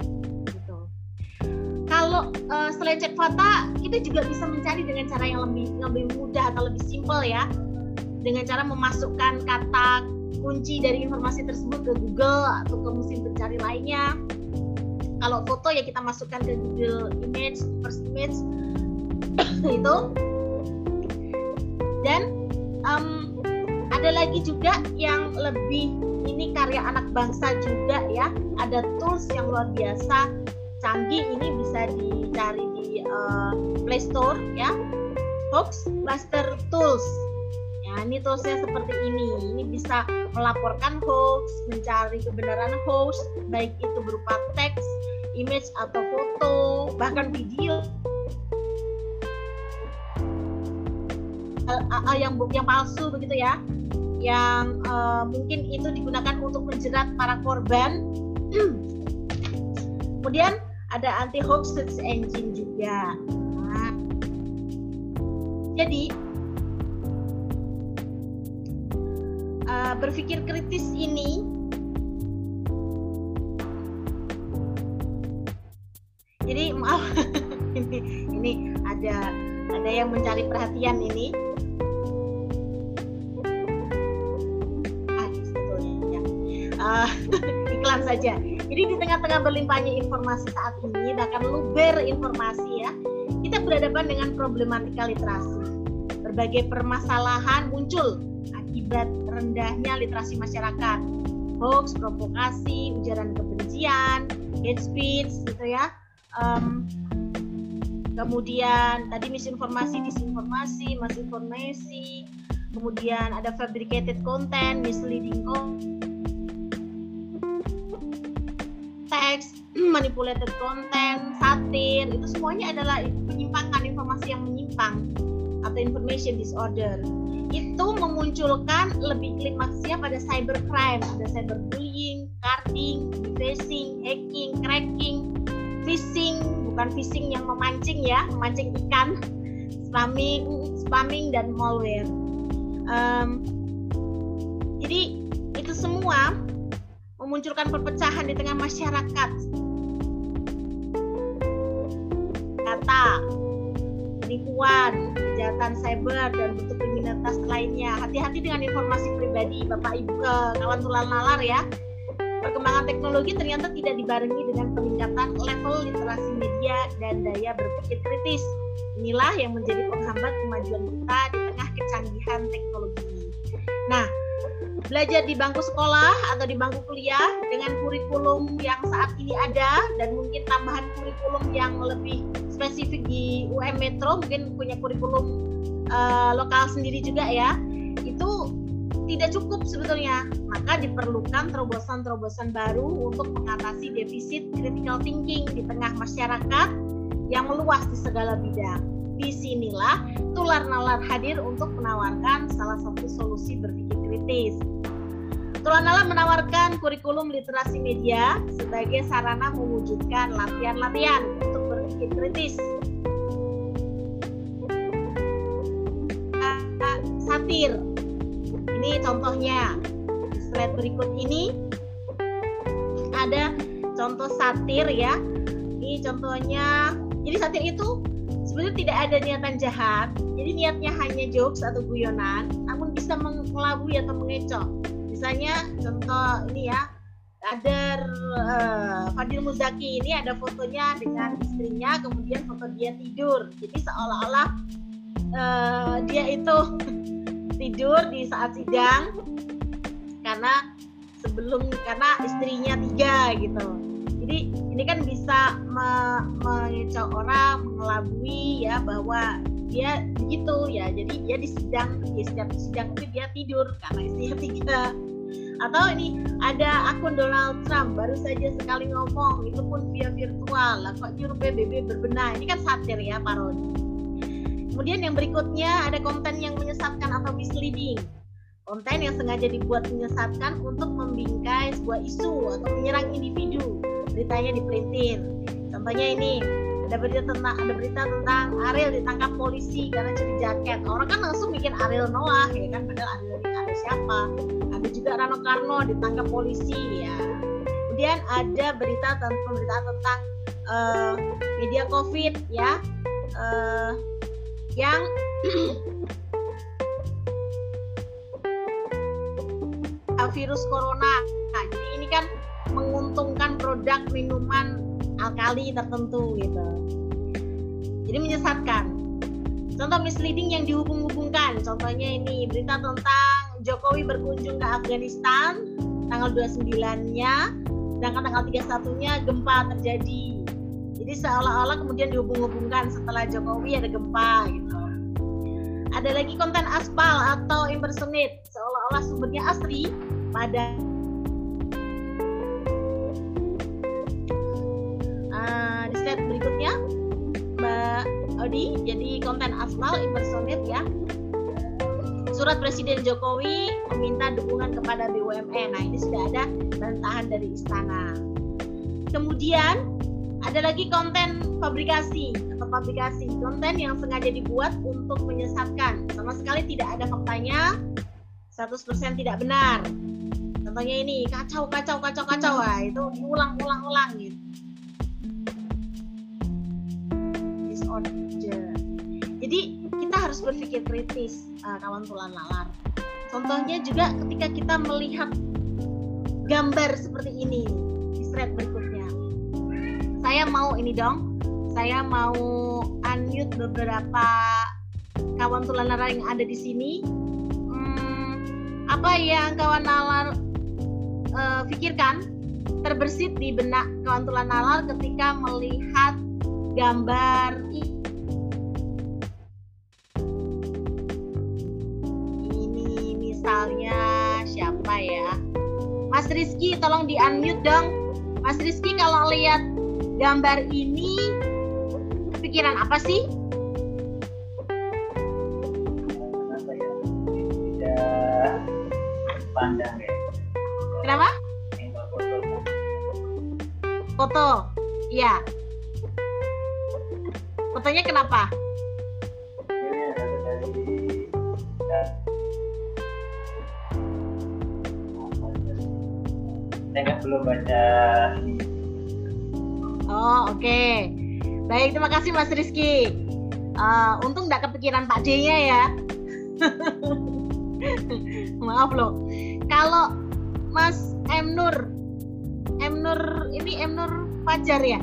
Kalau selain cek fakta, kita juga bisa mencari dengan cara yang lebih mudah atau lebih simpel ya, dengan cara memasukkan kata kunci dari informasi tersebut ke Google atau ke mesin pencari lainnya. Kalau foto ya kita masukkan ke Google Image, First Image itu. Dan ada lagi juga yang lebih, ini karya anak bangsa juga ya, ada tools yang luar biasa canggih, ini bisa dicari di Play Store ya, Hoaxbuster Tools ya. Ini toolsnya seperti ini bisa melaporkan hoax, mencari kebenaran hoax, baik itu berupa teks, image atau foto, bahkan video yang palsu begitu ya, yang mungkin itu digunakan untuk menjerat para korban. Kemudian ada anti hoax search engine juga. Nah, jadi berpikir kritis ini jadi maaf ini ada yang mencari perhatian ini. Iklan saja. Jadi di tengah-tengah berlimpahnya informasi saat ini, bahkan luber informasi ya, kita berhadapan dengan problematika literasi. Berbagai permasalahan muncul akibat rendahnya literasi masyarakat. Hoax, provokasi, ujaran kebencian, hate speech gitu ya. Kemudian tadi misinformasi, disinformasi, misinformasi. Kemudian ada fabricated content, misleading teks, manipulated content, satir, itu semuanya adalah penyimpangan, informasi yang menyimpang atau information disorder. Itu memunculkan lebih klimaksnya pada cybercrime, ada cyberbullying, carding, defacing, hacking, cracking, phishing, bukan phishing yang memancing ya, memancing ikan, spamming dan malware. Jadi itu semua memunculkan perpecahan di tengah masyarakat. Kata, penipuan, kejahatan cyber, dan bentuk kriminalitas lainnya. Hati-hati dengan informasi pribadi Bapak Ibu, kawan tular nalar ya. Perkembangan teknologi ternyata tidak dibarengi dengan peningkatan level literasi media dan daya berpikir kritis. Inilah yang menjadi penghambat kemajuan kita di tengah kecanggihan teknologi. Nah, belajar di bangku sekolah atau di bangku kuliah dengan kurikulum yang saat ini ada dan mungkin tambahan kurikulum yang lebih spesifik di UM Metro, mungkin punya kurikulum lokal sendiri juga ya, itu tidak cukup sebetulnya. Maka diperlukan terobosan-terobosan baru untuk mengatasi defisit critical thinking di tengah masyarakat yang meluas di segala bidang. Disinilah Tular Nalar hadir untuk menawarkan salah satu solusi berpikir kritis. Tular Nalar menawarkan kurikulum literasi media sebagai sarana mewujudkan latihan-latihan untuk berpikir kritis. Satir. Ini contohnya. Di slide berikut ini ada contoh satir ya. Ini contohnya. Jadi satir itu sebenarnya tidak ada niatan jahat. Jadi niatnya hanya jokes atau guyonan, namun bisa mengelabui atau mengecoh. Misalnya contoh ini ya. Ada Fadil Muzaki ini ada fotonya dengan istrinya, kemudian foto dia tidur. Jadi seolah-olah dia itu tidur di saat sidang karena istrinya 3 gitu. Jadi ini kan bisa mengecoh orang, mengelabui ya bahwa dia begitu ya. Jadi dia di setiap sidang itu dia tidur karena istrinya 3. Atau ini ada akun Donald Trump baru saja sekali ngomong, itu pun via virtual. Lah kok nyuruh PBB berbenah. Ini kan satir ya, parodi. Kemudian yang berikutnya ada konten yang menyesatkan atau misleading. Konten yang sengaja dibuat menyesatkan untuk membingkai sebuah isu atau menyerang individu. Beritanya dipelintir. Contohnya ini, ada berita tentang Ariel ditangkap polisi karena curi jaket. Orang kan langsung bikin Ariel Noah ya kan, padahal Ariel siapa? Ada juga Rano Karno ditangkap polisi ya. Kemudian ada pemberitaan tentang media COVID ya. Yang virus corona. Nah, jadi ini kan menguntungkan produk minuman alkali tertentu gitu. Jadi menyesatkan. Contoh misleading yang dihubung-hubungkan. Contohnya ini berita tentang Jokowi berkunjung ke Afghanistan tanggal 29-nya, sedangkan tanggal 31-nya gempa terjadi. Jadi seolah-olah kemudian dihubung-hubungkan setelah Jokowi ada gempa gitu. Ada lagi konten aspal atau impersonate, seolah-olah sumbernya asli pada di slide berikutnya Mbak Odi. Jadi konten aspal impersonate ya. Surat Presiden Jokowi meminta dukungan kepada BUMN. Nah, ini sudah ada bantahan dari istana. Kemudian ada lagi konten fabrikasi atau publikasi, konten yang sengaja dibuat untuk menyesatkan. Sama sekali tidak ada faktanya, 100% tidak benar. Contohnya ini, kacau. Wah, itu diulang-ulang gitu. Disorder. Jadi kita harus berpikir kritis, kawan Tular Nalar. Contohnya juga ketika kita melihat gambar seperti ini di slide berikutnya. Saya mau unmute beberapa kawan Tular Nalar yang ada di sini. Apa yang kawan Nalar pikirkan terbersit di benak kawan Tular Nalar ketika melihat gambar ini? Misalnya siapa ya? Mas Rizky, tolong di-unmute dong. Mas Rizky, kalau lihat gambar ini, pikiran apa sih? Kenapa ya? Tidak pandang ya. Kenapa? Foto. Iya. Fotonya kenapa? Saya belum baca. Oh, oke. Baik, terima kasih Mas Rizky. Untung nggak kepikiran Pak D-nya ya. Maaf loh. Kalau Mas Emnur Fajar ya.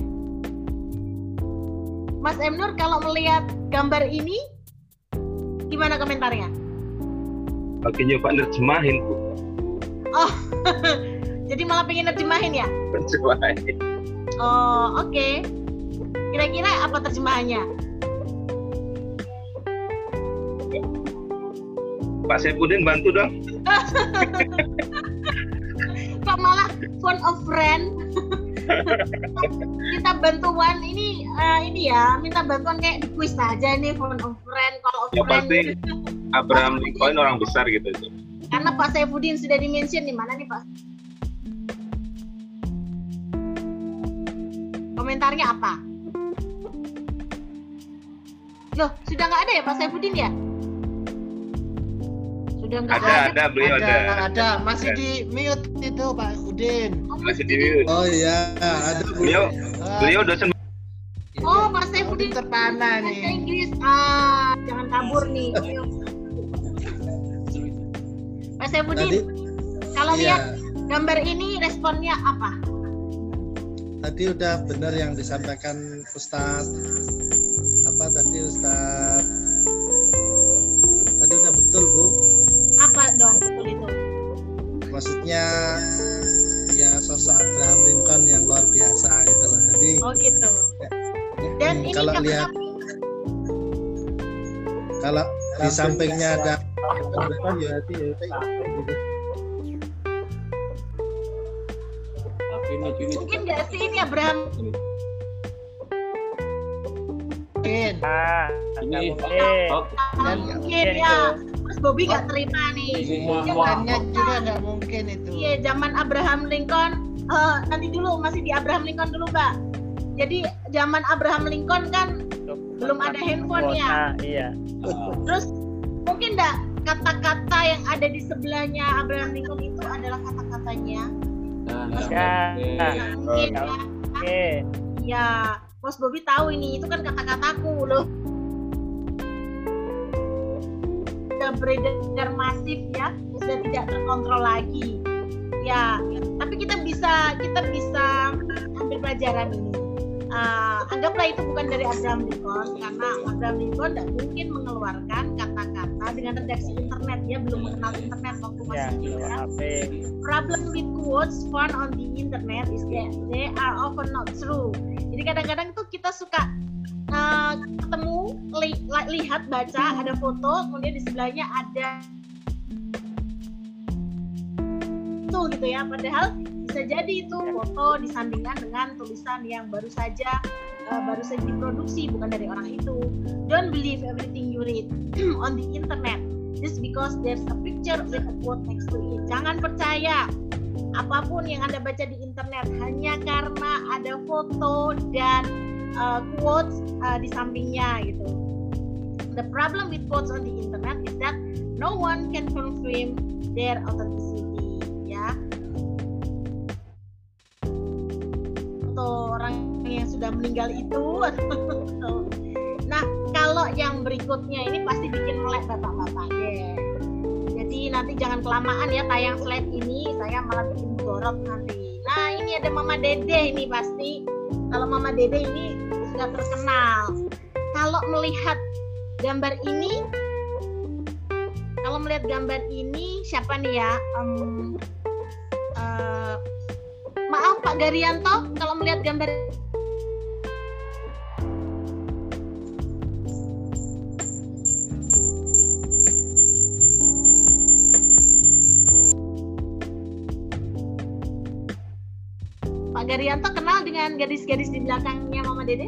Mas Emnur kalau melihat gambar ini, gimana komentarnya? Oke, nyoba nerjemahin, Bu. Oh, jadi malah pengen nerjemahin ya? Nerjemahin. Oh, oke. Kira-kira apa terjemahannya? Pak Saipudin bantu dong. Kok malah phone of friend? Kita bantuan ini ini ya, minta bantuan kayak di quiz aja nih, phone of friend, call of Ya friend. pasti Abraham Lincoln orang besar gitu. Karena Pak Saifuddin sudah di-mention, di mana nih Pak? Komentarnya apa? Loh, sudah nggak ada ya Pak Saifuddin ya? Sudah nggak ada. Ada, beliau ada. Ada, masih di mute itu Pak Udin. Masih di mute. Oh iya, ada Beliau dosen. Oh, Pak Saifuddin terpana nih. bahasa Inggris. Jangan kabur nih. Ayo. Pak Saifuddin, kalau lihat gambar ini responnya apa? Tadi udah benar yang disampaikan Ustadz. Apa tadi Ustadz? Tadi udah betul Bu. Apa dong betul itu? Maksudnya ya sosok Abraham Lincoln yang luar biasa gitu loh. Jadi Oh gitu. Dan ini kalau kata lihat kalau di sampingnya ada mungkin nggak sih ini Abraham? Mungkin. Mungkin ya. Mas Bobby nggak terima nih. Zamannya juga nggak mungkin itu. Iya, zaman Abraham Lincoln. Nanti dulu masih di Abraham Lincoln dulu, Mbak. Jadi zaman Abraham Lincoln kan belum ada handphone ya. Iya. Terus mungkin nggak kata-kata yang ada di sebelahnya Abraham Lincoln itu adalah kata-katanya. Mungkin ya. Ya, Mas Bobby tahu ini, itu kan kata-kataku loh. Sudah beredar masif ya, sudah tidak terkontrol lagi. Ya, tapi kita bisa ambil pelajaran ini. Anggaplah itu bukan dari Abraham Lincoln, karena Abraham Lincoln tidak mungkin mengeluarkan kata-kata dengan redaksi internet. Dia belum mengenal internet waktu masih hidup. Problem with quotes found on the internet is that they are often not true. Jadi kadang-kadang tuh kita suka ketemu, lihat, baca, ada foto, kemudian di sebelahnya ada itu gitu ya. Padahal bisa jadi itu foto disandingkan dengan tulisan yang baru saja diproduksi, bukan dari orang itu. Don't believe everything you read on the internet just because there's a picture with a quote next to it. Jangan percaya apapun yang Anda baca di internet hanya karena ada foto dan quotes di sampingnya gitu. The problem with quotes on the internet is that no one can confirm their authenticity, ya. Atau orang yang sudah meninggal itu. Nah, kalau yang berikutnya ini pasti bikin melek bapak-bapak deh. Jadi nanti jangan kelamaan ya tayang slide ini, saya malah bikin mudorot nanti. Nah, ini ada Mama Dede ini pasti. Kalau Mama Dede ini sudah terkenal. Kalau melihat gambar ini, siapa nih ya? Maaf Pak Garyanto, kalau melihat gambar Pak Garyanto kenal dengan gadis-gadis di belakangnya Mama Dede?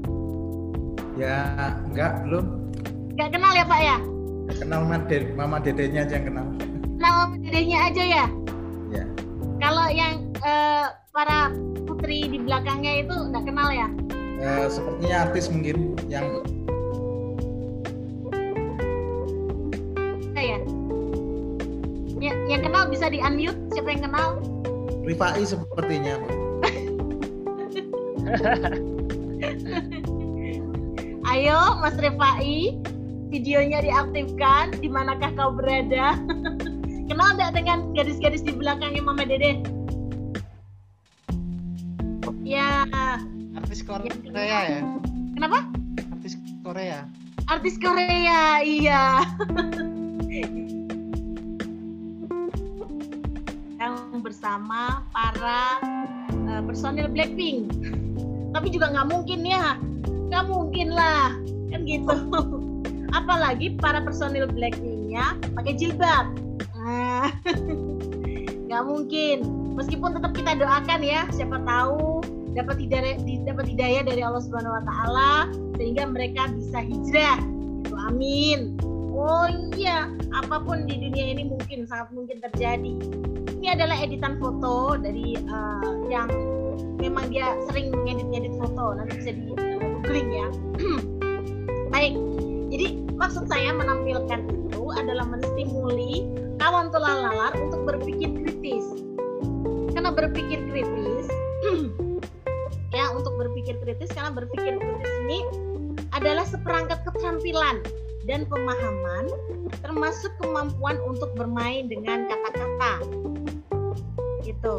ya enggak belum. Enggak kenal ya Pak ya? Kenal Mama Dedenya aja yang kenal. Kenal Mama Dedenya aja ya? Ya. Kalau yang para putri di belakangnya itu enggak kenal ya? Sepertinya artis mungkin yang ya. Yang kenal bisa di unmute, siapa yang kenal? Rifai sepertinya. Ayo Mas Rifai, videonya diaktifkan. Di manakah kau berada? Kenal enggak dengan gadis-gadis di belakangnya Mama Dede? Ya. Artis Korea ya? Kenapa? Artis Korea. Artis Korea, iya. Yang bersama para personil Blackpink. Tapi juga nggak mungkin ya, nggak mungkin lah, kan gitu. Apalagi para personil Blackpink-nya pakai jilbab. Nggak mungkin. Meskipun tetap kita doakan ya, siapa tahu dapat hidayah dari Allah Subhanahu wa taala sehingga mereka bisa hijrah. Gitu. Amin. Oh iya, apapun di dunia ini sangat mungkin terjadi. Ini adalah editan foto dari yang memang dia sering ngedit foto. Nanti bisa di googling ya. Baik. Jadi maksud saya menampilkan itu adalah menstimuli kawan tulalar untuk berpikir kritis. Karena berpikir kritis ya, untuk berpikir kritis, karena berpikir kritis ini adalah seperangkat keterampilan dan pemahaman, termasuk kemampuan untuk bermain dengan kata-kata. Gitu.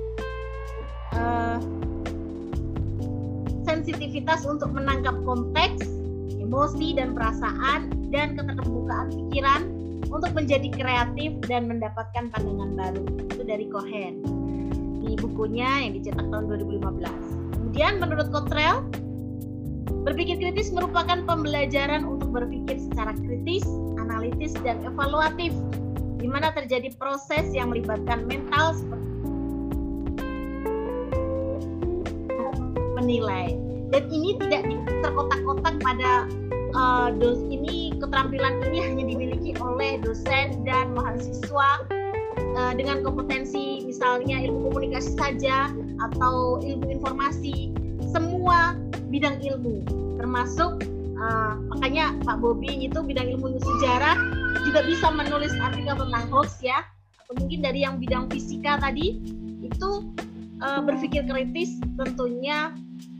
Sensitivitas untuk menangkap konteks, emosi dan perasaan, dan keterbukaan pikiran untuk menjadi kreatif dan mendapatkan pandangan baru. Itu dari Cohen di bukunya yang dicetak tahun 2015. Kemudian menurut Cottrell, berpikir kritis merupakan pembelajaran untuk berpikir secara kritis, analitis, dan evaluatif, di mana terjadi proses yang melibatkan mental seperti menilai. Dan ini tidak terkotak-kotak pada ini keterampilan ini hanya dimiliki oleh dosen dan mahasiswa dengan kompetensi misalnya ilmu komunikasi saja atau ilmu informasi, semua bidang ilmu termasuk makanya Pak Bobi itu bidang ilmu sejarah juga bisa menulis artikel tentang hoax ya, atau mungkin dari yang bidang fisika tadi itu berpikir kritis tentunya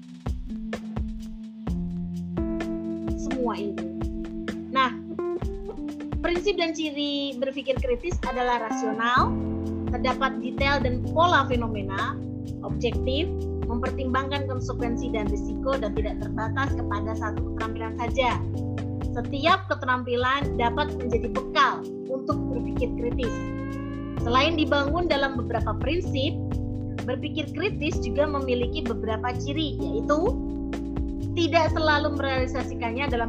semua ilmu. Nah, prinsip dan ciri berpikir kritis adalah rasional, terdapat detail dan pola fenomena, objektif, mempertimbangkan konsekuensi dan risiko, dan tidak terbatas kepada satu keterampilan saja. Setiap keterampilan dapat menjadi bekal untuk berpikir kritis. Selain dibangun dalam beberapa prinsip, berpikir kritis juga memiliki beberapa ciri, yaitu tidak selalu merealisasikannya dalam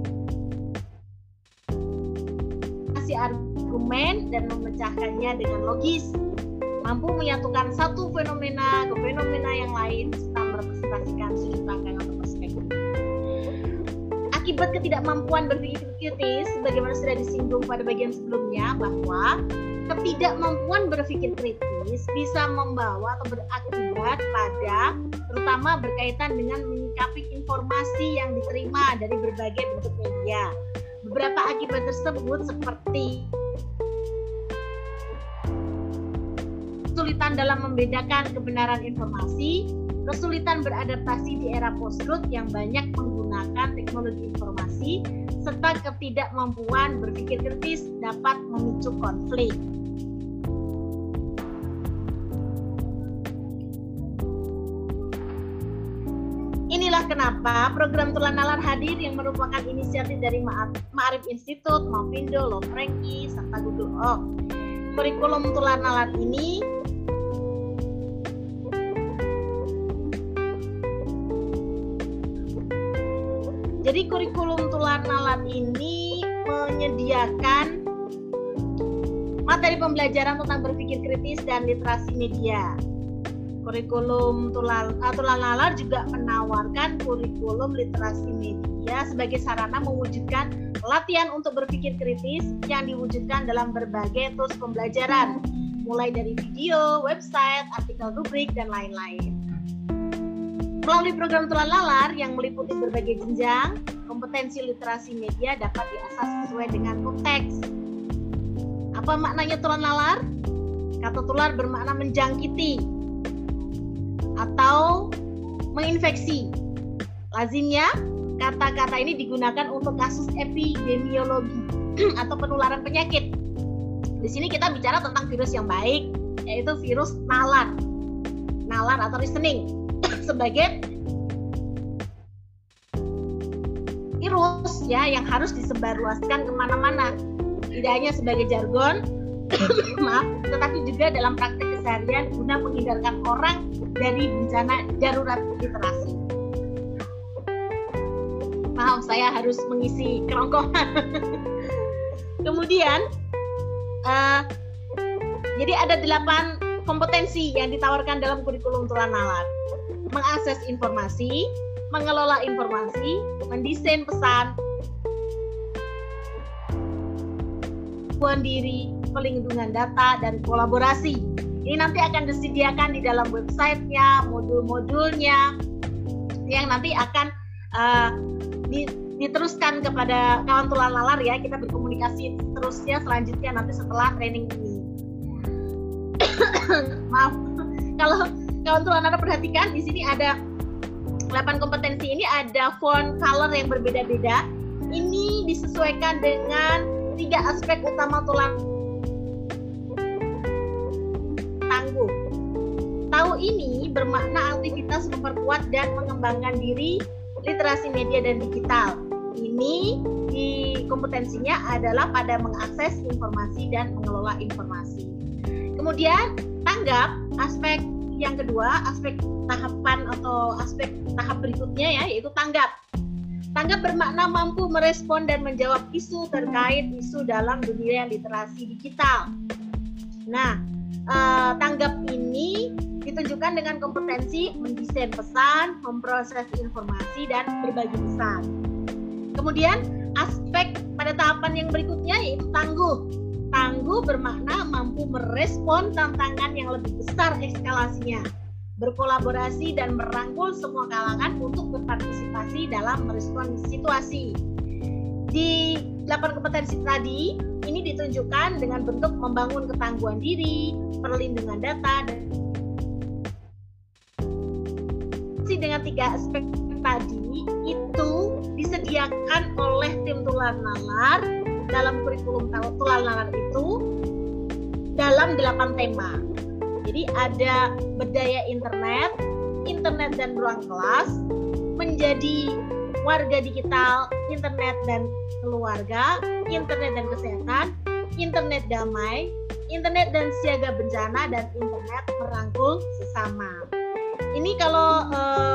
argumen dan memecahkannya dengan logis, mampu menyatukan satu fenomena ke fenomena yang lain serta merepresentasikan sudut pandang atau perspektif. Akibat ketidakmampuan berpikir kritis, sebagaimana sudah disinggung pada bagian sebelumnya, bahwa ketidakmampuan berpikir kritis bisa membawa atau berakibat pada, terutama berkaitan dengan menyikapi informasi yang diterima dari berbagai bentuk media. Beberapa akibat tersebut seperti kesulitan dalam membedakan kebenaran informasi, kesulitan beradaptasi di era post-truth yang banyak menggunakan teknologi informasi, serta ketidakmampuan berpikir kritis dapat memicu konflik. Inilah kenapa program Tular Nalar hadir yang merupakan inisiatif dari Ma'arif Institute, Mavindo, Lo Franky, serta Google Org. Kurikulum Tular Nalar ini jadi kurikulum Tular Nalar ini menyediakan materi pembelajaran tentang berpikir kritis dan literasi media. Kurikulum Tular Nalar juga menawarkan kurikulum literasi media sebagai sarana mewujudkan latihan untuk berpikir kritis yang diwujudkan dalam berbagai tools pembelajaran, mulai dari video, website, artikel rubrik, dan lain-lain. Melalui program Tular Nalar yang meliputi berbagai jenjang, kompetensi literasi media dapat diasah sesuai dengan konteks. Apa maknanya Tular Nalar? Kata tular bermakna menjangkiti atau menginfeksi. Lazimnya, kata-kata ini digunakan untuk kasus epidemiologi atau penularan penyakit. Di sini kita bicara tentang virus yang baik, yaitu virus nalar atau listening sebagai virus ya yang harus disebarluaskan kemana-mana. Tidak hanya sebagai jargon, maaf, tetapi juga dalam praktek keseharian guna menghindarkan orang dari bencana darurat literasi. Maaf, saya harus mengisi kerongkongan. Kemudian, jadi ada 8 kompetensi yang ditawarkan dalam kurikulum Tular Nalar. mengakses informasi, mengelola informasi, mendesain pesan, pengakuan diri, pelindungan data, dan kolaborasi. Ini nanti akan disediakan di dalam websitenya, modul-modulnya, yang nanti akan diteruskan kepada kawan tular nalar ya. Kita berkomunikasi terusnya selanjutnya nanti setelah training ini. Maaf, kalau kawan tular nalar perhatikan di sini ada 8 kompetensi ini, ada font color yang berbeda-beda. Ini disesuaikan dengan 3 aspek utama tular tangguh. Tahu ini bermakna aktivitas memperkuat dan mengembangkan diri literasi media dan digital. Ini di kompetensinya adalah pada mengakses informasi dan mengelola informasi. Kemudian tanggap, aspek yang kedua, aspek tahapan atau aspek tahap berikutnya ya, yaitu tanggap. Tanggap bermakna mampu merespon dan menjawab isu terkait isu dalam dunia literasi digital. Nah, tanggap ini ditunjukkan dengan kompetensi mendesain pesan, memproses informasi, dan berbagi pesan. Kemudian aspek pada tahapan yang berikutnya yaitu tangguh. Tangguh bermakna mampu merespon tantangan yang lebih besar eskalasinya, berkolaborasi dan merangkul semua kalangan untuk berpartisipasi dalam merespon situasi. Di 8 kompetensi tadi, ini ditunjukkan dengan bentuk membangun ketangguhan diri, perlindungan data, dan dengan 3 aspek tadi itu disediakan oleh tim tular nalar dalam kurikulum tular nalar itu dalam 8 tema. Jadi ada berdaya internet, internet dan ruang kelas, menjadi warga digital, internet dan keluarga, internet dan kesehatan, internet damai, internet dan siaga bencana, dan internet merangkul sesama. Ini kalau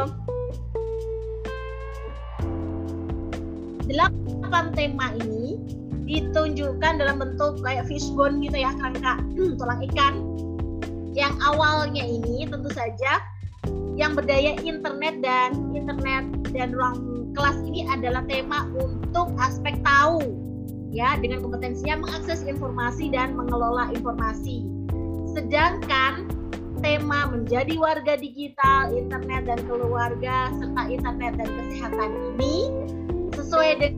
8 tema ini ditunjukkan dalam bentuk kayak fishbone gitu ya, kerangka tulang ikan. Yang awalnya ini tentu saja yang berdaya internet dan ruang kelas ini adalah tema untuk aspek tahu ya, dengan kompetensinya mengakses informasi dan mengelola informasi. Sedangkan tema menjadi warga digital, internet dan keluarga, serta internet dan kesehatan ini sesuai dengan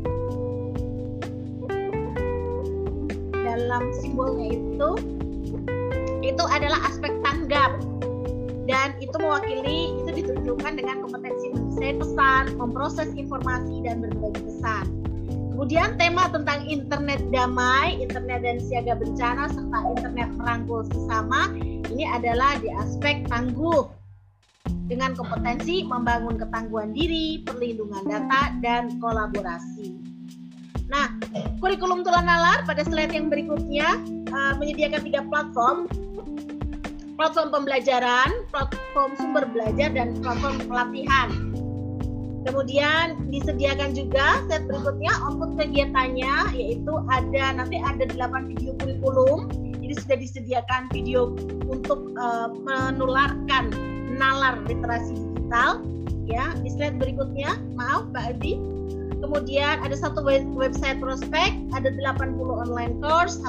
dalam simbolnya itu adalah aspek tanggap, dan itu mewakili, itu ditunjukkan dengan kompetensi mendesain pesan, memproses informasi, dan berbagi pesan. Kemudian tema tentang internet damai, internet dan siaga bencana, serta internet merangkul sesama, ini adalah di aspek tangguh dengan kompetensi membangun ketangguhan diri, perlindungan data, dan kolaborasi. Nah, kurikulum tular nalar pada slide yang berikutnya menyediakan 3 platform pembelajaran, platform sumber belajar, dan platform pelatihan. Kemudian disediakan juga set berikutnya output kegiatannya, yaitu nanti ada 8 video kurikulum. Jadi sudah disediakan video untuk menularkan nalar literasi digital ya. Di slide berikutnya, maaf Mbak Adi. Kemudian ada 1 website prospek, ada 80 online course,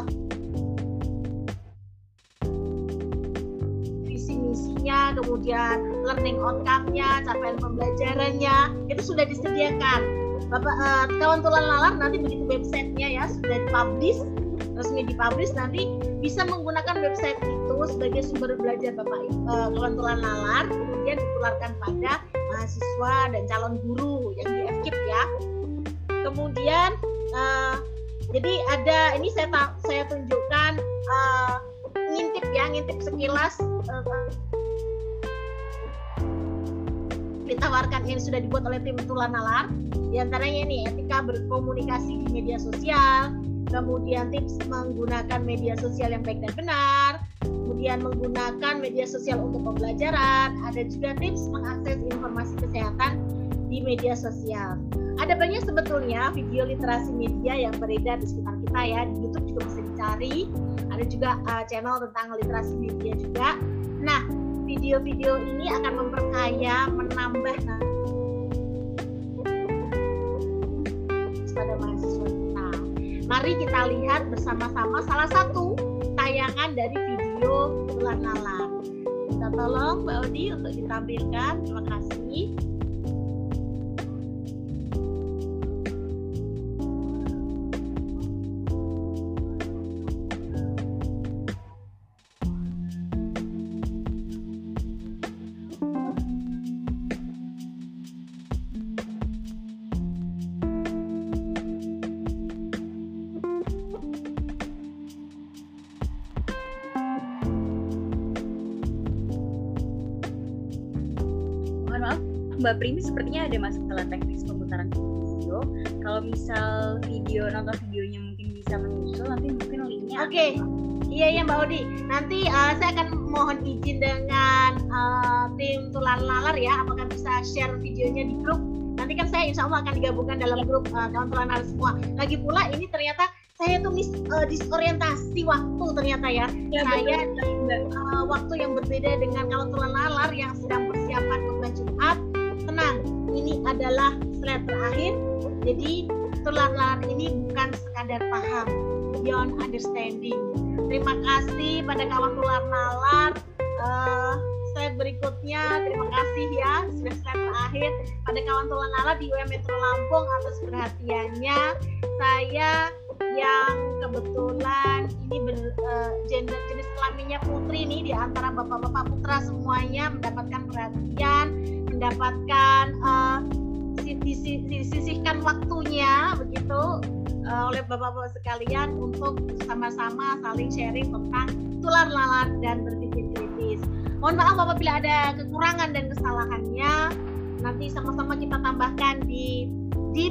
visi misinya, kemudian learning outcome-nya, capaian pembelajarannya, itu sudah disediakan. Bapak kawan tular nalar nanti begitu websitenya ya sudah dipublish, resmi dipublish, nanti bisa menggunakan website itu sebagai sumber belajar kawan tular nalar, kemudian ditularkan pada mahasiswa dan calon guru yang di FKIP ya. Kemudian jadi ada ini saya tunjukkan ngintip sekilas ditawarkan yang sudah dibuat oleh tim tular nalar. Di antaranya ini etika berkomunikasi di media sosial, kemudian tips menggunakan media sosial yang baik dan benar, kemudian menggunakan media sosial untuk pembelajaran, ada juga tips mengakses informasi kesehatan di media sosial. Ada banyak sebetulnya video literasi media yang beredar di sekitar kita ya, di YouTube juga bisa dicari. Ada juga channel tentang literasi media juga. Nah, video-video ini akan memperkaya, menambah pada mahasiswa kita. Mari kita lihat bersama-sama salah satu tayangan dari video Tular Nalar. Kita tolong Mbak Odi untuk ditampilkan. Terima kasih. Mbak Primi sepertinya ada masalah teknis pemutaran video. Kalau misal nonton videonya mungkin bisa menyusul, nanti mungkin linknya. Oke. Iya Mbak Odi. Nanti saya akan mohon izin dengan tim Tular Nalar ya, apakah bisa share videonya di grup. Nanti kan saya insya Allah akan digabungkan dalam grup kawan Tular Nalar semua. Lagi pula ini ternyata saya tuh disorientasi waktu ternyata ya. Saya di waktu yang berbeda dengan kawan Tular Nalar yang sedang persiapan khotbah Jumat. Tenang, ini adalah slide terakhir. Jadi Tular Nalar ini bukan sekadar paham, beyond understanding. Terima kasih pada kawan Tular Nalar. Slide berikutnya, terima kasih ya, sudah slide terakhir pada kawan Tular Nalar di UM Metro Lampung atas perhatiannya. Saya yang kebetulan ini jenis kelaminnya putri nih, di antara bapak-bapak putra semuanya mendapatkan perhatian, mendapatkan disisihkan waktunya begitu oleh bapak-bapak sekalian untuk sama-sama saling sharing tentang Tular Nalar dan berpikir kritis. Mohon maaf apabila ada kekurangan dan kesalahannya, nanti sama-sama kita tambahkan di deep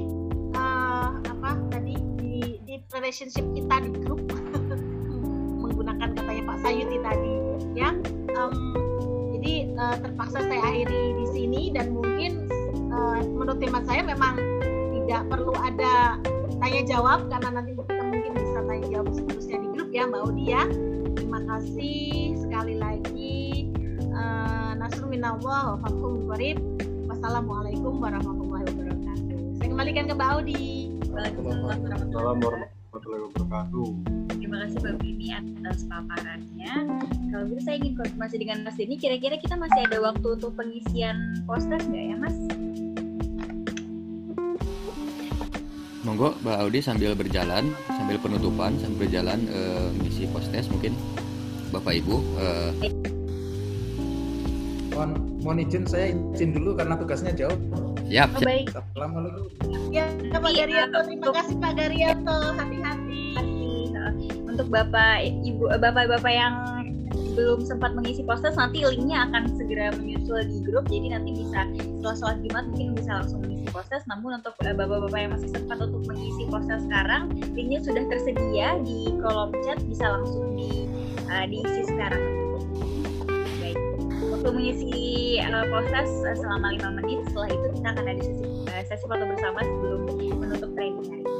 relationship kita di grup menggunakan katanya Pak Sayuti tadi ya. Jadi terpaksa saya akhiri di sini, dan mungkin menurut teman saya memang tidak perlu ada tanya jawab karena nanti kita mungkin bisa tanya jawab seterusnya di grup ya Mbak Odi ya. Terima kasih sekali lagi. Nasrul minallah wa fathun qarib. Wassalamualaikum warahmatullahi wabarakatuh. Saya kembalikan ke Mbak Odi. Waalaikumsalam warahmatullahi wabarakatuh. Terima kasih Mbak Primi atas paparannya. Kalau gitu saya ingin konfirmasi dengan Mas Denny, kira-kira kita masih ada waktu untuk pengisian poster nggak ya Mas? Monggo Mbak Audi sambil berjalan, sambil penutupan, sambil berjalan ngisi post-test mungkin Bapak Ibu. Mohon izin, saya izin dulu karena tugasnya jauh. Siap. Baik. Assalamualaikum. Ya Pak Garyanto, terima kasih Pak Garyanto. Hati-hati. Untuk bapak-bapak yang belum sempat mengisi poster, nanti linknya akan segera menyusul di grup. Jadi nanti bisa setelah sholat Jumat mungkin bisa langsung mengisi poster. Namun untuk bapak-bapak yang masih sempat untuk mengisi poster sekarang, linknya sudah tersedia di kolom chat, bisa langsung diisi sekarang. Baik. Untuk mengisi poster selama 5 menit. Setelah itu kita akan ada sesi foto bersama sebelum menutup training hari ini.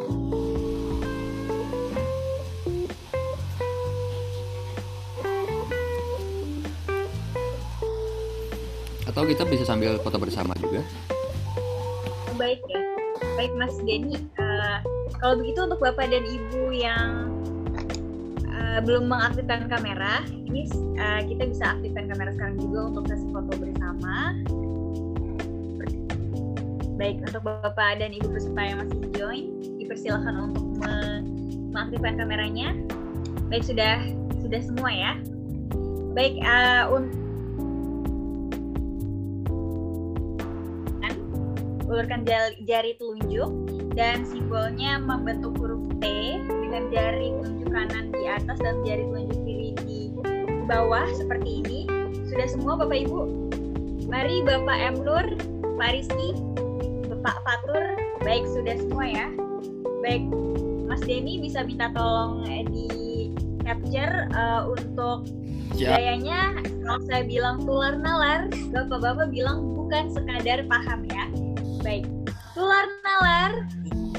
Atau kita bisa sambil foto bersama juga. Baik ya. Baik Mas Denny. Kalau begitu untuk Bapak dan Ibu yang belum mengaktifkan kamera, ini kita bisa aktifkan kamera sekarang juga untuk sesi foto bersama. Baik, untuk Bapak dan Ibu peserta yang masih join, dipersilakan untuk mengaktifkan kameranya. Baik, sudah semua ya. Baik, ulurkan jari telunjuk dan simbolnya membentuk huruf T dengan jari telunjuk kanan di atas dan jari telunjuk kiri di bawah seperti ini. Sudah semua Bapak Ibu? Mari Bapak M. Nur, Pak Rizky, Bapak Fatur. Baik, sudah semua ya. Baik, Mas Denny bisa minta tolong di capture untuk gayanya. Kalau saya bilang tular nalar, Bapak-bapak bilang bukan sekadar paham ya. Baik, tular nalar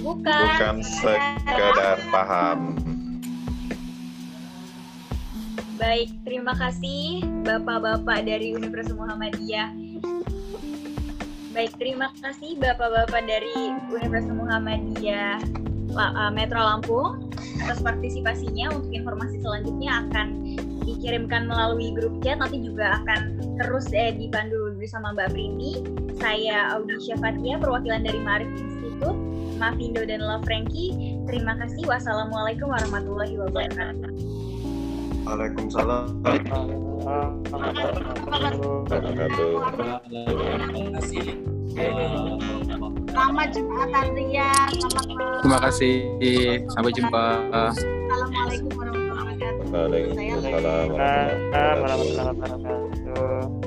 bukan sekadar paham. Baik, terima kasih Bapak-bapak dari Universitas Muhammadiyah. Baik, terima kasih Bapak-bapak dari Universitas Muhammadiyah Metro Lampung atas partisipasinya. Untuk informasi selanjutnya akan dikirimkan melalui grup chat, nanti juga akan terus dipandu bersama Mbak Primi. Saya Audisha Fatia, perwakilan dari Ma'arif Institute, Mavindo dan Love Frankie. Terima kasih. Wassalamualaikum warahmatullahi wabarakatuh. Waalaikumsalam. Selamat Jumatan Ria. Terima kasih. Sampai jumpa. Assalamualaikum warahmatullahi wabarakatuh. Waalaikumsalam warahmatullahi wabarakatuh.